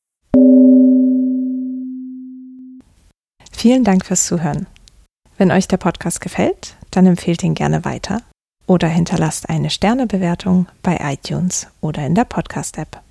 Vielen Dank fürs Zuhören. Wenn euch der Podcast gefällt, dann empfehlt ihn gerne weiter oder hinterlasst eine Sternebewertung bei iTunes oder in der Podcast-App.